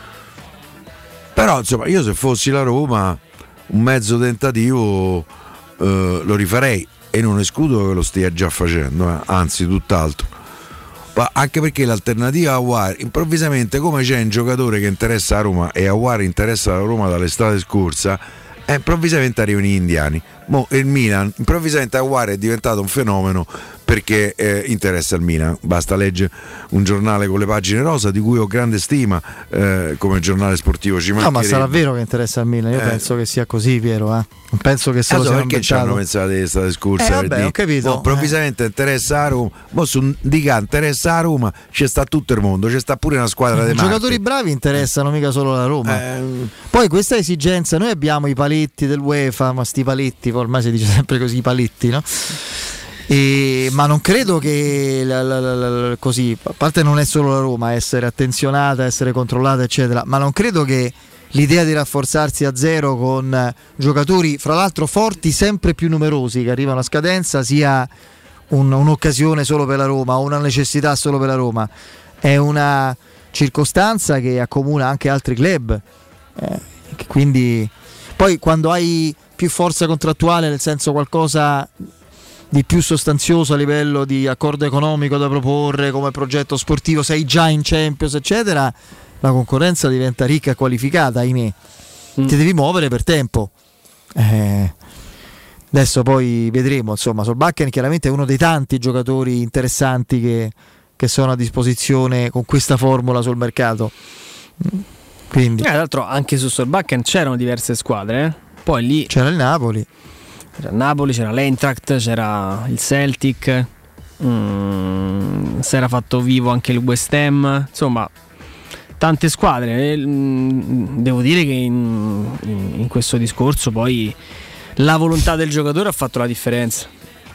però insomma io se fossi la Roma un mezzo tentativo eh, lo rifarei, e non escludo che lo stia già facendo, eh, anzi tutt'altro. Ma anche perché l'alternativa a Aouar, improvvisamente, come c'è un giocatore che interessa a Roma e Aouar interessa la Roma dall'estate scorsa, eh, improvvisamente arrivano gli indiani. Mo il Milan, improvvisamente Aouar è diventato un fenomeno perché eh, interessa il Milan. Basta leggere un giornale con le pagine rosa di cui ho grande stima, eh, come giornale sportivo ci mancherebbe. No, ma sarà vero che interessa il Milan? Io eh. penso che sia così, Piero, eh? Non penso che se lo sia perché ci hanno pensato l'estate scorsa, eh, vabbè, ho capito. Mo, improvvisamente eh. interessa a Roma, mo su Dica interessa a Roma, c'è sta tutto il mondo, c'è sta pure una squadra di giocatori bravi interessano, mica solo la Roma. Eh. Poi questa esigenza, noi abbiamo i paletti dell'UEFA, ma sti paletti, ormai si dice sempre così, i paletti, no? E, ma non credo che la, la, la, la, così, a parte non è solo la Roma essere attenzionata, essere controllata eccetera, ma non credo che l'idea di rafforzarsi a zero con giocatori fra l'altro forti sempre più numerosi che arrivano a scadenza sia un, un'occasione solo per la Roma o una necessità solo per la Roma. È una circostanza che accomuna anche altri club, eh, quindi poi quando hai più forza contrattuale, nel senso qualcosa di più sostanzioso a livello di accordo economico da proporre come progetto sportivo, sei già in Champions eccetera, la concorrenza diventa ricca e qualificata, ahimè. Mm. Ti devi muovere per tempo. Eh, adesso poi vedremo, insomma, Solbakken chiaramente è uno dei tanti giocatori interessanti che, che sono a disposizione con questa formula sul mercato. Quindi. Eh, tra l'altro anche su Solbakken c'erano diverse squadre, eh? Poi lì c'era il Napoli. C'era il Napoli, c'era l'Eintracht, c'era il Celtic, mm, si era fatto vivo anche il West Ham, insomma tante squadre. Devo dire che in, in, in questo discorso poi la volontà del giocatore ha fatto la differenza.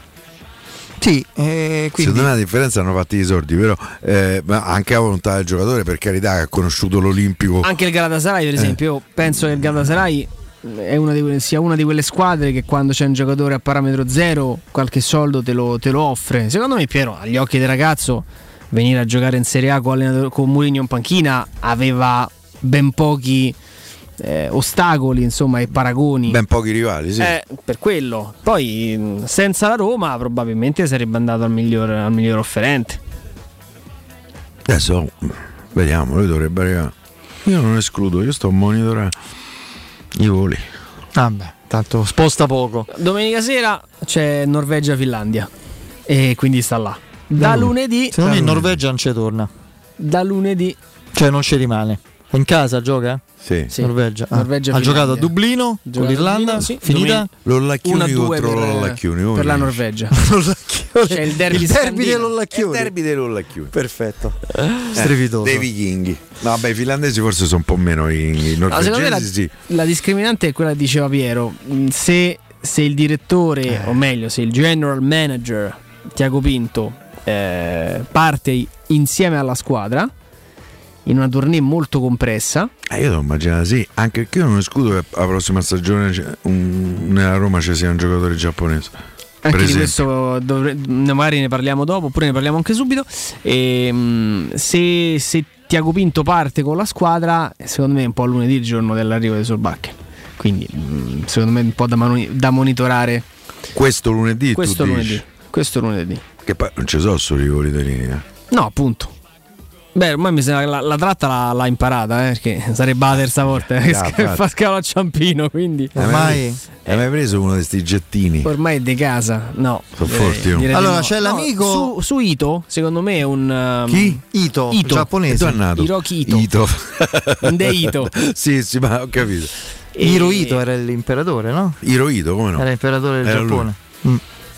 Sì, eh, quindi... secondo me la differenza hanno fatti i sordi, però eh, ma anche la volontà del giocatore, per carità, che ha conosciuto l'Olimpico. Anche il Galatasaray per esempio, eh. io penso che il Galatasaray è una di, sia una di quelle squadre che quando c'è un giocatore a parametro zero qualche soldo te lo, te lo offre. Secondo me Piero, agli occhi del ragazzo venire a giocare in Serie A con, con Mourinho in panchina aveva ben pochi eh, ostacoli, insomma, e paragoni. Ben pochi rivali, sì. Eh, per quello. Poi senza la Roma probabilmente sarebbe andato al miglior, al miglior offerente. Adesso vediamo, lui dovrebbe arrivare. Io non escludo, io sto a monitorare i voli. Vabbè, tanto sposta poco. Domenica sera c'è Norvegia-Finlandia e quindi sta là. Da, da lunedì. Se non in Norvegia non ci torna. Da lunedì. Cioè non ci rimane. In casa gioca? Sì. sì. Norvegia. Ah. Norvegia ha giocato a Dublino con l'Irlanda. Sì. Finita? L'Ollacchiuni contro l'Ollacchiuni. Per la Norvegia. C'è il derby, il derby dell'Ollacchiuni. Il derby dell'Ollacchiuni. Perfetto. Eh, Strepitoso. Dei vichinghi. No, vabbè, i finlandesi forse sono un po' meno i, i norvegesi. No, la, sì. la discriminante è quella che diceva Piero. Se, se il direttore, eh. o meglio, se il general manager Tiago Pinto eh, parte insieme alla squadra in una tournée molto compressa, eh, io devo immaginare sì, anche perché io non escludo che la prossima stagione un, nella Roma ci sia un giocatore giapponese. Anche di questo dovre- magari ne parliamo dopo, oppure ne parliamo anche subito. E, mh, se, se Tiago Pinto parte con la squadra, secondo me è un po' lunedì il giorno dell'arrivo di Solbakken. Quindi mh, secondo me è un po' da, manu- da monitorare. Questo lunedì? Questo tu lunedì. Dici? Questo lunedì. Che poi non ci sono solo i voli italiani. Eh. No, appunto. Beh, ormai mi sembra che la, la tratta l'ha, l'ha imparata, eh, perché sarebbe la terza volta eh, ah, che fa scalo a Ciampino, quindi ormai hai mai preso uno di questi gettini? Ormai è di casa, no. Sono forti. Direi allora no. c'è l'amico no, su, su Ito, secondo me è un um, chi? Ito, Ito. giapponese. Hiroki Ito. Ito. Inde Ito. sì, sì, ma ho capito. E... Hirohito era l'imperatore, no? Hirohito, come no? Era l'imperatore del era Giappone. Mm.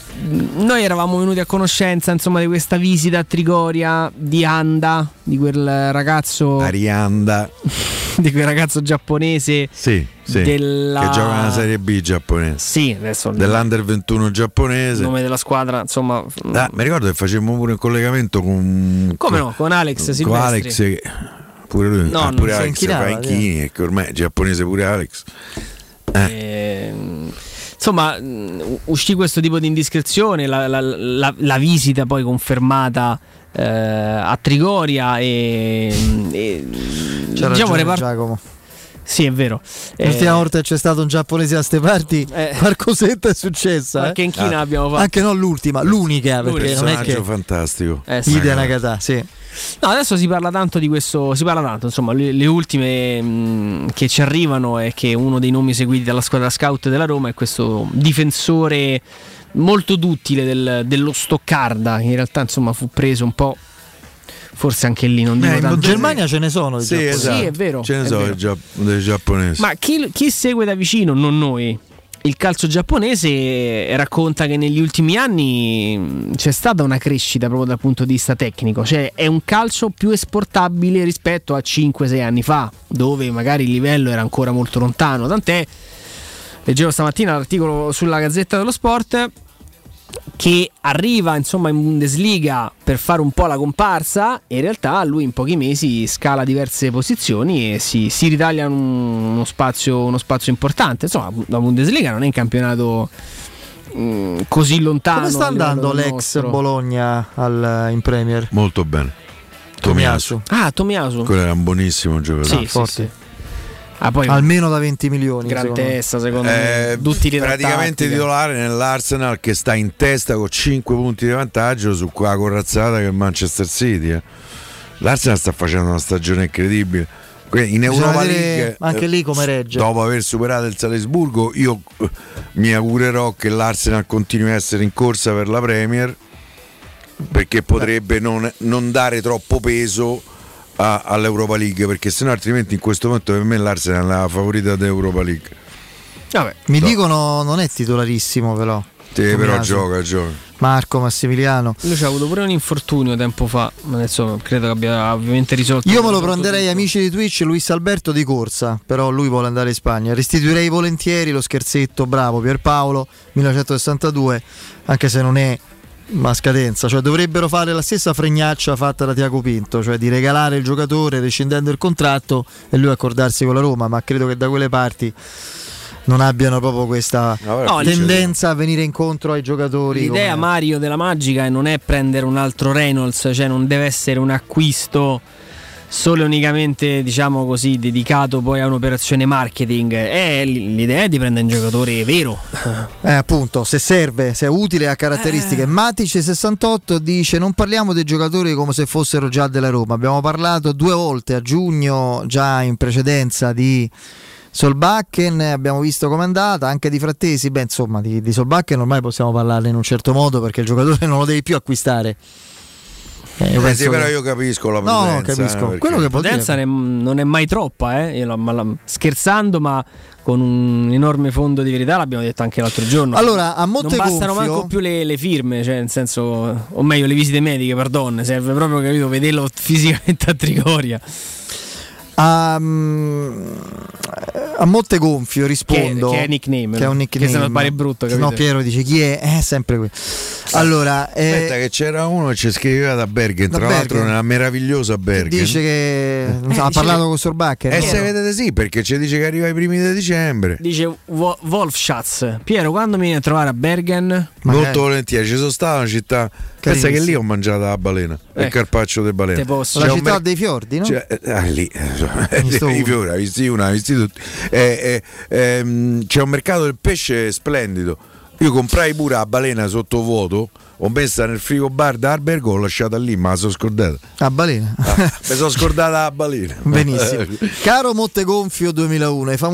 Noi eravamo venuti a conoscenza, insomma, di questa visita a Trigoria di Anda, di quel ragazzo Arianda di quel ragazzo giapponese, sì, sì, della... che gioca nella Serie B giapponese. Sì, adesso dell'Under ventuno giapponese. Il nome della squadra, insomma. Ah, mi ricordo che facemmo pure un collegamento con Come no, con Alex Silvestri. Con Alex che pure lui, no, ah, pure non Alex fa inchini, e che ormai è giapponese pure Alex. Eh. E... Insomma, uscì questo tipo di indiscrezione, la, la, la, la visita poi confermata eh, a Trigoria e, e c'ha diciamo ragione, repart- Giacomo. Sì, è vero. L'ultima eh, volta che c'è stato un giapponese a ste parti, eh, qualcosetta è successa. Anche eh? in China ah. abbiamo fatto. Anche non l'ultima, l'unica, un perché non è che fantastico. Eh, sì. Ide Nakata, sì. No, adesso si parla tanto di questo, si parla tanto, insomma, le, le ultime mh, che ci arrivano è che uno dei nomi seguiti dalla squadra scout della Roma è questo difensore molto duttile del, dello Stoccarda, che in realtà, insomma, fu preso un po', forse anche lì non dico eh, tanto. In Germania ce ne sono di sì, esatto. Sì, è vero. Ce ne è sono vero. Gia- dei giapponesi. Ma chi, chi segue da vicino, non noi, il calcio giapponese, racconta che negli ultimi anni c'è stata una crescita proprio dal punto di vista tecnico, cioè è un calcio più esportabile rispetto a cinque sei anni fa, dove magari il livello era ancora molto lontano, tant'è, leggevo stamattina l'articolo sulla Gazzetta dello Sport, che arriva insomma in Bundesliga per fare un po' la comparsa e in realtà lui in pochi mesi scala diverse posizioni e si, si ritaglia un, uno, spazio, uno spazio importante. Insomma, la Bundesliga non è un campionato mh, così lontano. Come sta andando l'ex nostro. Bologna al, in Premier? Molto bene. Tomiyasu. Ah, Tomiyasu. Quello era un buonissimo giocatore. Sì, forte. sì, sì. Ah, poi almeno da venti milioni. Gran secondo testa, secondo eh, me. Tutti praticamente titolare nell'Arsenal, che sta in testa con cinque punti di vantaggio su quella corazzata che è Manchester City. Eh. L'Arsenal sta facendo una stagione incredibile. In Europa League, anche lì come regge. Dopo aver superato il Salisburgo, io mi augurerò che l'Arsenal continui a essere in corsa per la Premier, perché potrebbe non, non dare troppo peso A, all'Europa League, perché sennò altrimenti in questo momento per me l'Arsenal è la favorita dell'Europa League. Vabbè, mi no. dicono non è titolarissimo però. Sì, però gioca, gioca. Marco Massimiliano. Lui ci ha avuto pure un infortunio tempo fa, ma adesso credo che abbia ovviamente risolto. Io me lo prenderei, amici di Twitch, Luis Alberto di corsa, però lui vuole andare in Spagna. Restituirei volentieri lo scherzetto, bravo Pierpaolo, millenovecentosessantadue, anche se non è ma scadenza, cioè dovrebbero fare la stessa fregnaccia fatta da Tiago Pinto, cioè di regalare il giocatore rescindendo il contratto e lui accordarsi con la Roma, ma credo che da quelle parti non abbiano proprio questa No, tendenza a venire incontro ai giocatori. L'idea, come... Mario, della Magica non è prendere un altro Reynolds, cioè non deve essere un acquisto solo e unicamente, diciamo così, dedicato poi a un'operazione marketing. È l'idea è di prendere un giocatore vero. Eh, appunto, se serve, se è utile, ha caratteristiche. Eh. Matic sessantotto dice: non parliamo dei giocatori come se fossero già della Roma. Abbiamo parlato due volte a giugno, già in precedenza, di Solbakken, abbiamo visto com'è andata, anche di Frattesi. Beh, insomma, di, di Solbakken ormai possiamo parlarne in un certo modo, perché il giocatore non lo devi più acquistare. Eh, eh sì, però io capisco la prudenza. No, capisco. Eh, Quello che la prudenza ne, non è mai troppa, eh? Io la, ma la, scherzando, ma con un enorme fondo di verità, l'abbiamo detto anche l'altro giorno. Allora, a Montegonfio non bastano manco più le, le firme, cioè nel senso, o meglio le visite mediche, pardon, serve proprio, capito, vederlo fisicamente a Trigoria. A, a Montegonfio rispondo che, che è nickname, che è un nickname, che se non pare brutto, capito? No, Piero dice chi è? È sempre qui. Allora, aspetta, eh, che c'era uno che ci scriveva da Bergen, da tra Bergen. l'altro nella meravigliosa Bergen. Dice che Eh, ha dice parlato che- con Solbakken. E no? se vedete sì, perché ci dice che arriva ai primi di dicembre. Dice Wo- Wolfschatz. Piero, quando mi vieni a trovare a Bergen? Molto volentieri, ci sono stato una città. Pensa che lì ho mangiato la balena, il Ecco. carpaccio di balena. Te posso. La C'è un città mer- dei fiordi, no? Cioè, ah, lì visto i uno. fiori, hai visti una, hai visti tutti. Eh, eh, ehm, c'è un mercato del pesce splendido. Io comprai pure la balena sottovuoto, ho messa nel frigo bar d'albergo, l'ho lasciata lì, ma la sono scordata. A balena. Ah, mi sono scordata la balena. Benissimo. Caro Montegonfio duemilauno, i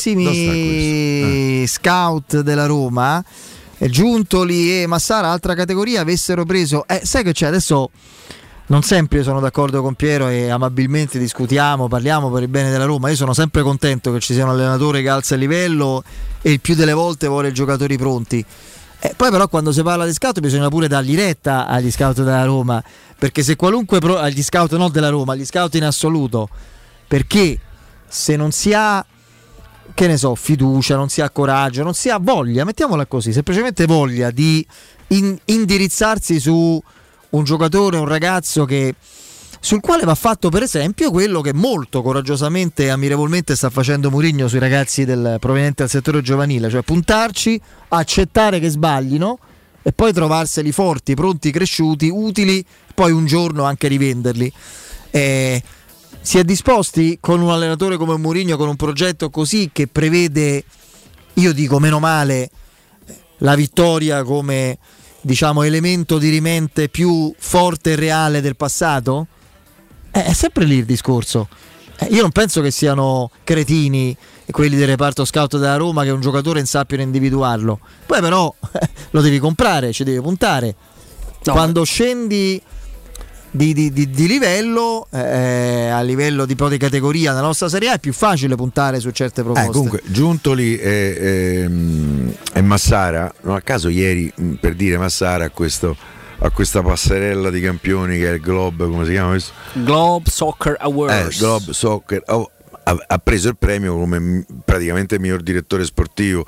famosissimi scout della Roma, eh, Giuntoli e Massara, altra categoria, avessero preso. Eh, sai che c'è adesso? Non sempre sono d'accordo con Piero e amabilmente discutiamo, parliamo per il bene della Roma. Io sono sempre contento che ci sia un allenatore che alza il livello e il più delle volte vuole giocatori pronti. Eh, poi però quando si parla di scout bisogna pure dargli retta agli scout della Roma, perché se qualunque pro- agli scout non della Roma, agli scout in assoluto, perché se non si ha, che ne so, fiducia, non si ha coraggio, non si ha voglia, mettiamola così, semplicemente voglia di in- indirizzarsi su un giocatore, un ragazzo che sul quale va fatto per esempio quello che molto coraggiosamente e ammirevolmente sta facendo Mourinho sui ragazzi del, provenienti dal settore giovanile, cioè puntarci, accettare che sbaglino e poi trovarseli forti, pronti, cresciuti, utili, poi un giorno anche rivenderli. Eh, si è disposti con un allenatore come Mourinho, con un progetto così che prevede, io dico meno male, la vittoria come, diciamo, elemento dirimente più forte e reale del passato? Eh, è sempre lì il discorso. Eh, io non penso che siano cretini quelli del reparto scout della Roma che un giocatore non sappiano individuarlo. Poi però eh, lo devi comprare, ci devi puntare. No, Quando scendi di, di, di, di livello, eh, a livello di, di categoria nella nostra Serie A, è più facile puntare su certe proposte. Eh, comunque Giuntoli e, e, e Massara, non a caso ieri, per dire, Massara a, questo, a questa passerella di campioni che è il Globe, come si chiama questo? Globe Soccer Awards. Eh, Globe Soccer oh, ha, ha preso il premio come praticamente miglior direttore sportivo.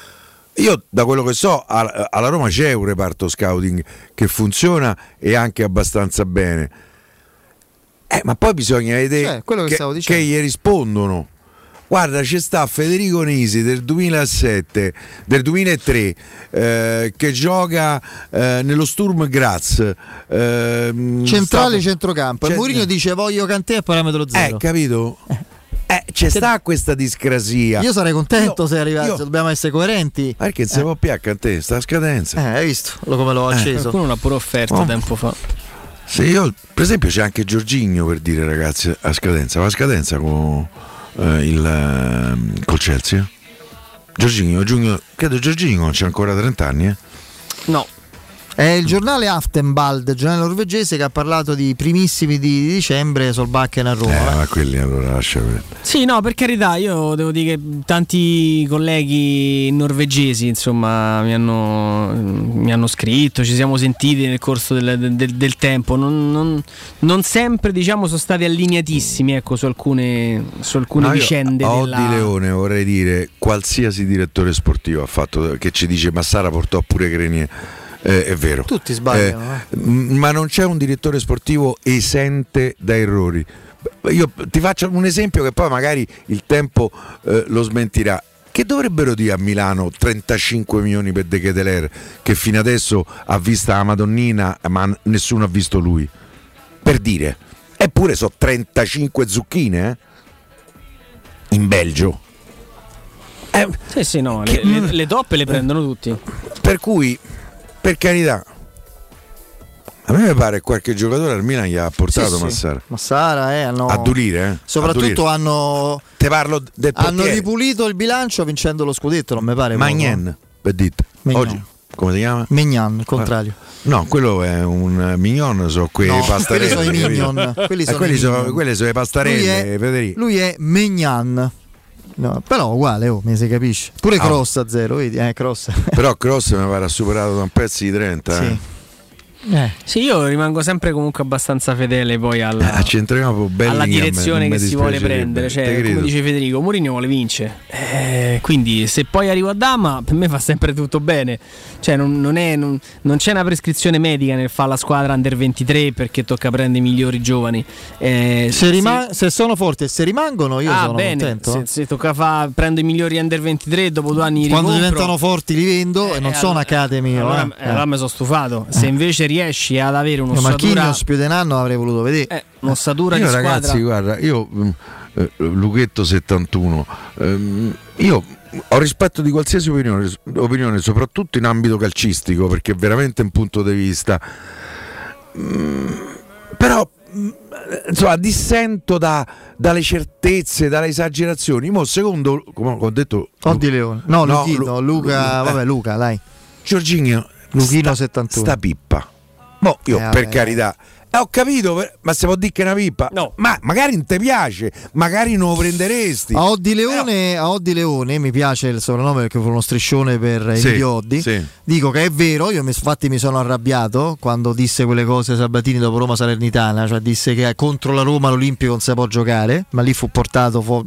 Io da quello che so alla Roma c'è un reparto scouting che funziona e anche abbastanza bene, eh, ma poi bisogna vedere eh, quello che, che, che gli rispondono. Guarda, c'è sta Federico Nisi del duemilasette, del duemilatré, eh, che gioca eh, nello Sturm Graz, eh, centrale sta... centrocampo, e Mourinho dice voglio Kanté a parametro zero. Eh, capito? Eh, c'è sta questa discrasia. Io sarei contento io, se arrivasse, io... dobbiamo essere coerenti. Perché se eh. può più a te, sta a scadenza. Eh, hai visto come l'ho acceso? Eh, qualcuno l'ha pure offerto oh. tempo fa. Sì, io, per esempio c'è anche Giorginio, per dire, ragazzi, a scadenza. Va a scadenza con eh, il eh, col Chelsea. Giorginio, Giugno, credo Giorginio non c'è ancora trenta anni, eh? No. È il giornale Aftenbald, il giornale norvegese, che ha parlato di primissimi di dicembre Solbakken a Roma. Eh, ma quelli allora lascia per... Sì, no, per carità, io devo dire che tanti colleghi norvegesi, insomma, mi hanno, mi hanno scritto, ci siamo sentiti nel corso del, del, del tempo. Non, non, non sempre, diciamo, sono stati allineatissimi, ecco, su alcune, su alcune no, vicende. A della... Oddi Leone vorrei dire, qualsiasi direttore sportivo ha fatto, che ci dice Massara portò pure Grenier. Eh, è vero, tutti sbagliano, eh, m- ma non c'è un direttore sportivo esente da errori. Io ti faccio un esempio che poi magari il tempo eh, lo smentirà. che dovrebbero dire a Milano trentacinque milioni per De Keteler, che fino adesso ha visto la Madonnina ma nessuno ha visto lui, per dire. Eppure sono trentacinque zucchine eh? In Belgio. Eh, sì sì no, che, le, le, le toppe le prendono tutti. Per cui, per carità, a me mi pare che qualche giocatore al Milan gli ha portato sì, Massara. Sì. Massara eh, hanno... a Durire, eh? Soprattutto a Durire. hanno Te parlo del hanno ripulito il bilancio vincendo lo scudetto, non mi pare. Magnan, per dite. Oggi come si chiama? Mignan, il contrario. No, quello è un mignon, sono quei no, pastarelle. Quelli sono i mignon. Quelli sono, eh, quelli i sono, mignon. Quelle sono le pastarelle, lui è, lui è Mignan. No, però uguale, oh, mi si capisce. Pure oh. Cross a zero, vedi? Eh, Cross. Però Cross mi pare superato da un pezzo di trenta. Sì. Eh. Eh. Sì, io rimango sempre comunque abbastanza fedele poi alla, eh, alla direzione che si vuole prendere. Cioè, come dice Federico, Mourinho vuole vincere. Eh, quindi se poi arrivo a Dama, per me fa sempre tutto bene. Cioè, non, non, è, non, non c'è una prescrizione medica nel fare la squadra under ventitré perché tocca prendere i migliori giovani. Eh, se, rima- se... se sono forti e se rimangono, io ah, sono bene. contento. Se, se tocca fa, prendo i migliori under ventitré, dopo due anni quando ricompro, diventano forti li vendo eh, e non allora, sono academy. Allora, eh. allora mi sono stufato. Se invece riesci ad avere un'ossatura, Marquinhos più di un anno avrei voluto vedere eh, un'ossatura io di ragazzi squadra. guarda io eh, Luchetto settantuno ehm, io ho rispetto di qualsiasi opinione, opinione soprattutto in ambito calcistico, perché è veramente un punto di vista mm, però insomma dissento da, dalle certezze, dalle esagerazioni. Mo secondo, come ho detto, Oddi Leone no, no Luchino, Lu- Luca, vabbè Luca dai Giorginio Luchino sta, settantuno sta pippa. Mo io eh, per vabbè. carità eh, ho capito, ma se può dire che è una pippa? No. Ma magari non ti piace, magari non lo prenderesti. A Oddi Leone, a Oddi Leone mi piace il soprannome perché fu uno striscione per sì, Emilio Oddi. Sì. Dico che è vero, io infatti mi sono arrabbiato quando disse quelle cose Sabatini dopo Roma Salernitana, cioè disse che contro la Roma l'Olimpico non si può giocare, ma lì fu portato fu-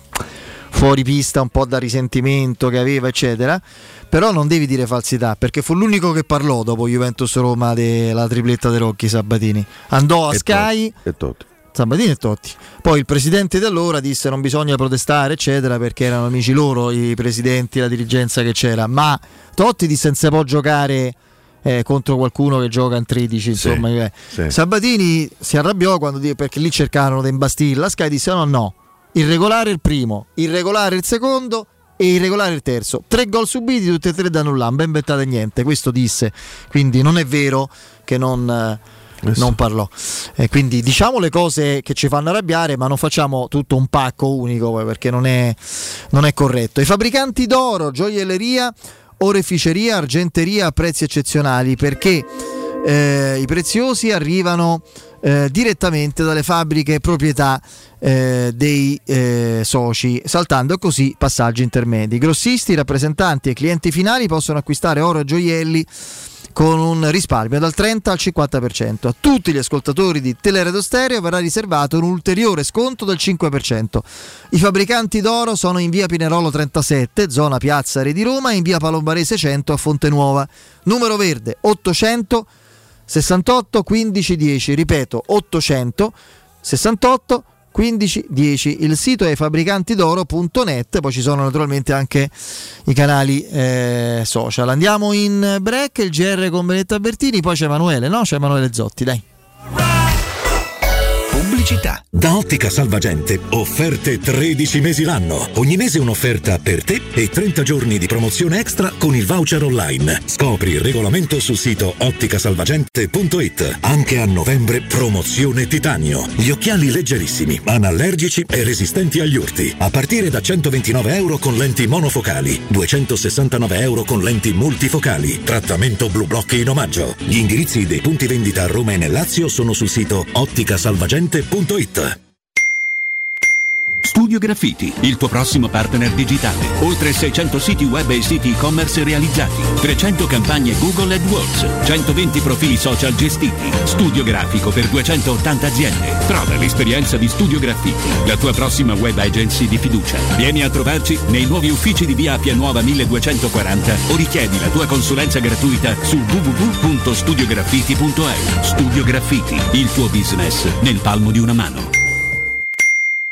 fuori pista un po' da risentimento che aveva eccetera. Però non devi dire falsità, perché fu l'unico che parlò dopo Juventus Roma della tripletta dei Rocchi. Sabatini andò a e Sky Totti, e Totti. Sabatini e Totti. Poi il presidente di allora disse non bisogna protestare eccetera, perché erano amici loro i presidenti, la dirigenza che c'era, ma Totti disse non si può giocare eh, contro qualcuno che gioca in tredici, insomma. Sì, eh. sì. Sabatini si arrabbiò quando, perché lì cercarono di imbastirla. Sky disse no no, irregolare il primo, irregolare il secondo e irregolare il terzo. Tre gol subiti, tutti e tre da nulla, ben bettate niente. Questo disse, quindi non è vero che non, eh, non parlò. E quindi diciamo le cose che ci fanno arrabbiare, ma non facciamo tutto un pacco unico perché non è, non è corretto. I fabbricanti d'oro, gioielleria, oreficeria, argenteria a prezzi eccezionali, perché eh, i preziosi arrivano Eh, direttamente dalle fabbriche proprietà eh, dei eh, soci, saltando così passaggi intermedi. Grossisti, rappresentanti e clienti finali possono acquistare oro e gioielli con un risparmio dal trenta al cinquanta per cento. A tutti gli ascoltatori di Teleradio Stereo verrà riservato un ulteriore sconto del cinque per cento. I fabbricanti d'oro sono in via Pinerolo trentasette, zona Piazza Re di Roma, e in via Palombarese cento a Fonte Nuova. Numero verde ottocento sessantotto quindici dieci, ripeto ottocento sessantotto quindici dieci. Il sito è fabbricantidoro punto net, poi ci sono naturalmente anche i canali eh, social. Andiamo in break, il G R con Benetta Bertini, poi c'è Emanuele, no? C'è Emanuele Zotti, dai. Pubblicità. Da Ottica Salvagente, offerte tredici mesi l'anno. Ogni mese un'offerta per te e trenta giorni di promozione extra con il voucher online. Scopri il regolamento sul sito otticasalvagente punto it. Anche a novembre promozione titanio. Gli occhiali leggerissimi, anallergici e resistenti agli urti. A partire da centoventinove euro con lenti monofocali, duecentosessantanove euro con lenti multifocali. Trattamento Blue Block in omaggio. Gli indirizzi dei punti vendita a Roma e nel Lazio sono sul sito otticasalvagente punto it. Studio Graffiti, il tuo prossimo partner digitale. Oltre seicento siti web e siti e-commerce realizzati, trecento campagne Google AdWords, centoventi profili social gestiti. Studio grafico per duecentottanta aziende. Prova l'esperienza di Studio Graffiti, la tua prossima web agency di fiducia. Vieni a trovarci nei nuovi uffici di via Appia Nuova milleduecentoquaranta o richiedi la tua consulenza gratuita su w w w punto studio graffiti punto e u. Studio Graffiti, il tuo business nel palmo di una mano.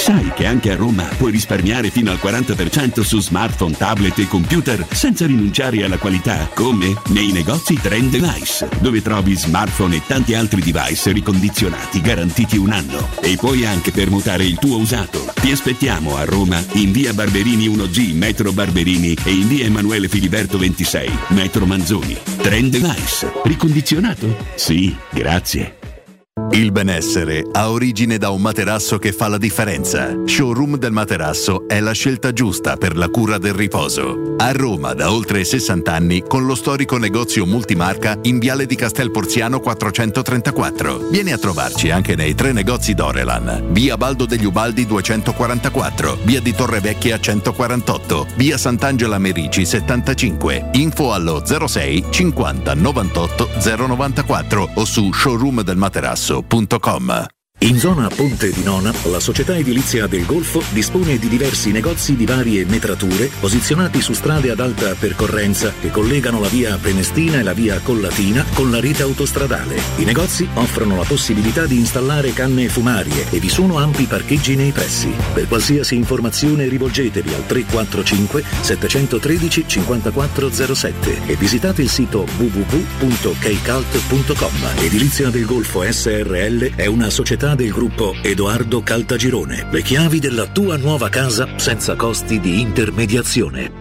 Sai che anche a Roma puoi risparmiare fino al quaranta per cento su smartphone, tablet e computer senza rinunciare alla qualità? Come? Nei negozi Trend Device, dove trovi smartphone e tanti altri device ricondizionati garantiti un anno. E puoi anche permutare il tuo usato. Ti aspettiamo a Roma, in via Barberini uno G, metro Barberini, e in via Emanuele Filiberto ventisei, metro Manzoni. Trend Device. Ricondizionato? Sì, grazie. Il benessere ha origine da un materasso che fa la differenza. Showroom del Materasso è la scelta giusta per la cura del riposo. A Roma da oltre sessanta anni con lo storico negozio multimarca in Viale di Castel Porziano quattrocentotrentaquattro. Vieni a trovarci anche nei tre negozi Dorelan. Via Baldo degli Ubaldi duecentoquarantaquattro, via di Torrevecchia centoquarantotto, via Sant'Angela Merici settantacinque. Info allo zero sei cinquanta novantotto zero novantaquattro o su showroom del materasso punto com. In zona Ponte di Nona, la società edilizia del Golfo dispone di diversi negozi di varie metrature posizionati su strade ad alta percorrenza che collegano la via Prenestina e la via Collatina con la rete autostradale. I negozi offrono la possibilità di installare canne fumarie e vi sono ampi parcheggi nei pressi. Per qualsiasi informazione rivolgetevi al tre quattro cinque sette uno tre cinque quattro zero sette e visitate il sito w w w punto keicalt punto com. Edilizia del Golfo S R L è una società del gruppo Edoardo Caltagirone. Le chiavi della tua nuova casa senza costi di intermediazione.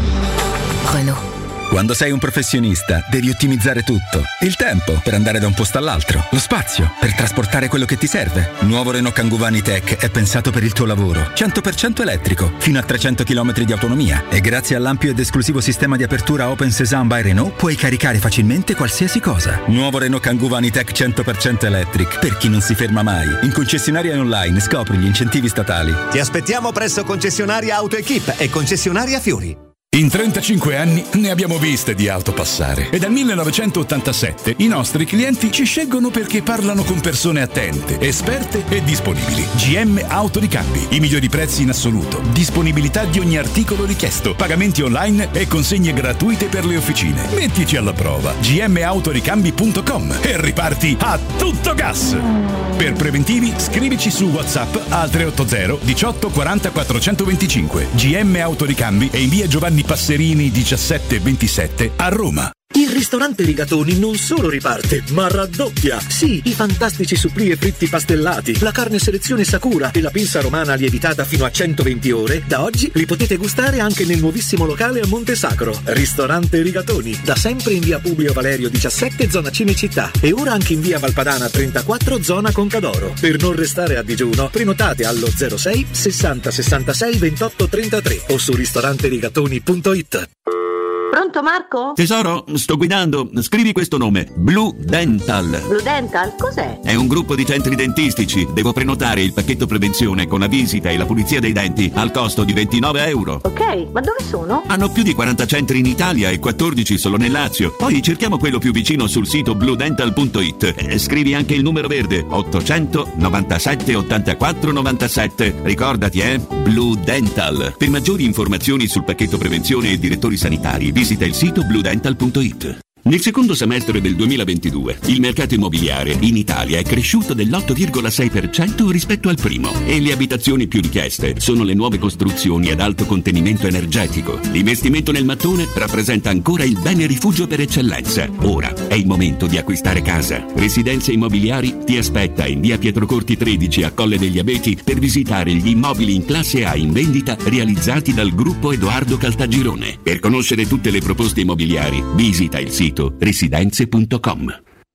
Renault. Quando sei un professionista devi ottimizzare tutto. Il tempo per andare da un posto all'altro, lo spazio per trasportare quello che ti serve. Nuovo Renault Kangoo Vanitec è pensato per il tuo lavoro. cento per cento elettrico, fino a trecento chilometri di autonomia. E grazie all'ampio ed esclusivo sistema di apertura Open Sesame by Renault puoi caricare facilmente qualsiasi cosa. Nuovo Renault Kangoo Vanitec cento per cento electric, per chi non si ferma mai. In concessionaria e online scopri gli incentivi statali. Ti aspettiamo presso concessionaria AutoEquip e concessionaria Fiori. In trentacinque anni ne abbiamo viste di auto passare e dal millenovecentottantasette i nostri clienti ci scelgono perché parlano con persone attente, esperte e disponibili. G M Autoricambi, i migliori prezzi in assoluto, disponibilità di ogni articolo richiesto, pagamenti online e consegne gratuite per le officine. Mettici alla prova g m autoricambi punto com e riparti a tutto gas. Per preventivi scrivici su WhatsApp al tre otto zero diciotto quaranta quattrocentoventicinque. G M Autoricambi e in via Giovanni Passerini diciassette ventisette a Roma. Il ristorante Rigatoni non solo riparte, ma raddoppia! Sì, i fantastici supplì e fritti pastellati, la carne selezione Sakura e la pinza romana lievitata fino a centoventi ore, da oggi li potete gustare anche nel nuovissimo locale a Monte Sacro. Ristorante Rigatoni, da sempre in via Publio Valerio diciassette, zona Cinecittà, e ora anche in via Valpadana trentaquattro, zona Concadoro. Per non restare a digiuno, prenotate allo zero sei sessanta sessantasei ventotto trentatré o su ristoranterigatoni punto it. Pronto Marco? Tesoro, sto guidando. Scrivi questo nome. Blue Dental. Blue Dental? Cos'è? È un gruppo di centri dentistici. Devo prenotare il pacchetto prevenzione con la visita e la pulizia dei denti al costo di ventinove euro. Ok, ma dove sono? Hanno più di quaranta centri in Italia e quattordici solo nel Lazio. Poi cerchiamo quello più vicino sul sito blue dental punto it. E scrivi anche il numero verde ottocento novantasette ottantaquattro novantasette. Ricordati, eh? Blue Dental. Per maggiori informazioni sul pacchetto prevenzione e direttori sanitari visita il sito blue dental punto it. Nel secondo semestre del duemilaventidue il mercato immobiliare in Italia è cresciuto dell'otto virgola sei per cento rispetto al primo e le abitazioni più richieste sono le nuove costruzioni ad alto contenimento energetico. L'investimento nel mattone rappresenta ancora il bene rifugio per eccellenza. Ora è il momento di acquistare casa. Residenze Immobiliari ti aspetta in via Pietrocorti tredici a Colle degli Abeti per visitare gli immobili in classe A in vendita realizzati dal gruppo Edoardo Caltagirone. Per conoscere tutte le proposte immobiliari visita il sito residenze punto com.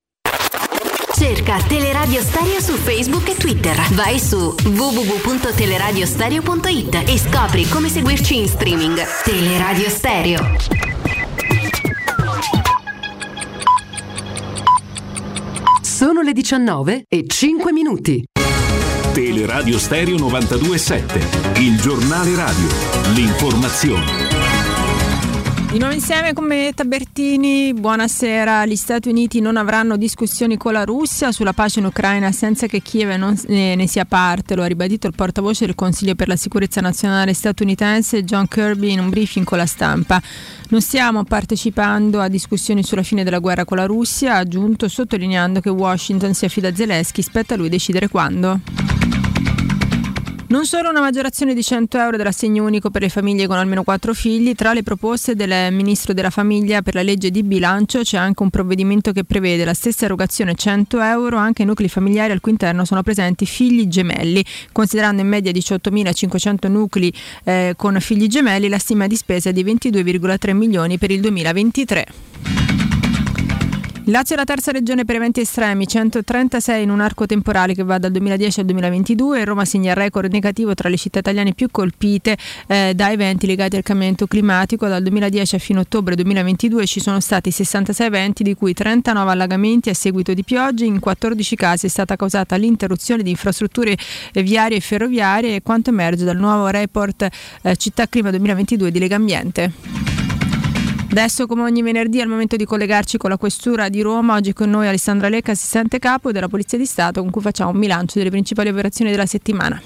Cerca Teleradio Stereo su Facebook e Twitter. Vai su w w w punto teleradiostereo punto it e scopri come seguirci in streaming. Teleradio Stereo. Sono le diciannove e cinque minuti. Teleradio Stereo novantadue virgola sette, il giornale radio, l'informazione. Di nuovo insieme con me Tabertini, buonasera. Gli Stati Uniti non avranno discussioni con la Russia sulla pace in Ucraina senza che Kiev non ne, ne sia parte, lo ha ribadito il portavoce del Consiglio per la sicurezza nazionale statunitense John Kirby in un briefing con la stampa. Non stiamo partecipando a discussioni sulla fine della guerra con la Russia, ha aggiunto, sottolineando che Washington si affida a Zelensky, spetta a lui decidere quando. Non solo una maggiorazione di cento euro dell'assegno unico per le famiglie con almeno quattro figli, tra le proposte del Ministro della Famiglia per la legge di bilancio c'è anche un provvedimento che prevede la stessa erogazione cento euro anche ai nuclei familiari al cui interno sono presenti figli gemelli. Considerando in media diciottomilacinquecento nuclei eh, con figli gemelli, la stima di spesa è di ventidue virgola tre milioni per il duemilaventitré. Il Lazio è la terza regione per eventi estremi, centotrentasei in un arco temporale che va dal duemiladieci al duemilaventidue. Roma segna il record negativo tra le città italiane più colpite eh, da eventi legati al cambiamento climatico. Dal duemiladieci a fine ottobre duemilaventidue ci sono stati sessantasei eventi, di cui trentanove allagamenti a seguito di piogge. In quattordici casi è stata causata l'interruzione di infrastrutture viarie e ferroviarie, e quanto emerge dal nuovo report eh, Città Clima duemilaventidue di Legambiente. Adesso, come ogni venerdì, è il momento di collegarci con la Questura di Roma. Oggi con noi Alessandra Lecca, assistente capo della Polizia di Stato, con cui facciamo un bilancio delle principali operazioni della settimana.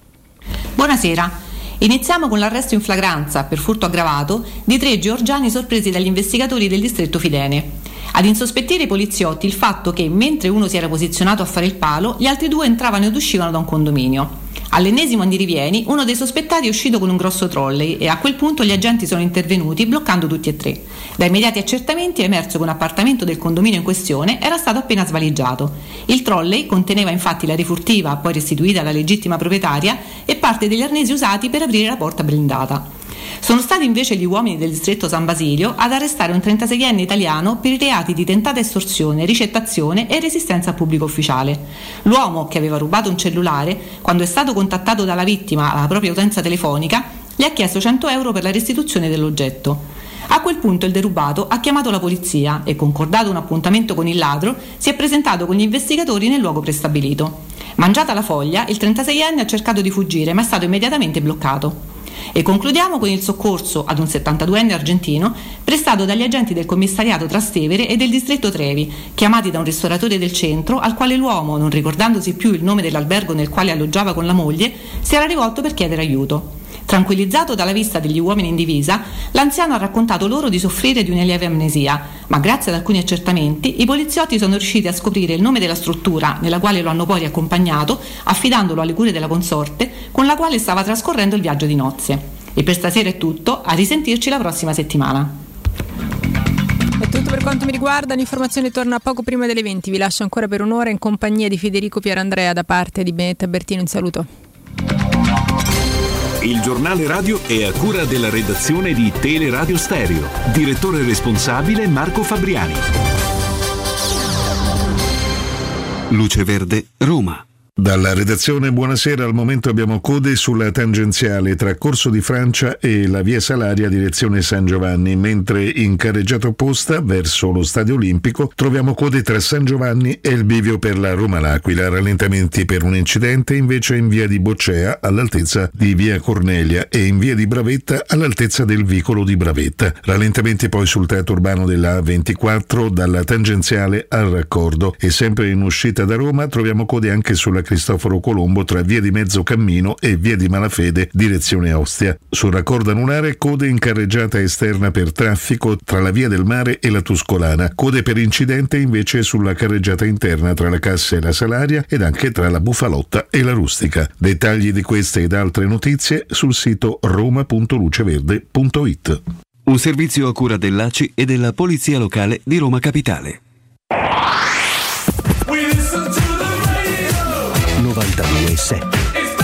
Buonasera. Iniziamo con l'arresto in flagranza per furto aggravato di tre georgiani sorpresi dagli investigatori del distretto Fidene. Ad insospettire i poliziotti il fatto che, mentre uno si era posizionato a fare il palo, gli altri due entravano ed uscivano da un condominio. All'ennesimo andirivieni, uno dei sospettati è uscito con un grosso trolley e a quel punto gli agenti sono intervenuti bloccando tutti e tre. Da immediati accertamenti è emerso che un appartamento del condominio in questione era stato appena svaligiato. Il trolley conteneva infatti la rifurtiva, poi restituita alla legittima proprietaria, e parte degli arnesi usati per aprire la porta blindata. Sono stati invece gli uomini del distretto San Basilio ad arrestare un trentaseienne italiano per i reati di tentata estorsione, ricettazione e resistenza a pubblico ufficiale. L'uomo, che aveva rubato un cellulare, quando è stato contattato dalla vittima alla propria utenza telefonica, gli ha chiesto cento euro per la restituzione dell'oggetto. A quel punto il derubato ha chiamato la polizia e, concordato un appuntamento con il ladro, si è presentato con gli investigatori nel luogo prestabilito. Mangiata la foglia, il trentaseienne ha cercato di fuggire, ma è stato immediatamente bloccato. E concludiamo con il soccorso ad un settantaduenne argentino prestato dagli agenti del commissariato Trastevere e del distretto Trevi, chiamati da un ristoratore del centro, al quale l'uomo, non ricordandosi più il nome dell'albergo nel quale alloggiava con la moglie, si era rivolto per chiedere aiuto. Tranquillizzato dalla vista degli uomini in divisa, l'anziano ha raccontato loro di soffrire di una lieve amnesia, ma grazie ad alcuni accertamenti i poliziotti sono riusciti a scoprire il nome della struttura nella quale lo hanno poi riaccompagnato, affidandolo alle cure della consorte con la quale stava trascorrendo il viaggio di nozze. E per stasera è tutto, a risentirci la prossima settimana. È tutto per quanto mi riguarda, l'informazione torna poco prima delle venti, vi lascio ancora per un'ora in compagnia di Federico Pierandrea da parte di Benetta Bertino, in saluto. Il giornale radio è a cura della redazione di Teleradio Stereo. Direttore responsabile Marco Fabriani. Luce Verde, Roma. Dalla redazione buonasera. Al momento abbiamo code sulla tangenziale tra Corso di Francia e la via Salaria direzione San Giovanni, mentre in carreggiata opposta verso lo Stadio Olimpico troviamo code tra San Giovanni e il bivio per la Roma-L'Aquila. Rallentamenti per un incidente invece in via di Boccea all'altezza di via Cornelia e in via di Bravetta all'altezza del vicolo di Bravetta. Rallentamenti poi sul tratto urbano della A ventiquattro dalla tangenziale al raccordo, e sempre in uscita da Roma troviamo code anche sulla Cristoforo Colombo tra via di Mezzocammino e via di Malafede direzione Ostia. Sul raccordo anulare code in carreggiata esterna per traffico tra la via del Mare e la Tuscolana, code per incidente invece sulla carreggiata interna tra la Cassa e la Salaria ed anche tra la Bufalotta e la Rustica. Dettagli di queste ed altre notizie sul sito roma punto luceverde punto it. Un servizio a cura dell'A C I e della Polizia Locale di Roma Capitale. novantadue e sette.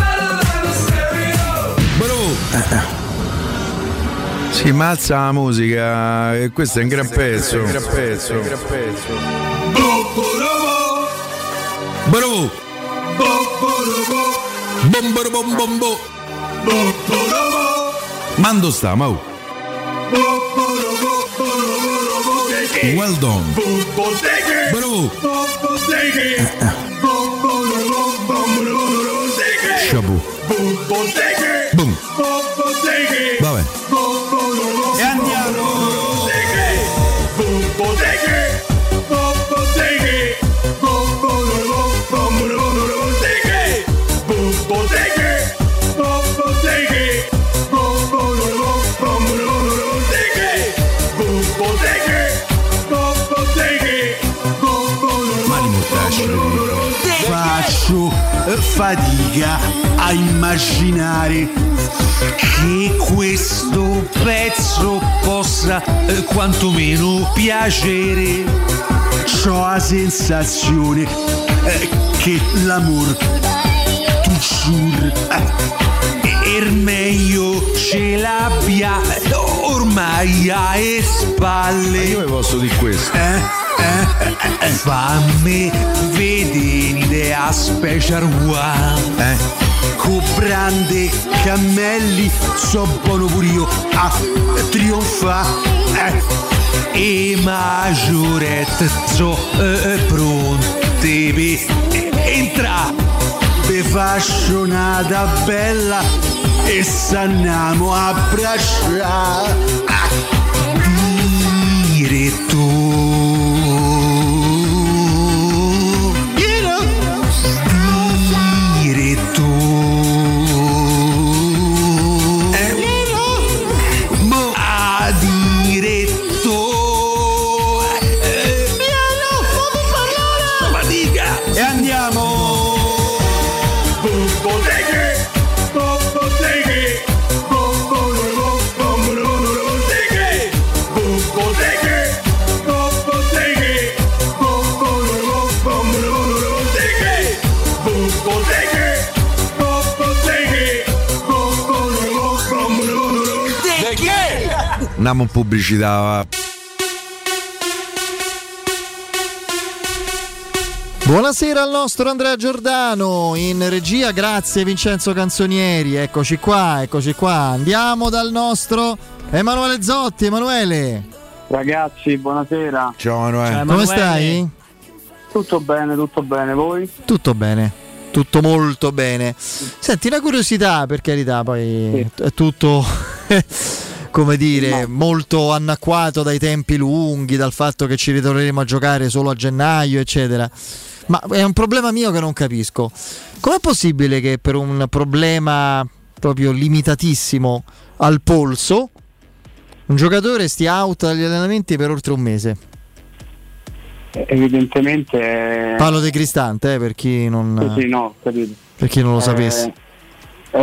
Bro. Si mazza la musica e questo è un gran pezzo. Un gran pezzo. Un gran pezzo. Bro. Bomboro bom bombo. Mando sta, mau. Well done. Bro. Shabu. Boom. Vabbè. E andiamo. Mani mortacci. Facci. faccio eh, fatica a immaginare che questo pezzo possa eh, quantomeno piacere. C'ho la sensazione eh, che l'amor tu giur eh, er meglio ce l'abbia ormai alle spalle. Io vi posso dire questo. Eh? Eh, eh, fammi vedere a special one eh? Con brande cammelli so buono pure io a trionfa eh? E maggiorette so eh, pronte per entra per faccio una bella e s'andiamo a abbracciare diretto. Andiamo in pubblicità. Buonasera al nostro Andrea Giordano in regia, grazie Vincenzo Canzonieri, eccoci qua, eccoci qua. Andiamo dal nostro Emanuele Zotti. Emanuele. Ragazzi, buonasera. Ciao Emanuele. Ciao, Emanuele. Come stai? Tutto bene, tutto bene, voi? Tutto bene, tutto molto bene. Senti, una curiosità, per carità, poi sì. È tutto... come dire, no. molto anacquato dai tempi lunghi, dal fatto che ci ritroveremo a giocare solo a gennaio, eccetera. Ma è un problema mio che non capisco. Com'è possibile che per un problema proprio limitatissimo al polso un giocatore stia out dagli allenamenti per oltre un mese? Evidentemente parlo di Cristante, eh, per chi non sì, no, capito. Per chi non lo eh, sapesse. È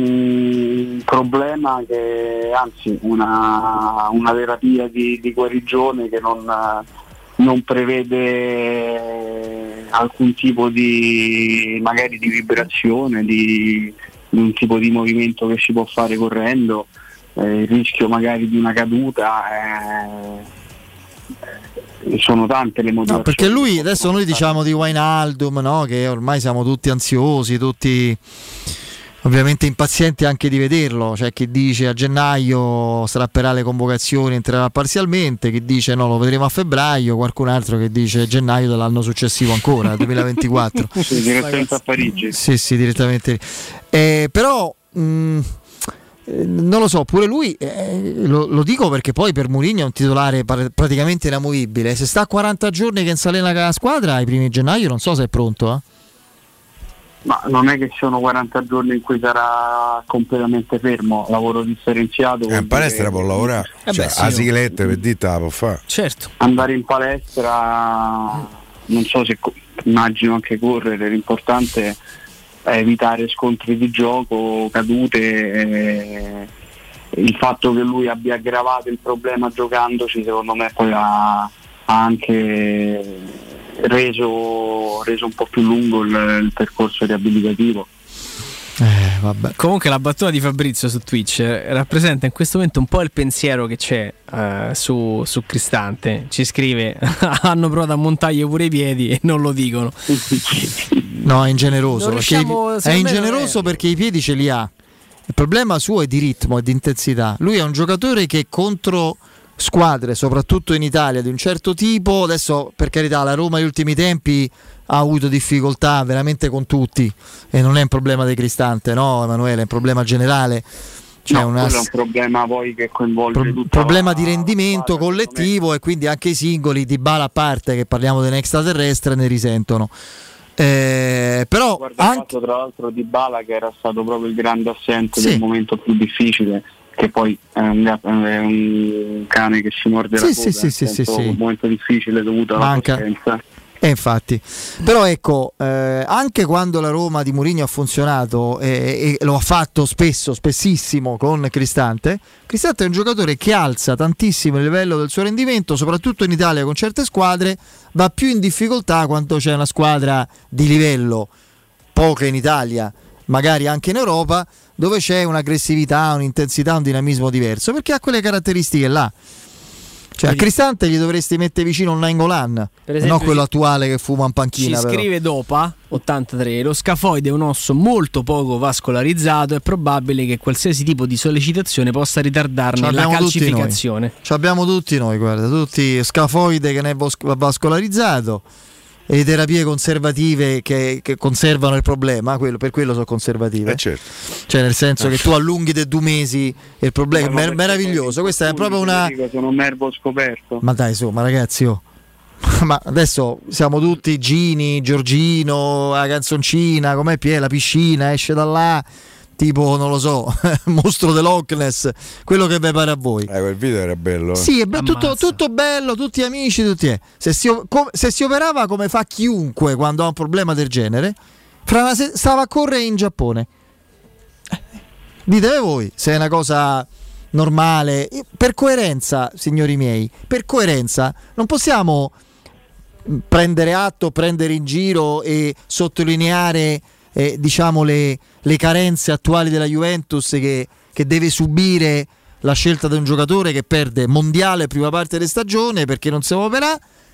un problema che, anzi, una, una terapia di, di guarigione che non, non prevede alcun tipo di, magari di vibrazione, di, di un tipo di movimento che si può fare correndo, eh, il rischio magari di una caduta. Eh, sono tante le motivazioni. No, perché lui, adesso noi diciamo di Wijnaldum, no? Che ormai siamo tutti ansiosi, tutti ovviamente impazienti anche di vederlo, c'è chi dice a gennaio strapperà le convocazioni, entrerà parzialmente, chi dice no, lo vedremo a febbraio, qualcun altro che dice gennaio dell'anno successivo ancora, duemilaventiquattro. Sì, direttamente a Parigi. Sì, sì, direttamente. Eh, però mh, eh, non lo so, pure lui, eh, lo, lo dico perché poi per Mourinho è un titolare par- praticamente inamovibile, se sta a quaranta giorni che insalena la squadra, ai primi di gennaio non so se è pronto, eh. Ma non è che sono quaranta giorni in cui sarà completamente fermo, lavoro differenziato. Eh, in palestra può lavorare, eh cioè, beh, sì, a sigletta per dita la può fare. Certo. Andare in palestra, non so se immagino anche correre, l'importante è evitare scontri di gioco, cadute. Eh, il fatto che lui abbia aggravato il problema giocandoci, secondo me poi ha, ha anche Reso, reso un po' più lungo il, il percorso riabilitativo. Eh, vabbè. Comunque la battuta di Fabrizio su Twitch rappresenta in questo momento un po' il pensiero che c'è uh, su, su Cristante. Ci scrive hanno provato a montargli pure i piedi e non lo dicono. No, è ingeneroso, perché riusciamo, è ingeneroso è... perché i piedi ce li ha. Il problema suo è di ritmo e di intensità. Lui è un giocatore che contro squadre, soprattutto in Italia di un certo tipo, adesso per carità la Roma negli ultimi tempi ha avuto difficoltà veramente con tutti e non è un problema di Cristante, no Emanuele, è un problema generale. C'è no, una... quello è un problema poi che coinvolge Pro- tutta problema la... di rendimento collettivo e quindi anche i singoli, Dybala a parte, che parliamo di un extraterrestre, ne risentono. Eh, però Guarda anche... fatto, tra l'altro Dybala che era stato proprio il grande assente sì. del momento più difficile, che poi è un, è un cane che si morde sì, la coda, sì, sì, sì, sì, un sì. momento difficile dovuto alla manca, coscienza. E infatti, però ecco, eh, anche quando la Roma di Mourinho ha funzionato eh, e lo ha fatto spesso, spessissimo con Cristante, Cristante è un giocatore che alza tantissimo il livello del suo rendimento, soprattutto in Italia con certe squadre, va più in difficoltà quando c'è una squadra di livello, poche in Italia, magari anche in Europa, dove c'è un'aggressività, un'intensità, un dinamismo diverso, perché ha quelle caratteristiche là. Cioè, a Cristante gli dovresti mettere vicino un Nainggolan, non quello attuale che fuma in panchina. Ci però. Scrive Dopa ottantatré: lo scafoide è un osso molto poco vascolarizzato, è probabile che qualsiasi tipo di sollecitazione possa ritardarne la calcificazione. Ci abbiamo tutti noi, guarda, tutti scafoide che ne è vos- vascolarizzato e terapie conservative che, che conservano il problema, quello, per quello sono conservative. Eh certo. Cioè nel senso che tu allunghi di due mesi e il problema è mer- meraviglioso. Questa è proprio una... Sono un nervo scoperto. Ma dai, insomma, ragazzi, oh. Ma adesso siamo tutti Gini, Giorgino, la canzoncina, com'è Pie, la piscina, esce da là, tipo, non lo so, mostro dell'Loch Ness, quello che vi pare a voi. Eh, quel video era bello. Sì, è be- tutto, tutto bello, tutti amici, tutti. Eh. Se, si, com- se si operava come fa chiunque quando ha un problema del genere, fra una se- stava a correre in Giappone. Eh. Ditemi voi se è una cosa normale. Per coerenza, signori miei, per coerenza non possiamo prendere atto, prendere in giro e sottolineare eh, diciamo le, le carenze attuali della Juventus che, che deve subire la scelta di un giocatore che perde mondiale prima parte di stagione perché non si può operare,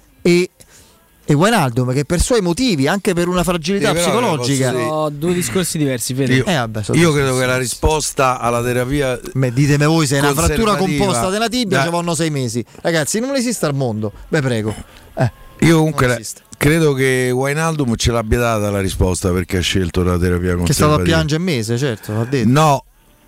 e e Wijnaldum che per suoi motivi, anche per una fragilità sì, psicologica, sono due discorsi diversi. Fede. Io, eh, vabbè, io credo che la risposta alla terapia, beh, ditemi voi, se è una frattura composta della tibia da... ci vanno sei mesi, ragazzi, non esiste al mondo, ve prego. Eh, io comunque la, credo che Wijnaldum ce l'abbia data la risposta, perché ha scelto la terapia conservativa. Che è stato a piangere un mese, certo, l'ha detto. No,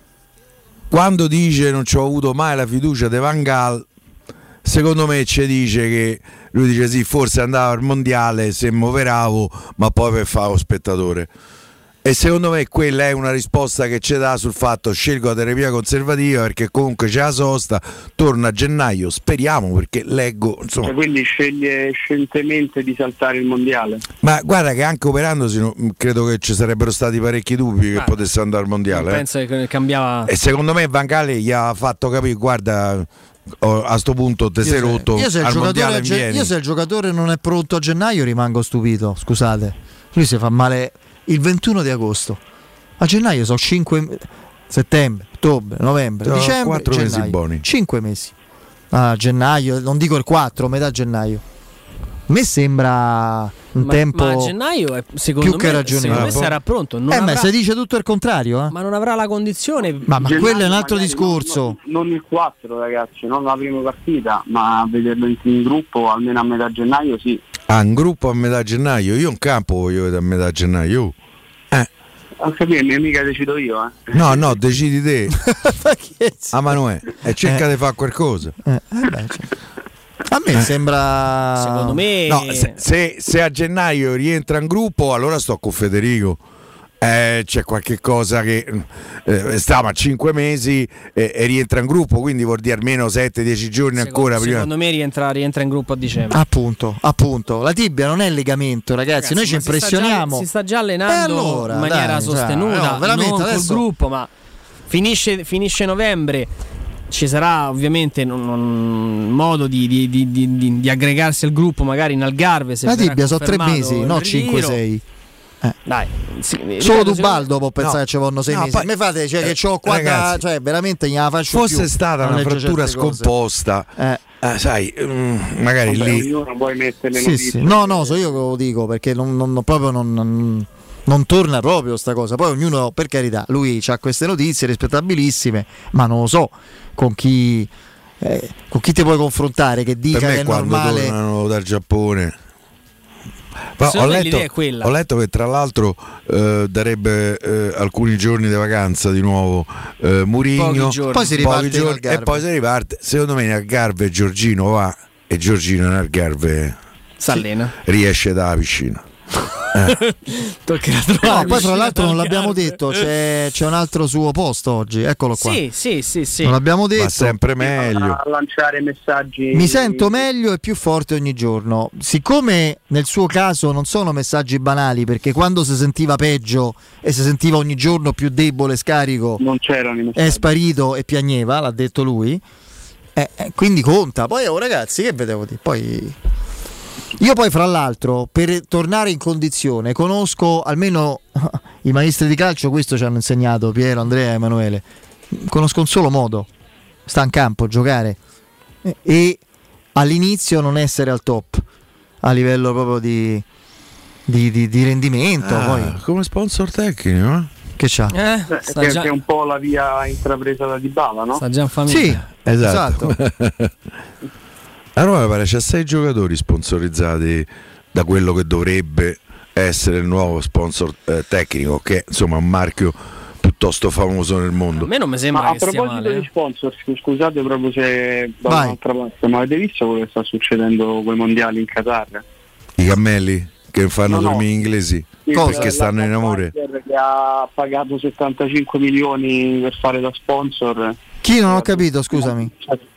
quando dice non ci ho avuto mai la fiducia di Van Gaal, secondo me ci dice che lui dice sì, forse andavo al mondiale se mi operavo, ma poi per fare lo spettatore. E secondo me quella è una risposta che ci dà sul fatto: scelgo la terapia conservativa perché comunque c'è la sosta, torna a gennaio, speriamo, perché leggo, insomma. Cioè, quindi sceglie scientemente di saltare il mondiale. Ma guarda che anche operandosi no, credo che ci sarebbero stati parecchi dubbi che ah, potesse andare al mondiale. Penso eh. che cambiava. E secondo me Van Gaal gli ha fatto capire: guarda, oh, a sto punto te sei rotto, io se, al mondiale gen- io se il giocatore non è pronto a gennaio rimango stupito, scusate. Lui si fa male il ventuno di agosto, a gennaio sono cinque, settembre, ottobre, novembre, no, dicembre, quattro gennaio, mesi buoni, cinque mesi a gennaio, non dico il quattro, metà gennaio. A me sembra un ma, tempo ma a gennaio è, secondo più me, che ragionevole. Secondo me sarà pronto. Non eh, avrà... ma si dice tutto il contrario, eh? Ma non avrà la condizione. Ma, ma quello è un altro discorso. Non, non il quattro, ragazzi, non la prima partita, ma vederlo in, in gruppo almeno a metà gennaio, sì. Ah, in gruppo a metà gennaio? Io in campo voglio vedere a metà gennaio. Eh. A capire, mica decido io, eh. No, no, decidi te. Ah, Manuè, e cerca eh. di fare qualcosa. Eh, eh beh, cioè. A me eh. sembra. Secondo me. No, se, se, se a gennaio rientra in gruppo, allora sto con Federico. Eh, c'è qualche cosa che eh, stiamo a cinque mesi eh, e rientra in gruppo, quindi vuol dire almeno sette dieci giorni secondo, ancora prima. Secondo me rientra, rientra in gruppo a dicembre. Appunto, appunto. La tibia non è legamento, ragazzi, ragazzi noi ci impressioniamo. Si sta già, si sta già allenando eh allora, in maniera dai, sostenuta, cioè, no, veramente, non adesso... col gruppo, ma finisce, finisce novembre. Ci sarà ovviamente un, un modo di, di, di, di, di aggregarsi al gruppo, magari in Algarve. Se la tibia sono tre mesi, no cinque sei. Eh. Dai, sì, solo Dubaldo può pensare no. che ci vanno sei no, mesi. Poi, mi fate cioè, eh, che c'ho qua da, cioè veramente gliela faccio fosse più. stata una frattura scomposta, eh. Eh, sai, mm, magari vabbè, lì. Ognuno puoi mettere le sì, notizie. Sì. No, no, so io che lo dico perché non, non proprio non, non, non torna proprio sta cosa. Poi ognuno, per carità, lui ha queste notizie rispettabilissime, ma non lo so con chi, eh, con chi ti puoi confrontare che dica per me che è quando normale. Tornano dal Giappone. Ma ho, letto, ho letto che tra l'altro eh, darebbe eh, alcuni giorni di vacanza di nuovo eh, Mourinho, poi si riparte giorni, e poi si riparte. Secondo me in Algarve Giorgino va e Giorgino in Algarve s'allena, riesce dalla piscina. Eh. Toccherà trovare. No, poi tra l'altro non l'abbiamo detto, c'è, c'è un altro suo posto oggi, eccolo qua. Sì, sì, sì, sì. Non l'abbiamo detto. Ma sempre meglio. A lanciare messaggi. Mi sento meglio e più forte ogni giorno. Siccome nel suo caso non sono messaggi banali, perché quando si sentiva peggio e si sentiva ogni giorno più debole, scarico, non c'erano i messaggi. È sparito e piagneva, l'ha detto lui. Eh, eh, quindi conta. Poi oh, ragazzi, che vedevo di poi. Io poi fra l'altro per tornare in condizione conosco almeno i maestri di calcio, questo ci hanno insegnato Piero, Andrea e Emanuele, conosco un solo modo: sta in campo, giocare e, e all'inizio non essere al top a livello proprio di, di, di, di rendimento. Ah, poi. Come sponsor tecnico, eh? Che c'ha? Eh, Beh, che, già... che è un po' la via intrapresa da Dybala, no? Sta già in famiglia. Sì, esatto. esatto. A Roma mi pare c'è sei giocatori sponsorizzati da quello che dovrebbe essere il nuovo sponsor eh, tecnico, che insomma è un marchio piuttosto famoso nel mondo. A me non mi sembra ma che a proposito stia male, di sponsor, scusate proprio se da un'altra parte, ma avete visto quello che sta succedendo con i mondiali in Qatar? I cammelli che fanno no, dormire no. gli inglesi perché stanno in amore. Che ha pagato settantacinque milioni per fare da sponsor. Chi non ho capito, scusami.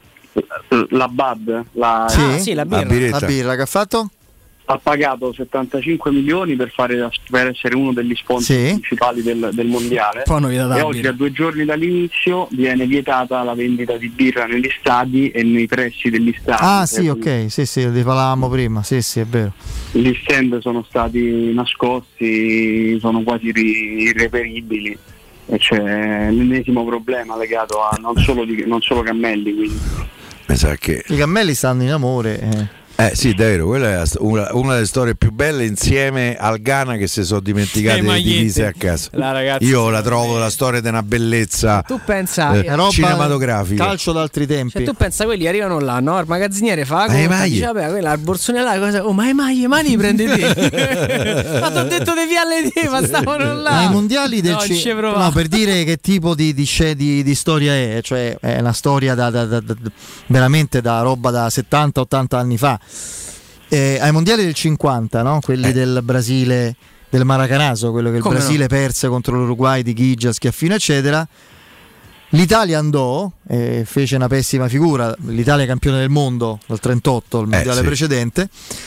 La Bud, la, sì, ah, sì, la birra. La birretta. La birra che ha fatto? Ha pagato settantacinque milioni per, fare, per essere uno degli sponsor sì. principali del, del mondiale. E oggi, a due giorni dall'inizio, viene vietata la vendita di birra negli stadi e nei pressi degli stadi. Ah sì, ok, sì sì, ne parlavamo prima, sì sì, è vero. Gli stand sono stati nascosti, sono quasi irreperibili e c'è l'ennesimo problema legato a non solo, di, non solo cammelli, quindi. Mi sa che i cammelli stanno in amore. Eh. Eh sì, davvero, quella è una, una delle storie più belle, insieme al Ghana che si sono dimenticati le divise a casa. La Io la trovo la storia di una bellezza tu pensa, eh, roba cinematografica. Calcio d'altri tempi. Cioè, tu pensa, quelli arrivano là, no? Il magazziniere fa la conta, dice vabbè, quella il borsone là, cosa? Oh, ma le maglie, mani prendi te. Ma ti ho detto di vialle te, ma stavano là. Ma i mondiali del no, c- no, per dire che tipo di, di, di, di storia è, cioè è una storia da, da, da, da veramente da roba da settanta ottanta anni fa. Eh, ai mondiali del cinquanta, no? Quelli eh. del Brasile, del Maracanazo, quello che il Come Brasile no? perse contro l'Uruguay di Ghigia, Schiaffino eccetera. L'Italia andò e eh, fece una pessima figura. L'Italia campione del mondo dal trentotto, il mondiale eh, sì. precedente.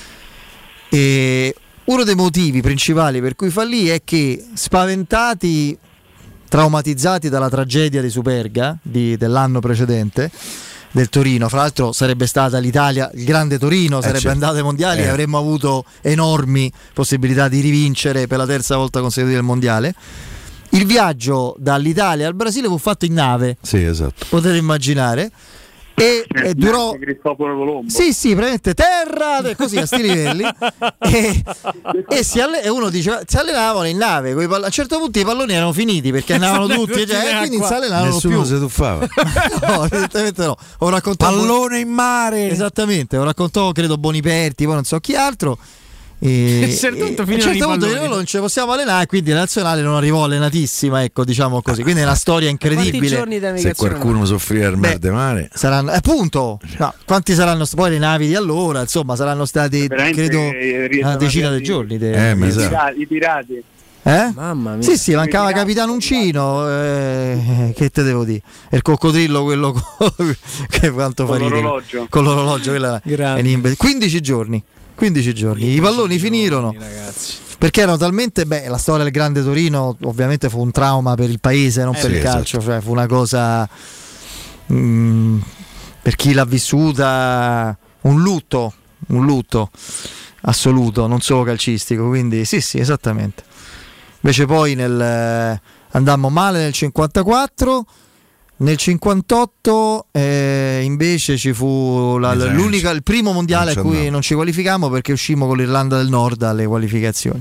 E uno dei motivi principali per cui fallì è che, spaventati, traumatizzati dalla tragedia di Superga di, dell'anno precedente, del Torino, fra l'altro sarebbe stata l'Italia, il grande Torino, sarebbe eh certo. andato ai mondiali eh. e avremmo avuto enormi possibilità di rivincere per la terza volta consecutiva il mondiale. Il viaggio dall'Italia al Brasile fu fatto in nave, sì, esatto. potete immaginare, e, e durò sì sì praticamente terra così a sti livelli e, e, si alle- e uno dice si allenavano in nave coi pall- a un certo punto i palloni erano finiti perché andavano tutti, cioè, quindi non si allenavano nessuno più. si tuffava. No, evidentemente no. Ho raccontato pallone in mare, esattamente, ho raccontato credo Boniperti, poi non so chi altro. E, e a un certo punto, e, a un certo punto noi non ci possiamo allenare, quindi la nazionale non arrivò allenatissima, ecco, diciamo così. Quindi è una storia incredibile. Se qualcuno soffriva al mar de mare, saranno appunto no, quanti saranno poi le navi di allora? Insomma, saranno stati credo una decina di giorni. De, eh, i, pirati, I pirati. Eh? Mamma mia. Sì, sì, mancava Capitano Uncino, eh, che te devo dire? E il coccodrillo, quello che quanto con fa l'orologio. Con l'orologio, quella è quindici giorni. quindici giorni, i palloni finirono, ragazzi. Perché erano talmente, beh, la storia del grande Torino ovviamente fu un trauma per il paese, non eh, per sì, il calcio, esatto. cioè fu una cosa mh, per chi l'ha vissuta un lutto, un lutto assoluto, non solo calcistico, quindi sì sì esattamente. Invece poi nel, andammo male nel cinquantaquattro. Nel cinquantotto eh, invece ci fu la, l'unica, il primo mondiale a cui non ci qualificammo perché uscimmo con l'Irlanda del Nord alle qualificazioni.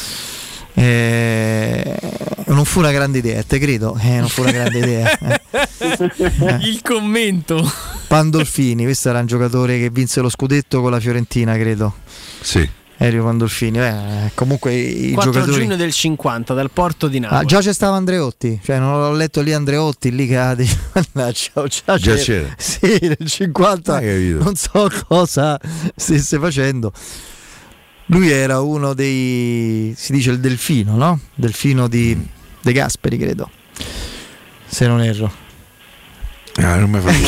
Eh, non fu una grande idea, te credo, eh, non fu una grande idea. Eh. Il commento. Pandolfini, questo era un giocatore che vinse lo scudetto con la Fiorentina, credo. Sì. Erio Pandolfini, eh, comunque i quattro giocatori. giugno del cinquanta dal porto di Napoli. Ah, già c'è stato Andreotti, cioè non l'ho letto lì Andreotti lì che ha dei... già, già, già c'era. Sì, nel cinquanta non so cosa stesse facendo. Lui era uno dei, si dice il delfino, no? Delfino di De Gasperi, credo, se non erro. Ah, non mi fa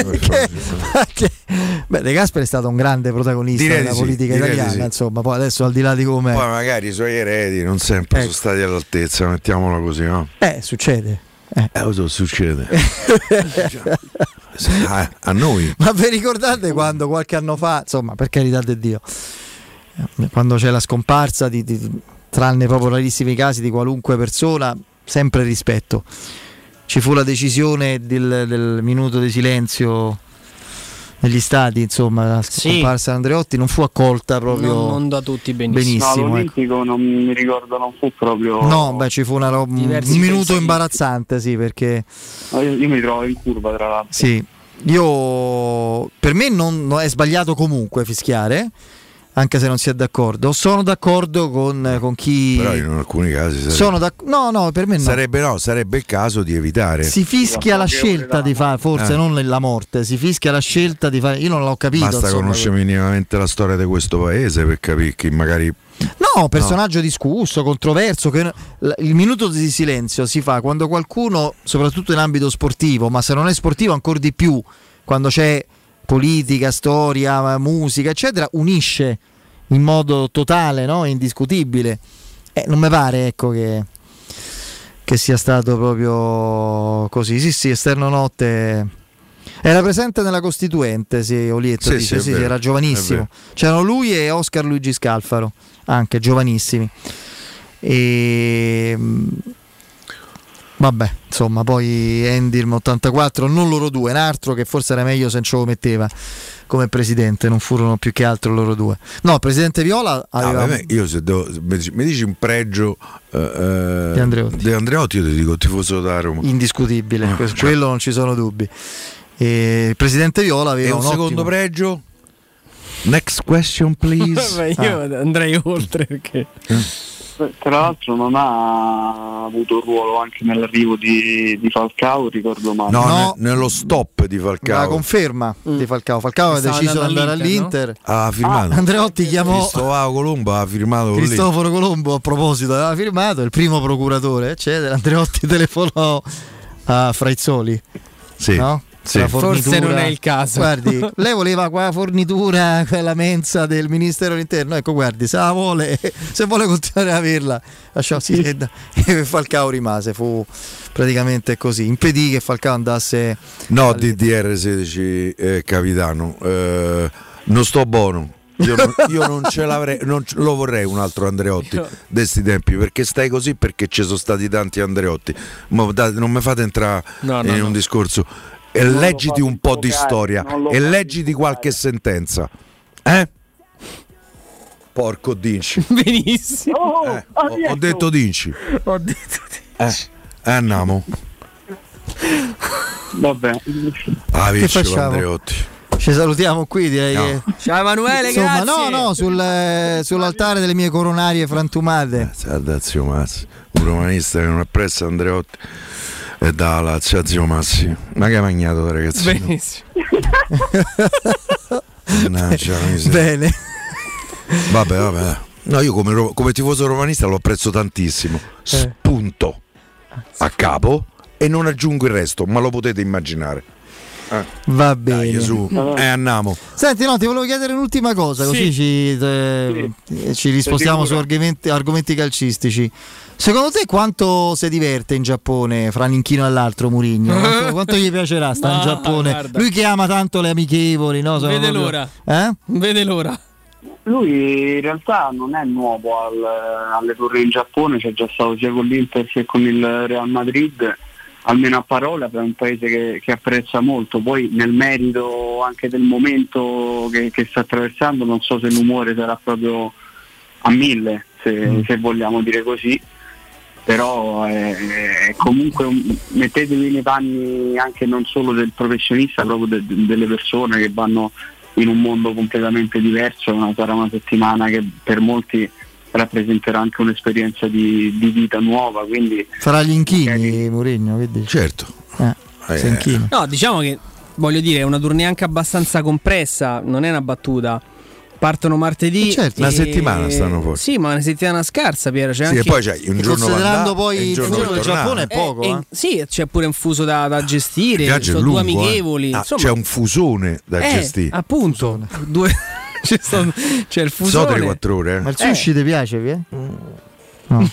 Beh, De Gasperi è stato un grande protagonista direi della sì, politica italiana, sì. insomma, poi adesso al di là di come... Poi magari i suoi eredi non sempre ecco. sono stati all'altezza, mettiamola così, no? Eh, succede. Eh, eh so, succede. a, a noi. Ma vi ricordate quando qualche anno fa, insomma, per carità di Dio, quando c'è la scomparsa di, di tranne proprio rarissimi casi di qualunque persona, sempre rispetto, ci fu la decisione del, del minuto di silenzio negli stadi, insomma, la scomparsa di Andreotti non fu accolta proprio non, non da tutti benissimo, benissimo no, l'Olimpico ecco. Non mi ricordo, non fu proprio no, beh ci fu una roba, un minuto imbarazzante, sì, perché no, io, io mi trovo in curva tra l'altro. Sì, io per me non, non è sbagliato comunque fischiare, anche se non si è d'accordo. Sono d'accordo con, con chi. Però in alcuni casi sarebbe... sono d'ac- no, no, per me no. Sarebbe no, sarebbe il caso di evitare. Si fischia la scelta di fare, forse eh. non la morte, si fischia la scelta di fare. Io non l'ho capito. Basta conoscere minimamente la storia di questo paese per capire che magari. No, personaggio no. discusso, controverso. Che il minuto di silenzio si fa quando qualcuno, soprattutto in ambito sportivo, ma se non è sportivo ancora di più, quando c'è politica, storia, musica, eccetera, unisce in modo totale, no? Indiscutibile. Eh, non mi pare, ecco, che, che sia stato proprio così. Sì, sì, Esterno Notte era presente nella Costituente, sì, Olietto sì, dice, sì, sì, sì, era giovanissimo. C'erano lui e Oscar Luigi Scalfaro, anche giovanissimi. E vabbè, insomma, poi Endirm ottantaquattro, non loro due, un altro che forse era meglio se non ce lo metteva come presidente, non furono più che altro loro due. No, il presidente Viola aveva... ah, beh, io se devo, mi dici un pregio eh, di Andreotti. di Andreotti, io ti dico tifoso da Roma. Indiscutibile, ah, quello cioè. non ci sono dubbi. E il presidente Viola aveva e un, un secondo ottimo... pregio? Next question please. Beh, io ah. andrei oltre perché... Eh. Tra l'altro non ha avuto un ruolo anche nell'arrivo di, di Falcao, ricordo male. No, no, ne, nello stop di Falcao. La conferma mm. di Falcao. Falcao aveva deciso di andare all'Inter. No? Ha firmato. Ah, Andreotti chiamò Cristoforo Colombo, ha firmato. Cristoforo Colombo, a proposito, aveva firmato, il primo procuratore, eccetera. Andreotti telefonò a Fraizzoli. Sì. No? Sì. Forse non è il caso. Guardi, lei voleva quella fornitura, quella mensa del Ministero dell'Interno. Ecco, guardi, se la vuole, se vuole continuare ad averla, lasciò sì, e Falcao rimase. Fu praticamente così. Impedì che Falcao andasse. No, D D R sedici, eh, capitano. Eh, non sto buono. Io non, io non ce l'avrei, non ce, lo vorrei un altro Andreotti di questi tempi, perché stai così perché ci sono stati tanti Andreotti. Ma date, non mi fate entrare no, no, in no. un discorso. E non leggiti un po' di storia e leggiti qualche sentenza, eh? Porco Dinci. Benissimo. Oh, eh, ho, ho detto Dinci. Ho detto Dinci. Eh, andiamo. Vabbè. Ah, vince Andreotti. Ci salutiamo qui, direi. No. Che... Ciao Emanuele, insomma, grazie. no, no, sul, eh, sull'altare delle mie coronarie frantumate. Eh, zio Mazzi, un romanista che non apprezza Andreotti. E da Lazio, zio Massi. Ma che hai magnato, ragazzi? Benissimo. no, Bene. Vabbè, vabbè. No, io come, come tifoso romanista lo apprezzo tantissimo. Spunto a capo e non aggiungo il resto, ma lo potete immaginare. Eh. Va bene. Dai, su. E eh, andiamo. Senti, no, ti volevo chiedere un'ultima cosa, così sì. ci, te, sì. ci rispostiamo su argomenti, argomenti calcistici. Secondo te quanto si diverte in Giappone fra un inchino all'altro Mourinho? Quanto, quanto gli piacerà sta in Giappone? Guarda. Lui che ama tanto le amichevoli, no? Vede proprio... l'ora. Eh? Vede l'ora. Lui in realtà non è nuovo al, alle torri in Giappone, c'è già stato sia con l'Inter che con il Real Madrid, almeno a parole, per un paese che, che apprezza molto. Poi nel merito anche del momento che, che sta attraversando non so se l'umore sarà proprio a mille, se, mm. se vogliamo dire così, però è, è comunque un, mettetevi nei panni anche non solo del professionista, proprio de, de, delle persone che vanno in un mondo completamente diverso. Una, sarà una settimana che per molti rappresenterà anche un'esperienza di, di vita nuova, quindi farà gli inchini okay. Mourinho, che dici? Certo. Eh, eh. No, diciamo che voglio dire è una tournée anche abbastanza compressa, non è una battuta. Partono martedì. Eh certo. Una settimana stanno fuori. Sì, ma una settimana scarsa, Piero. C'è sì, anche... e poi c'è un giorno considerando poi il giorno del Giappone è poco. Eh, Eh, eh, sì, c'è pure un fuso da, da gestire. Il Sono lungo, due amichevoli. eh. Ah, Insomma, c'è un fusone da eh, gestire. Appunto, due... c'è, stato... c'è il fusone. So tre quattro ore. Eh. Ma il sushi eh. ti piace, Pie? No.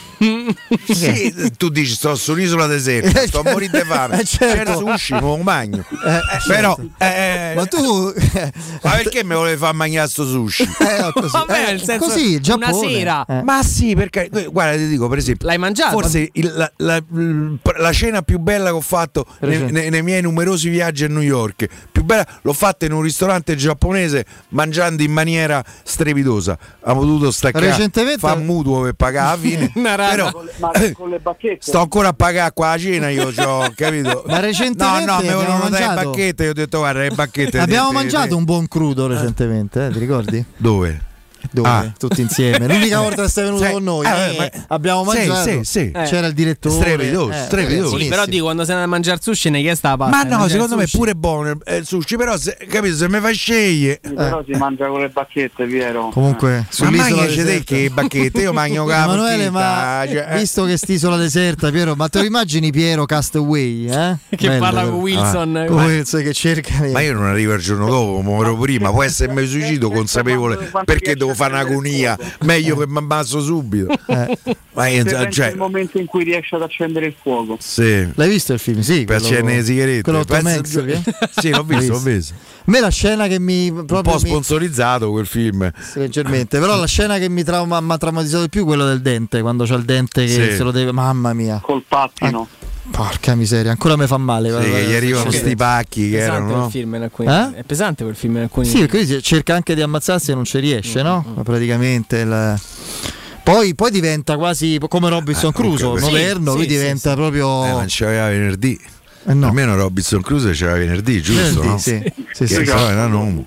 Sì, tu dici sto su un'isola deserta, sto a morire di fame. Eh, certo. C'è il sushi, non lo magno. Eh, Però certo. eh, ma tu ma perché mi volevi far mangiare sto sushi? Eh, così. Vabbè, Eh, nel senso, così, Giappone. una sera. Eh. Ma sì, perché guarda, ti dico per esempio, l'hai mangiato? forse il, la, la, la cena più bella che ho fatto nei, nei, nei miei numerosi viaggi a New York, più bella l'ho fatta in un ristorante giapponese mangiando in maniera strepitosa. Abbiamo dovuto staccare, recentemente fa mutuo per pagare la fine. Però Con le, ma con le bacchette. sto ancora a pagare qua la cena, io c'ho, capito? Ma recentemente no, no, mi abbiamo volevano dare le mangiato- bacchette, io ho detto guarda, le bacchette. Abbiamo te- te- mangiato te- un buon crudo recentemente, eh, ti ricordi? Dove? Dove? Ah. Tutti insieme. L'unica volta che sei venuto Sì. con noi, Eh, eh, ma- abbiamo sì, mangiato. sì, sì. C'era il direttore. Strepidoso, eh, strepidoso. Sì, però dico, quando sei andato a mangiare sushi ne chiesta la pasta. Ma ne no, mangiare secondo me è sushi. pure buono eh, il sushi, però se, capito, se mi fai scegliere. Sì, però si mangia con le bacchette, Piero. Comunque, Ma sull'isola mangiaci te deserta. che bacchette, io mangio con la Emanuele, ma forchetta, cioè, eh. visto che st'isola deserta, Piero, ma te lo immagini Piero Castaway, eh? Che Bello, parla però. con Wilson. Ah. Con Wilson che cerca. Ma io non arrivo il giorno dopo, muoio prima, può essere me suicidio consapevole perché devo fare un'agonia, meglio che mi ammazzo subito. Eh. Ma io, Se pensi cioè, il momento in cui riesce ad accendere il fuoco. sì. L'hai visto il film? Sì. Per quello- accendere le sigarette. quello Tom Penso- Hanks, che- Sì, l'ho visto, l'ho L'hai visto. A me la scena che mi Un proprio po' mi- sponsorizzato quel film. Sì, leggermente, però la scena che mi trauma, mi ha traumatizzato di più è quella del dente, quando c'ha il dente che Sì. se lo deve, mamma mia. Col pattino. Porca miseria, ancora mi fa male. Sì, guarda, che gli arrivano guarda. sti pacchi che Pesante erano, quel no? film in alcuni- Eh? È pesante quel film in alcuni. Sì, perché lui cerca anche di ammazzarsi e non ci riesce, no? Ma praticamente il... poi, poi diventa quasi come Robinson Crusoe, sì, moderno, sì, lui sì, diventa sì. proprio... Eh, non c'aveva venerdì. Eh, no. Almeno Robinson Crusoe c'era venerdì, giusto? Venerdì, no? sì. Sì, Che sì, so, sì. era non...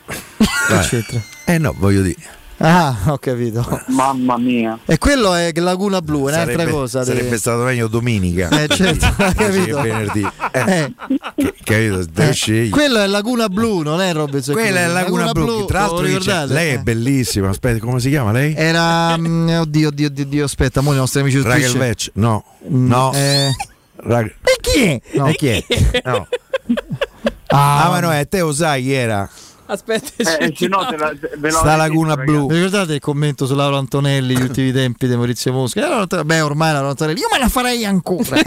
Che c'entra? Eh no, voglio dire. Ah, ho capito. Mamma mia. E quello è Laguna Blu, è un'altra Sarebbe, cosa. sarebbe de- stato meglio domenica. Eh, certo, ho Invece capito. che venerdì. Eh, Eh, che- capito? Devo eh, scegliere. quello è Laguna Blu, non è Robinson Quella è Crusoe. Laguna Blu. Tra l'altro, lo dice- ricordate? lei è Eh. bellissima. Aspetta, come si chiama lei? Era mm, oddio, oddio, oddio, oddio, aspetta, mo i nostri amici su Rachel Twitch. Vetch? No, Mm, no. eh, Ra- E chi è? No. E chi è? No. Ah, Ah, ma no, te lo sai chi era? Aspetta, Eh, se no te la, ve l'ho Sta detto, Laguna ragazzi. Blu. Vi ricordate il commento su Laura Antonelli gli ultimi tempi di Maurizio Mosca? Eh, Laura Antonelli- Beh, ormai Laura Antonelli, io me la farei ancora.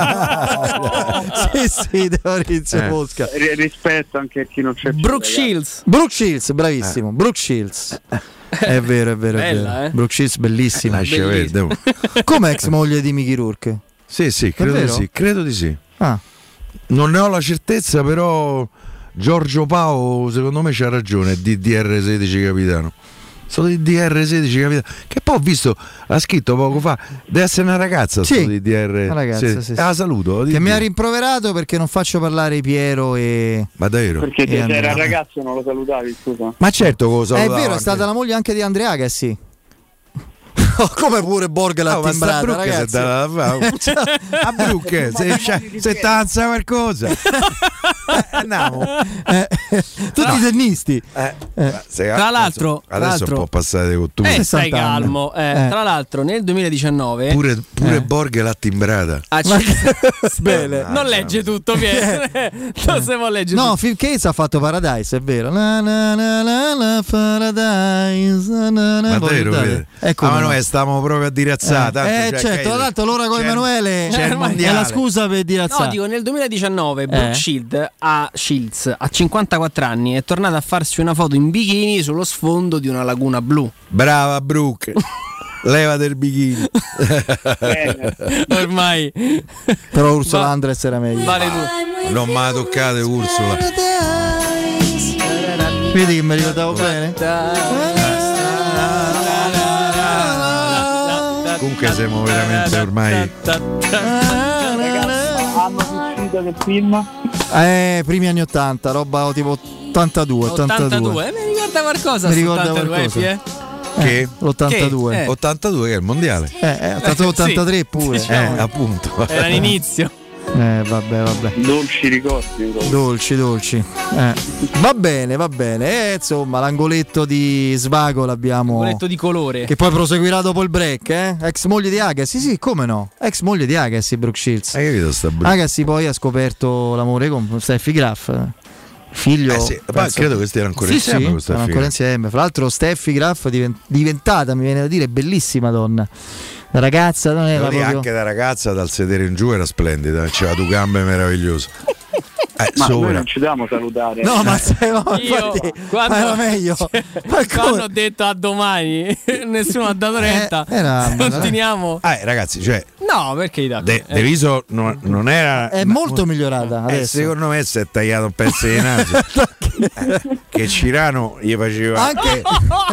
sì, sì, di Maurizio Eh. Mosca. R- rispetto anche a chi non c'è più, Brooke ragazzi. Shields. Brooke Shields, bravissimo. Brooke Shields. È vero, è vero, è Bella, vero. eh? Brooke Shields, bellissima. Lascia vedere. Come ex moglie di Mickey Rourke? Sì, sì, credo di Davvero? sì, credo di sì. Ah, Non ne ho la certezza, però Giorgio Pao secondo me c'ha ragione, D D R sedici capitano. Sto D D R sedici capitano. Che poi ho visto, ha scritto poco fa, deve essere una ragazza Sì, sto D D R. una ragazza, sì. sì, sì. Eh, la saluto. che di- mi ha rimproverato perché non faccio parlare Piero e... Ma davvero? Perché E te Andrea. era ragazzo non lo salutavi, scusa. Ma certo che lo Eh, è salutavo vero, è anche. stata la moglie anche di Andrea Agassi. Come pure Borg l'ha Oh, ma sta timbrata, Brooke si è ragazzi. data da fare. A Brooke, se, c'è- se tanza qualcosa. Eh, andiamo. Eh, tutti i tennisti. Eh, Eh. se- Tra l'altro- adesso, tra adesso l'altro- un po' passate di cottura. Eh, stai sessanta anni. calmo. Eh, Eh. Tra l'altro, nel duemiladiciannove. Pure, pure Eh. Borg l'ha timbrata. Ah, Ma- c- Bene. non legge tutto, Piero. Non si può leggere No, tutto. Phil Cates ha fatto Paradise, è vero. Na, na, na, na, na, Paradise. Na, na, na. Ma Voi vero, ricordate? vero? Ecco Ah, ma come no. noi stiamo proprio a dirazzare. tanto, Eh, cioè, certo, che- tanto l'ora con c'è- Emanuele c'è il è mondiale. la scusa per dirazzare. No, dico nel duemiladiciannove Brooke Eh? Shield a Shields a cinquantaquattro anni è tornata a farsi una foto in bikini sullo sfondo di una laguna blu. Brava Brooke. Leva del bikini. Ormai Però Ursula Va- Andress era meglio. vale tu. Non me la toccate Ursula. Vedi che mi ricordavo bene? Comunque siamo veramente ormai. Anno di uscita del film? Eh, primi anni ottanta, roba tipo ottantadue, ottantadue. ottantadue, eh, mi ricorda qualcosa. Mi su ricorda ottantadue, qualcosa. eh, Che? l'ottantadue. Che? Eh. ottantadue che è il mondiale. Eh, eh, ottantadue, ottantatré pure. Eh, appunto. Era l'inizio. Eh, Eh, vabbè, vabbè. Dolci ricordi. Dolci, dolci. Eh. Va bene, va bene. Eh, insomma, l'angoletto di Svago l'abbiamo. L'angoletto di colore. Che poi proseguirà dopo il break, eh? Ex moglie di Agassi, sì, come no? Ex moglie di Agassi, Brooke Shields. Hai capito sta Brooke? Agassi poi ha scoperto l'amore con Steffi Graf. Figlio. Eh sì, poi credo che stiano ancora sì, insieme. Sì, con stanno ancora insieme. Fra l'altro, Steffi Graf è diventata, mi viene da dire, bellissima donna. La ragazza non era proprio... anche da ragazza dal sedere in giù era splendida, c'era due gambe meravigliose. Eh, ma sopra. noi non ci dobbiamo salutare. No, ma, sei, ma Io, infatti, quando, ma era meglio. Ma quando ho detto a domani, nessuno ha dato retta. Eh, era, Continuiamo. Eh, ragazzi, cioè. No, perché da De, De Viso non, non era. È molto migliorata. Eh, adesso. secondo me si è tagliato un pezzo di naso. eh, che Cirano gli faceva. Anche,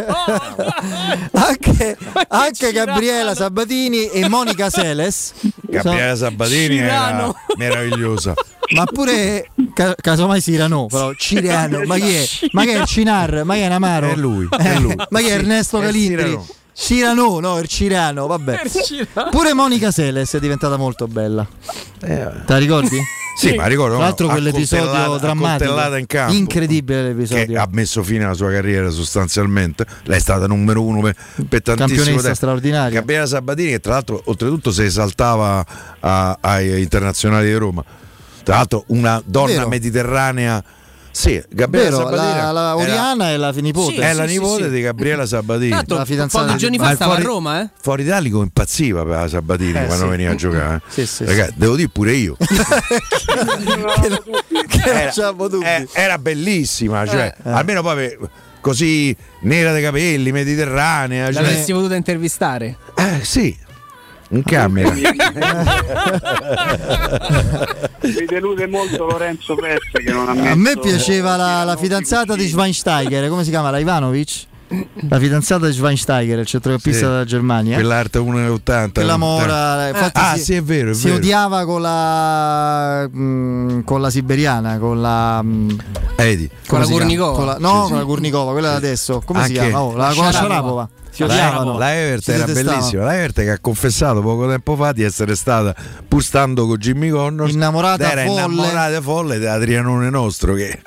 anche, anche Gabriela Sabatini e Monica Seles. Gabriela Sabatini Cirano. era meravigliosa. Ma pure ca- casomai Cirano, però Ciriano, ma chi è? Ma che è il Cinar? Ma che è Namaro? È lui, è lui. Eh, ma che è Ernesto È Calindri? Cirano. Cirano, no, il Cirano, vabbè. Pure Monica Seles è diventata molto bella. Eh, Te la ricordi? Sì, ma ricordo. Tra l'altro no, quell'episodio drammatico, in campo, incredibile l'episodio. Che ha messo fine alla sua carriera sostanzialmente. Lei è stata numero uno per, per tantissimo Campionessa tempo. straordinaria. Gabriela Sabatini, che tra l'altro oltretutto si esaltava a- ai internazionali di Roma. Tra l'altro una donna Vero. mediterranea. Sì, Gabriela Vero, Sabatini la, la Oriana era, è la nipote. è Sì, la sì, nipote sì. di Gabriela Sabatini. Tanto, La fidanzata pochi di- giorni Ma fa il stava fuori- a Roma, eh? Fuori d'Alico impazziva per la Sabatini Eh, quando sì. veniva a giocare. Sì, sì, Ragazzi, devo dire pure io. che era, facciamo dubbi. eh, era bellissima, cioè, Eh. almeno poi per- così nera dei capelli, mediterranea. Cioè, L'avresti voluto intervistare? eh, sì, in camera. Mi delude molto Lorenzo Pesse che non ha messo. A me piaceva la, la fidanzata di Schweinsteiger, come si chiama? La Ivanovic? La fidanzata di Schweinsteiger, il centrocampista Sì. della Germania. Quell'arte uno virgola ottanta. Quella mora, infatti ah, si, sì, è vero, è si vero. odiava con la mh, con la siberiana, con la mh, Edi. come la si chiama? Gurnikova? Con la- no, Sì, con la sì. Gurnikova, quella da adesso. Come si Anche- chiama? Oh, la, con la Sharapova. Si La, odiavano. la Evert Si era detestavano. bellissima. La Evert che ha confessato poco tempo fa di essere stata, pur stando con Jimmy Connors, Innamorata era folle. innamorata folle di Adrianone nostro che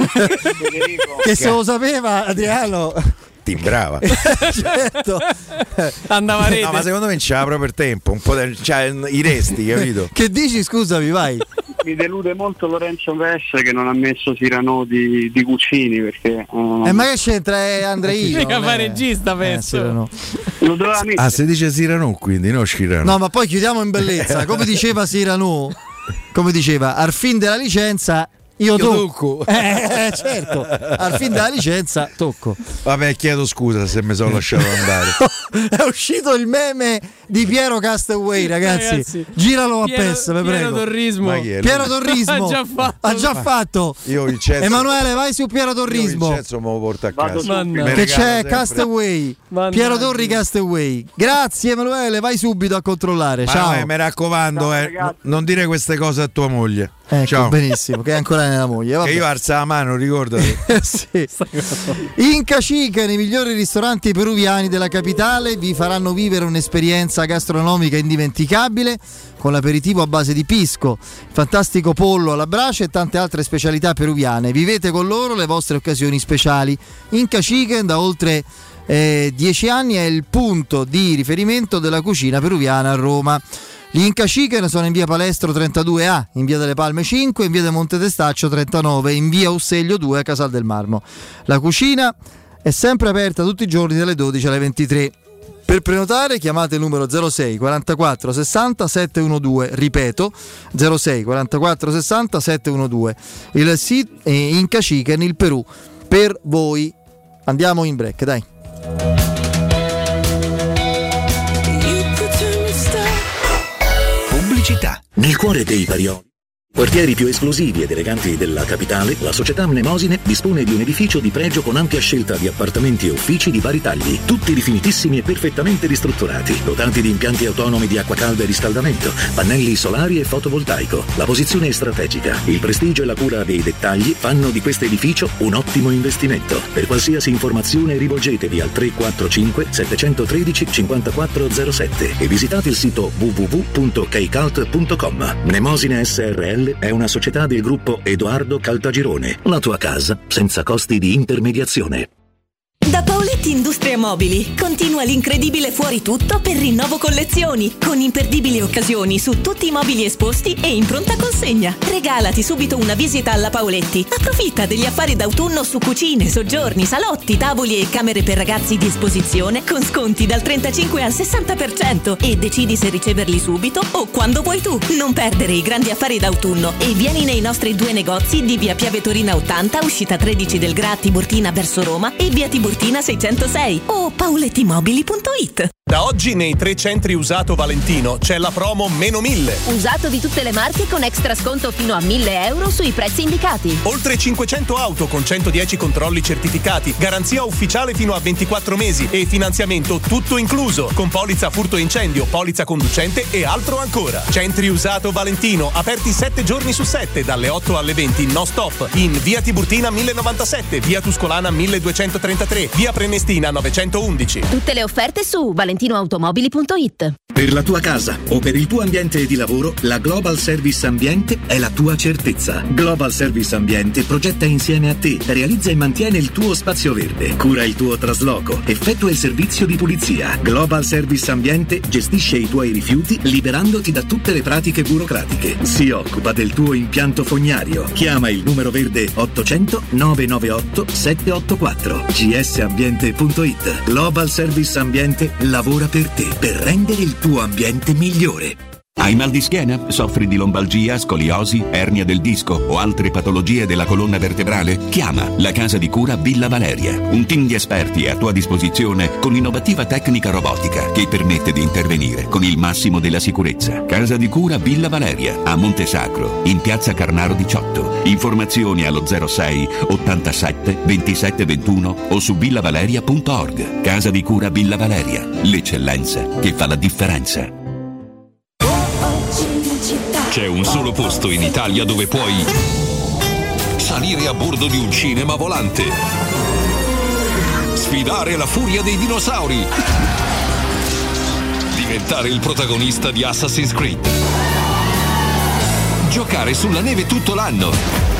Che se lo sapeva Adriano. timbrava. Certo. Andava a rete. No, ma secondo me c'era proprio il tempo, un po' del, cioè, i resti, capito? Che dici, scusami, vai. Mi delude molto Lorenzo Pesse che non ha messo Cyrano di, di Cucini perché uh, Eh, ma che c'entra è Andreino? Mica non fa è- regista, Eh, penso. sì, no. lo doveva mettere. Ah, si dice Cyrano quindi, no Cirano. No, ma poi chiudiamo in bellezza. Come diceva Cyrano, come diceva, al fin della licenza io, Io tocco. tocco. Eh, certo, al fin della licenza tocco. Vabbè, chiedo scusa se mi sono lasciato andare. È uscito il meme di Piero Castaway, ragazzi. Ragazzi, Giralo a Piero- PES, vi Piero prego. Torrismo. Ma chi è lui? Piero Torrismo Ha già fatto. ha già fatto. Io Vincenzo, Emanuele, vai su Piero io Torrismo. Vincenzo me lo porto a Vado casa. subito. Mi Che regala c'è sempre- Castaway. Mannaggia. Piero Torri Castaway. Grazie Emanuele, vai subito a controllare. Ma Ciao. no, eh, mi raccomando, Ciao, eh, ragazzi. n- non dire queste cose a tua moglie. Ecco, Ciao. benissimo, che è ancora nella moglie. Vabbè. Che io alza la mano, ricordati. Sì. Inca Chicken, i migliori ristoranti peruviani della capitale, vi faranno vivere un'esperienza gastronomica indimenticabile con l'aperitivo a base di pisco, fantastico pollo alla brace e tante altre specialità peruviane. Vivete con loro le vostre occasioni speciali. Inca Chicken da oltre eh, dieci anni è il punto di riferimento della cucina peruviana a Roma. Gli Inca Chicken sono in via Palestro trentadue A, in via delle Palme cinque, in via del Monte Testaccio trentanove, in via Usseglio due a Casal del Marmo. La cucina è sempre aperta tutti i giorni dalle dodici alle ventitré. Per prenotare chiamate il numero zero sei quarantaquattro sessanta settecentoventitré, ripeto zero sei quarantaquattro sessanta settecentoventitré. Il sito è Inca Chicken, il Perù per voi. Andiamo in break, dai. Pubblicità. Nel cuore dei Parioli Quartieri più esclusivi ed eleganti della capitale, la società Mnemosine dispone di un edificio di pregio con ampia scelta di appartamenti e uffici di vari tagli, tutti rifinitissimi e perfettamente ristrutturati, dotati di impianti autonomi di acqua calda e riscaldamento, pannelli solari e fotovoltaico. La posizione è strategica, il prestigio e la cura dei dettagli fanno di questo edificio un ottimo investimento. Per qualsiasi informazione rivolgetevi al tre quattro cinque sette uno tre cinque zero sette e visitate il sito w w w punto keicalt punto com. Mnemosine S R L è una società del gruppo Edoardo Caltagirone. La tua casa senza costi di intermediazione. Da Paoletti Industria Mobili continua l'incredibile fuori tutto per rinnovo collezioni, con imperdibili occasioni su tutti i mobili esposti e in pronta consegna. Regalati subito una visita alla Paoletti. Approfitta degli affari d'autunno su cucine, soggiorni, salotti, tavoli e camere per ragazzi di esposizione con sconti dal trentacinque al sessanta per cento e decidi se riceverli subito o quando vuoi tu. Non perdere i grandi affari d'autunno e vieni nei nostri due negozi di via Piave Torina ottanta, uscita tredici del Gra Tiburtina verso Roma e via Tiburtina seicentosei o paolettimobili punto it. Da oggi nei tre centri usato Valentino c'è la promo meno mille. Usato di tutte le marche con extra sconto fino a mille euro sui prezzi indicati. Oltre cinquecento auto con centodieci controlli certificati, garanzia ufficiale fino a ventiquattro mesi e finanziamento tutto incluso, con polizza furto e incendio, polizza conducente e altro ancora. Centri usato Valentino, aperti sette giorni su sette, dalle otto alle venti, no stop, in via Tiburtina mille novantasette, via Tuscolana milleduecentotrentatré, via Prenestina novecentoundici. Tutte le offerte su valentinoautomobili punto it. Per la tua casa o per il tuo ambiente di lavoro, la Global Service Ambiente è la tua certezza. Global Service Ambiente progetta insieme a te, realizza e mantiene il tuo spazio verde, cura il tuo trasloco, effettua il servizio di pulizia. Global Service Ambiente gestisce i tuoi rifiuti liberandoti da tutte le pratiche burocratiche. Si occupa del tuo impianto fognario. Chiama il numero verde ottocento nove nove otto sette otto quattro. g s ambiente punto it. Global Service Ambiente lavora per te, per rendere il tuo ambiente migliore. Hai mal di schiena? Soffri di lombalgia, scoliosi, ernia del disco o altre patologie della colonna vertebrale? Chiama la Casa di Cura Villa Valeria. Un team di esperti è a tua disposizione con innovativa tecnica robotica che permette di intervenire con il massimo della sicurezza. Casa di Cura Villa Valeria a Montesacro, in piazza Carnaro diciotto. Informazioni allo zero sei ottantasette ventisette ventuno o su villavaleria punto org. Casa di Cura Villa Valeria, l'eccellenza che fa la differenza. C'è un solo posto in Italia dove puoi salire a bordo di un cinema volante, sfidare la furia dei dinosauri, diventare il protagonista di Assassin's Creed, giocare sulla neve tutto l'anno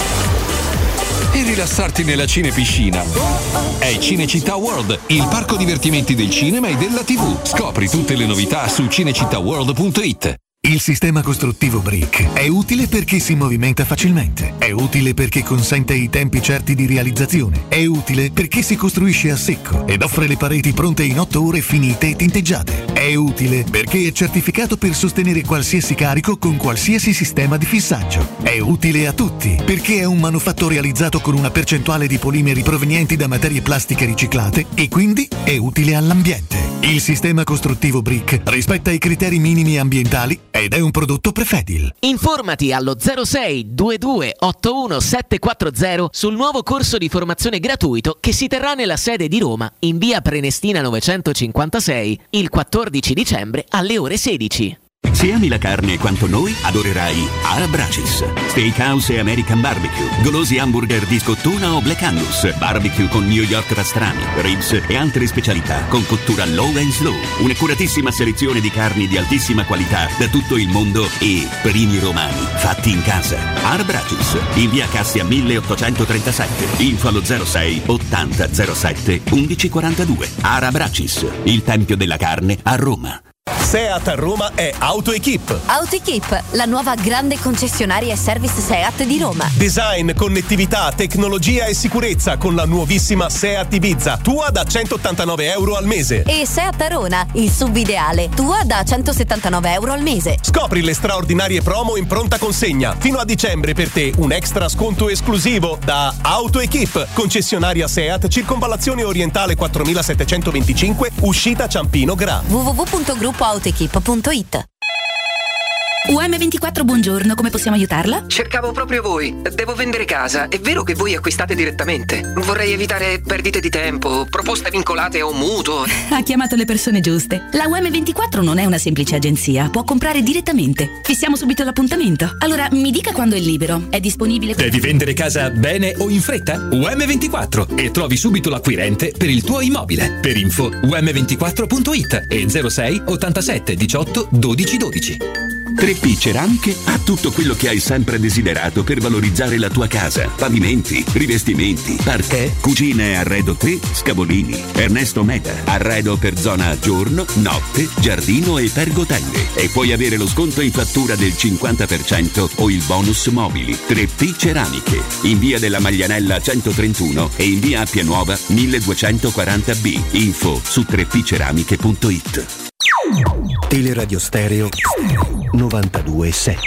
e rilassarti nella cinepiscina. È Cinecittà World, il parco divertimenti del cinema e della tivù. Scopri tutte le novità su cinecittà world punto it. Il sistema costruttivo Brick è utile perché si movimenta facilmente, è utile perché consente i tempi certi di realizzazione, è utile perché si costruisce a secco ed offre le pareti pronte in otto ore finite e tinteggiate, è utile perché è certificato per sostenere qualsiasi carico con qualsiasi sistema di fissaggio, è utile a tutti perché è un manufatto realizzato con una percentuale di polimeri provenienti da materie plastiche riciclate e quindi è utile all'ambiente. Il sistema costruttivo Brick rispetta i criteri minimi ambientali ed è un prodotto Prefedil. Informati allo zero sei ventidue ottantuno settecentoquaranta sul nuovo corso di formazione gratuito che si terrà nella sede di Roma in via Prenestina novecentocinquantasei il quattordici dicembre alle ore sedici. Se ami la carne quanto noi, adorerai Arabracis. Steakhouse e American Barbecue, golosi hamburger di scottuna o Black Angus, barbecue con New York pastrami, ribs e altre specialità con cottura low and slow. Un'accuratissima selezione di carni di altissima qualità da tutto il mondo e primi romani fatti in casa. Arabracis, in via Cassia milleottocentotrentasette. Info allo zero sei ottanta zero sette undici quarantadue. Arabracis, il tempio della carne a Roma. Seat a Roma è AutoEquip. AutoEquip, la nuova grande concessionaria e service Seat di Roma. Design, connettività, tecnologia e sicurezza con la nuovissima Seat Ibiza, tua da centottantanove euro al mese. E Seat Arona, il sub ideale, tua da centosettantanove euro al mese. Scopri le straordinarie promo in pronta consegna. Fino a dicembre per te un extra sconto esclusivo da AutoEquip, concessionaria Seat, circonvallazione orientale quattromilasettecentoventicinque, uscita Ciampino Gra. w w w punto gruppo autoequip punto it. U M ventiquattro, buongiorno, come possiamo aiutarla? Cercavo proprio voi. Devo vendere casa. È vero che voi acquistate direttamente? Vorrei evitare perdite di tempo, proposte vincolate a un mutuo. Ha chiamato le persone giuste. La U M ventiquattro non è una semplice agenzia, può comprare direttamente. Fissiamo subito l'appuntamento. Allora, mi dica quando è libero. È disponibile? Devi vendere casa bene o in fretta? U M ventiquattro e trovi subito l'acquirente per il tuo immobile. Per info u m ventiquattro punto it e zero sei ottantasette diciotto dodici dodici. tre P Ceramiche ha tutto quello che hai sempre desiderato per valorizzare la tua casa: pavimenti, rivestimenti, parquet, cucine e arredo tre, Scavolini. Ernesto Meta, arredo per zona giorno, notte, giardino e pergotende. E puoi avere lo sconto in fattura del cinquanta per cento o il bonus mobili. tre P Ceramiche, in via della Maglianella centotrentuno e in via Appia Nuova milleduecentoquaranta B. Info su tre p ceramiche punto it. Teleradio Stereo novantadue sette.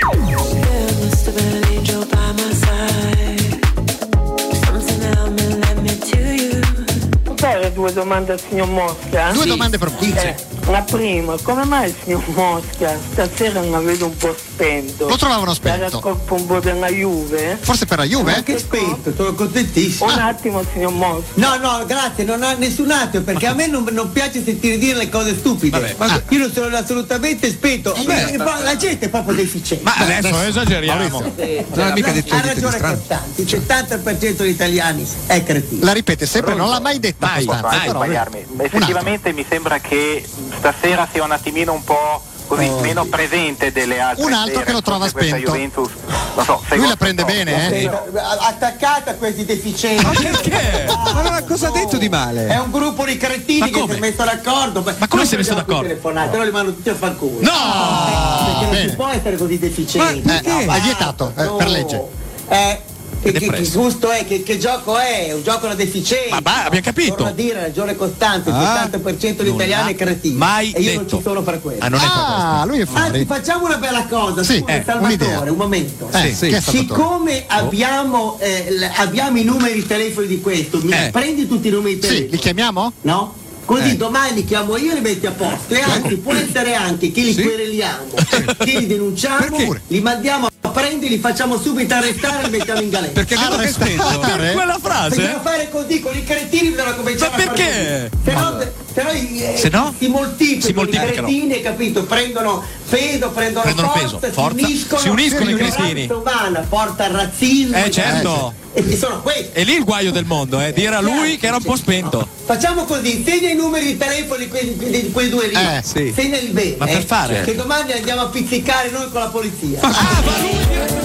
Fare due domande al signor Mosca? Due sì. domande per Mosca. Eh, la prima, come mai il signor Mosca stasera non la vedo un po' spento? Lo trovavano spento. Era colpa un po' della Juve? Forse per la Juve? Ma che spento, sono contentissimo. Un attimo, signor Mosca. No, no, grazie, non ha nessun attimo, perché a me non, non piace sentire dire le cose stupide. Vabbè, ma ah. io non sono assolutamente spento. Beh, la gente è proprio deficiente. Ma adesso, adesso esageriamo. Eh, non ha mica detto ha ragione Costanti, il settanta per cento degli italiani è cretino. La ripete sempre, non l'ha mai detta. Mai, mai sbagliarmi. Effettivamente mi sembra che stasera sia un attimino un po' così oh, meno presente delle altre. Un altro che lo trova spento. Juventus, non so, lui la prende bene, eh? Attaccata a questi deficienti. Ma perché? Ma non ha cosa ha detto di male? È un gruppo di cretini che si è messo d'accordo. Ma come si è messo d'accordo? Però li mando tutti a far culo. No! Eh, perché non si può essere così deficienti. Ma eh, no, è vietato eh, per legge. Eh Che, che, che gusto è, che, che gioco è? Un gioco da deficiente. Ma bah, abbiamo capito. Torno a dire, ragione Costante, il ah, settanta per cento degli italiani è cretino. Mai e io detto. non ci sono per quello. Ah, non è ah lui è fuori. Anzi, facciamo una bella cosa, sì, scusa, eh, Salvatore, un momento. Eh, sì. Siccome oh. abbiamo, eh, l- abbiamo i numeri di telefono di questo, mi eh. prendi tutti i numeri di telefono? Sì, li chiamiamo? No? Così eh. domani li chiamo io e li metti a posto. E anzi, può essere anche che li sì? quereliamo, che li denunciamo, li mandiamo a prendere, li facciamo subito arrestare e li mettiamo in galera. Perché quello che spento? Per quella frase? Bisogna fare così, con i cretini bisogna cominciare ma perché? a fare così. Se no, se no, eh, se no? si moltiplicano, si moltiplicano. I cretini, capito? Prendono peso, prendono, prendono forza, peso, forza, si uniscono, si uniscono i cretini. Umana, porta al razzismo. Eh certo. E sono questi. E lì il guaio del mondo, eh, dire a lui che era un po' spento. Facciamo così, segna i numeri di telefono di quei, di quei due lì. Eh, sì. Segna il bene. Ma per eh, fare? Che domani andiamo a pizzicare noi con la polizia. Ah, ma lui...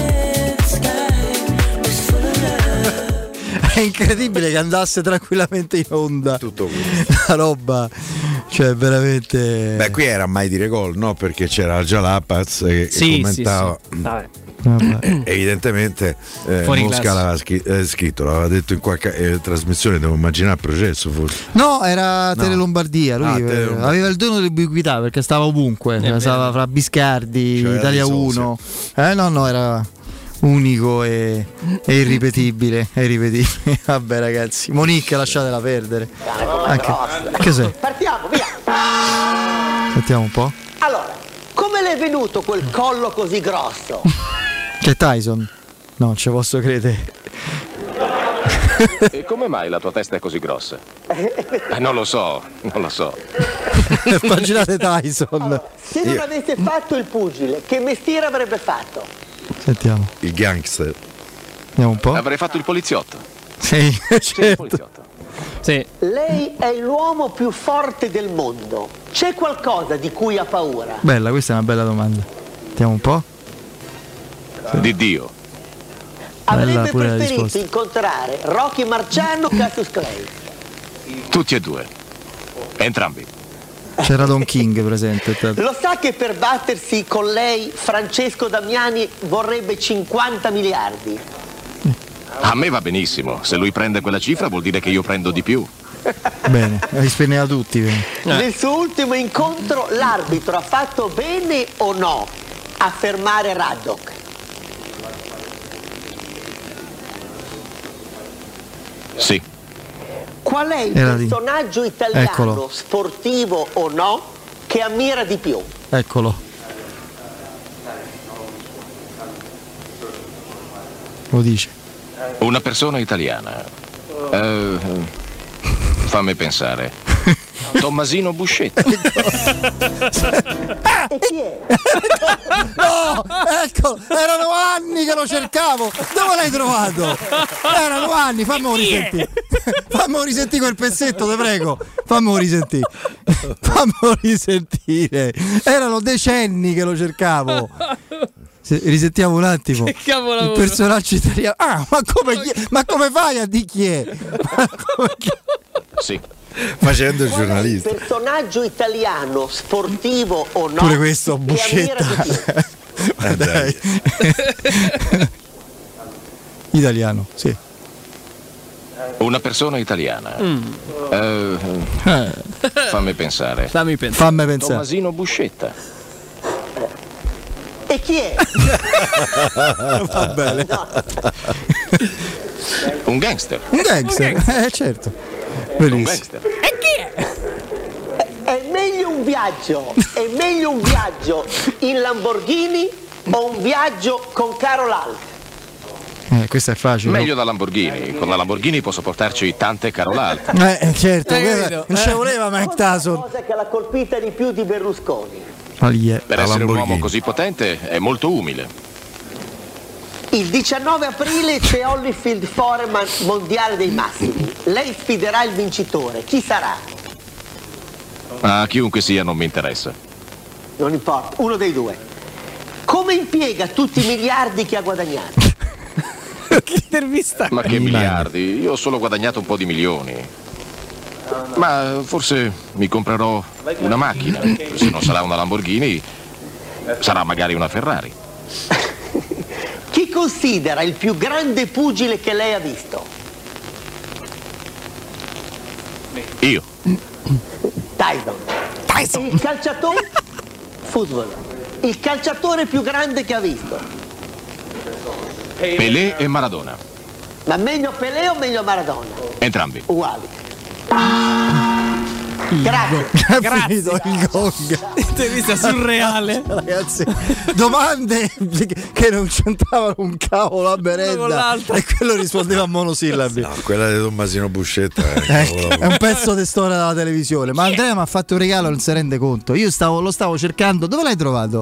È incredibile che andasse tranquillamente in onda. Tutto questo. La roba, cioè veramente. Beh, qui era mai dire gol, no? Perché c'era già Lapaz che sì, commentava. Sì, sì. Evidentemente eh, Mosca l'aveva scri- eh, scritto, l'aveva detto in qualche eh, trasmissione, devo immaginare il processo forse. No, era no. Tele Lombardia, lui ah, Tele Lombardia. Aveva il dono dell'ubiquità perché stava ovunque, è stava fra Biscardi, cioè, Italia uno. Eh no, no, era unico e, e irripetibile, è irripetibile. Vabbè ragazzi, Monique lasciatela perdere. Anche, che sei? Partiamo, via. Sentiamo un po'. Allora, come le è venuto quel collo così grosso? C'è Tyson? No, non ci posso credere. E come mai la tua testa è così grossa? Eh, non lo so, non lo so. Immaginate Tyson. Allora, se non Io. avesse fatto il pugile, che mestiere avrebbe fatto? Sentiamo. Il gangster. Andiamo un po'. Avrei fatto il poliziotto. Sì, certo. Il poliziotto. Sì. Lei è l'uomo più forte del mondo. C'è qualcosa di cui ha paura? Bella, questa è una bella domanda. Sentiamo un po'. Sì. Di Dio. Avrebbe preferito incontrare Rocky Marciano o Cassius Clay? Tutti e due. Entrambi. C'era Don King presente. Lo sa che per battersi con lei Francesco Damiani vorrebbe cinquanta miliardi? A me va benissimo. Se lui prende quella cifra vuol dire che io prendo di più. Bene, li spenneva tutti. Bene. Nel suo ultimo incontro l'arbitro ha fatto bene o no a fermare Raddock? Sì. Qual è il Era personaggio di... italiano, Eccolo. sportivo o no, che ammira di più? Eccolo. lo dice. Una persona italiana. Eh, fammi pensare. Tommasino Buscetta. No, ecco, erano anni che lo cercavo. Dove l'hai trovato? Erano anni, fammelo risentire. Fammelo risentire quel pezzetto, te prego. Fammelo risentire. Fammelo risentire. Erano decenni che lo cercavo. Se, risentiamo un attimo. Che il personaggio italiano. Ah, ma come, chi, ma come fai a di chi è? Come, chi... Sì. Facendo il giornalista. Personaggio italiano, sportivo o no? Pure questo, Buscetta. Eh, dai. Italiano, sì. Una persona italiana. Mm. Eh, fammi pensare. Fammi pensare. Fammi pensare. Tommasino Buscetta. E chi è? Va bene. Un gangster. Un gangster, Un gangster. eh certo. Un gangster. E chi è? È meglio un viaggio, è meglio un viaggio in Lamborghini o un viaggio con Carol Eh, questo è facile. Meglio la Lamborghini. Con la Lamborghini posso portarci tante Carol Eh, certo, Eh, quella- capito? non ci voleva Mike Tyson. La cosa che l'ha colpita di più di Berlusconi. Per essere un uomo così potente è molto umile. Il diciannove aprile c'è Holyfield Foreman mondiale dei massimi. Lei sfiderà il vincitore. Chi sarà? A chiunque sia non mi interessa. Non importa, uno dei due. Come impiega tutti i miliardi che ha guadagnato? Intervista. Ma che miliardi? Io ho solo guadagnato un po' di milioni. Ma forse mi comprerò una macchina. Se non sarà una Lamborghini, sarà magari una Ferrari. Chi considera il più grande pugile che lei ha visto? Io. Tyson. Tyson. Il calciatore? Football. Il calciatore più grande che ha visto? Pelé e Maradona. Ma meglio Pelé o meglio Maradona? Entrambi. Uguali. Grazie. È finito il gong. Intervista surreale. Ragazzi, domande che non c'entravano un cavolo a Con merenda l'altra. e quello rispondeva a monosillabi. No, quella di Tommasino Buscetta è, Eh, è un pezzo di storia della televisione. Ma Andrea mi ha fatto un regalo, non si rende conto. Io stavo, lo stavo cercando. Dove l'hai trovato?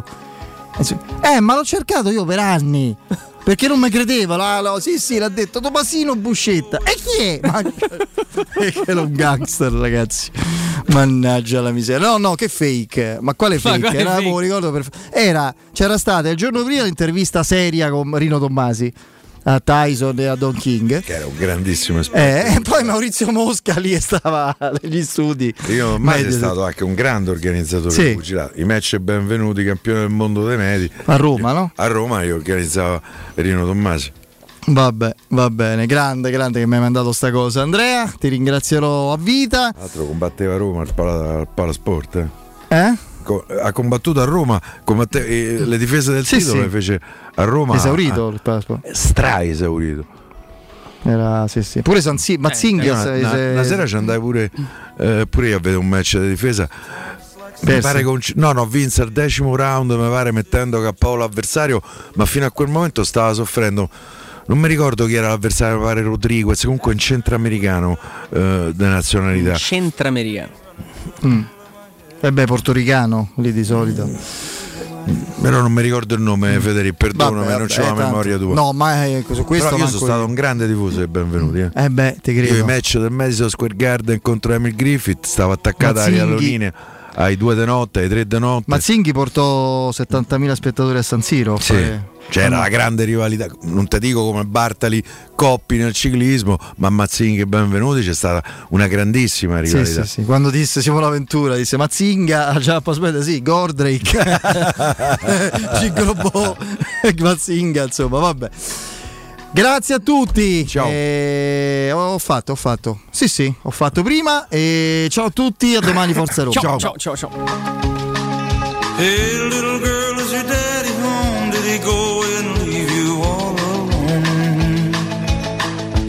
Eh, ma l'ho cercato io per anni. Perché non mi credeva, la, la, sì sì l'ha detto Tommasino Buscetta. E chi è? Ma che era un gangster, ragazzi. Mannaggia la miseria. No, no, che fake. Ma quale fake? quale Era, fake? mo ricordo per... Era, c'era stata il giorno prima l'intervista seria con Rino Tommasi a Tyson e a Don King. Che era un grandissimo esperto. Eh, e poi Maurizio Mosca lì stava negli studi. Io ormai è Medio- stato anche un grande organizzatore Sì. di pugilato. I match benvenuti, campione del mondo dei medi. A Roma, no? A Roma io organizzavo Rino Tommasi. Vabbè, va bene, grande, grande che mi hai mandato sta cosa. Andrea, ti ringrazierò a vita. L'altro combatteva a Roma al, pala, al Palasport. Eh? Eh? Co- ha combattuto a Roma, combatte- eh, le difese del Sì, titolo sì. le fece a Roma. Esaurito ah, il passaporto. stra esaurito. Era, sì, sì. Pure Sanzi, Mazzinghi. Io una, se- una- se- una sera ci andai pure, eh, pure io a vedere un match di difesa. Mi Persi? pare con, no, no, vinse il decimo round, mi pare mettendo K O l'avversario, ma fino a quel momento stava soffrendo. Non mi ricordo chi era l'avversario, mi pare Rodriguez, comunque un centroamericano eh, di nazionalità. Centroamericano. Mm. E beh, portoricano lì di solito. Però non mi ricordo il nome, Federico, perdonami, Vabbè, non c'ho vabbè, la tanto. memoria tua. No, ma eh, su questo Però io manco sono stato un grande tifoso dei benvenuti. Eh. Eh beh, ti credo. Io i match del Madison Square Garden contro Emil Griffith stavo attaccato alle Mazzinghi. pallonine ai due di notte, ai tre di notte. Mazzinghi portò settantamila spettatori a San Siro. Sì. Poi- C'era la grande rivalità, non ti dico come Bartali Coppi nel ciclismo, ma Mazzinghi e Benvenuti c'è stata una grandissima Sì, rivalità. sì, sì. Quando disse Simone Ventura, disse Mazzinga, già aspetta, sì, Gordrake, Giglobò, Mazzinga, insomma, vabbè. Grazie a tutti. Ciao. Eh, ho fatto, ho fatto. Sì, sì, ho fatto prima. E ciao a tutti, a domani Forza Roma. Ciao, ciao, ciao, ciao. Il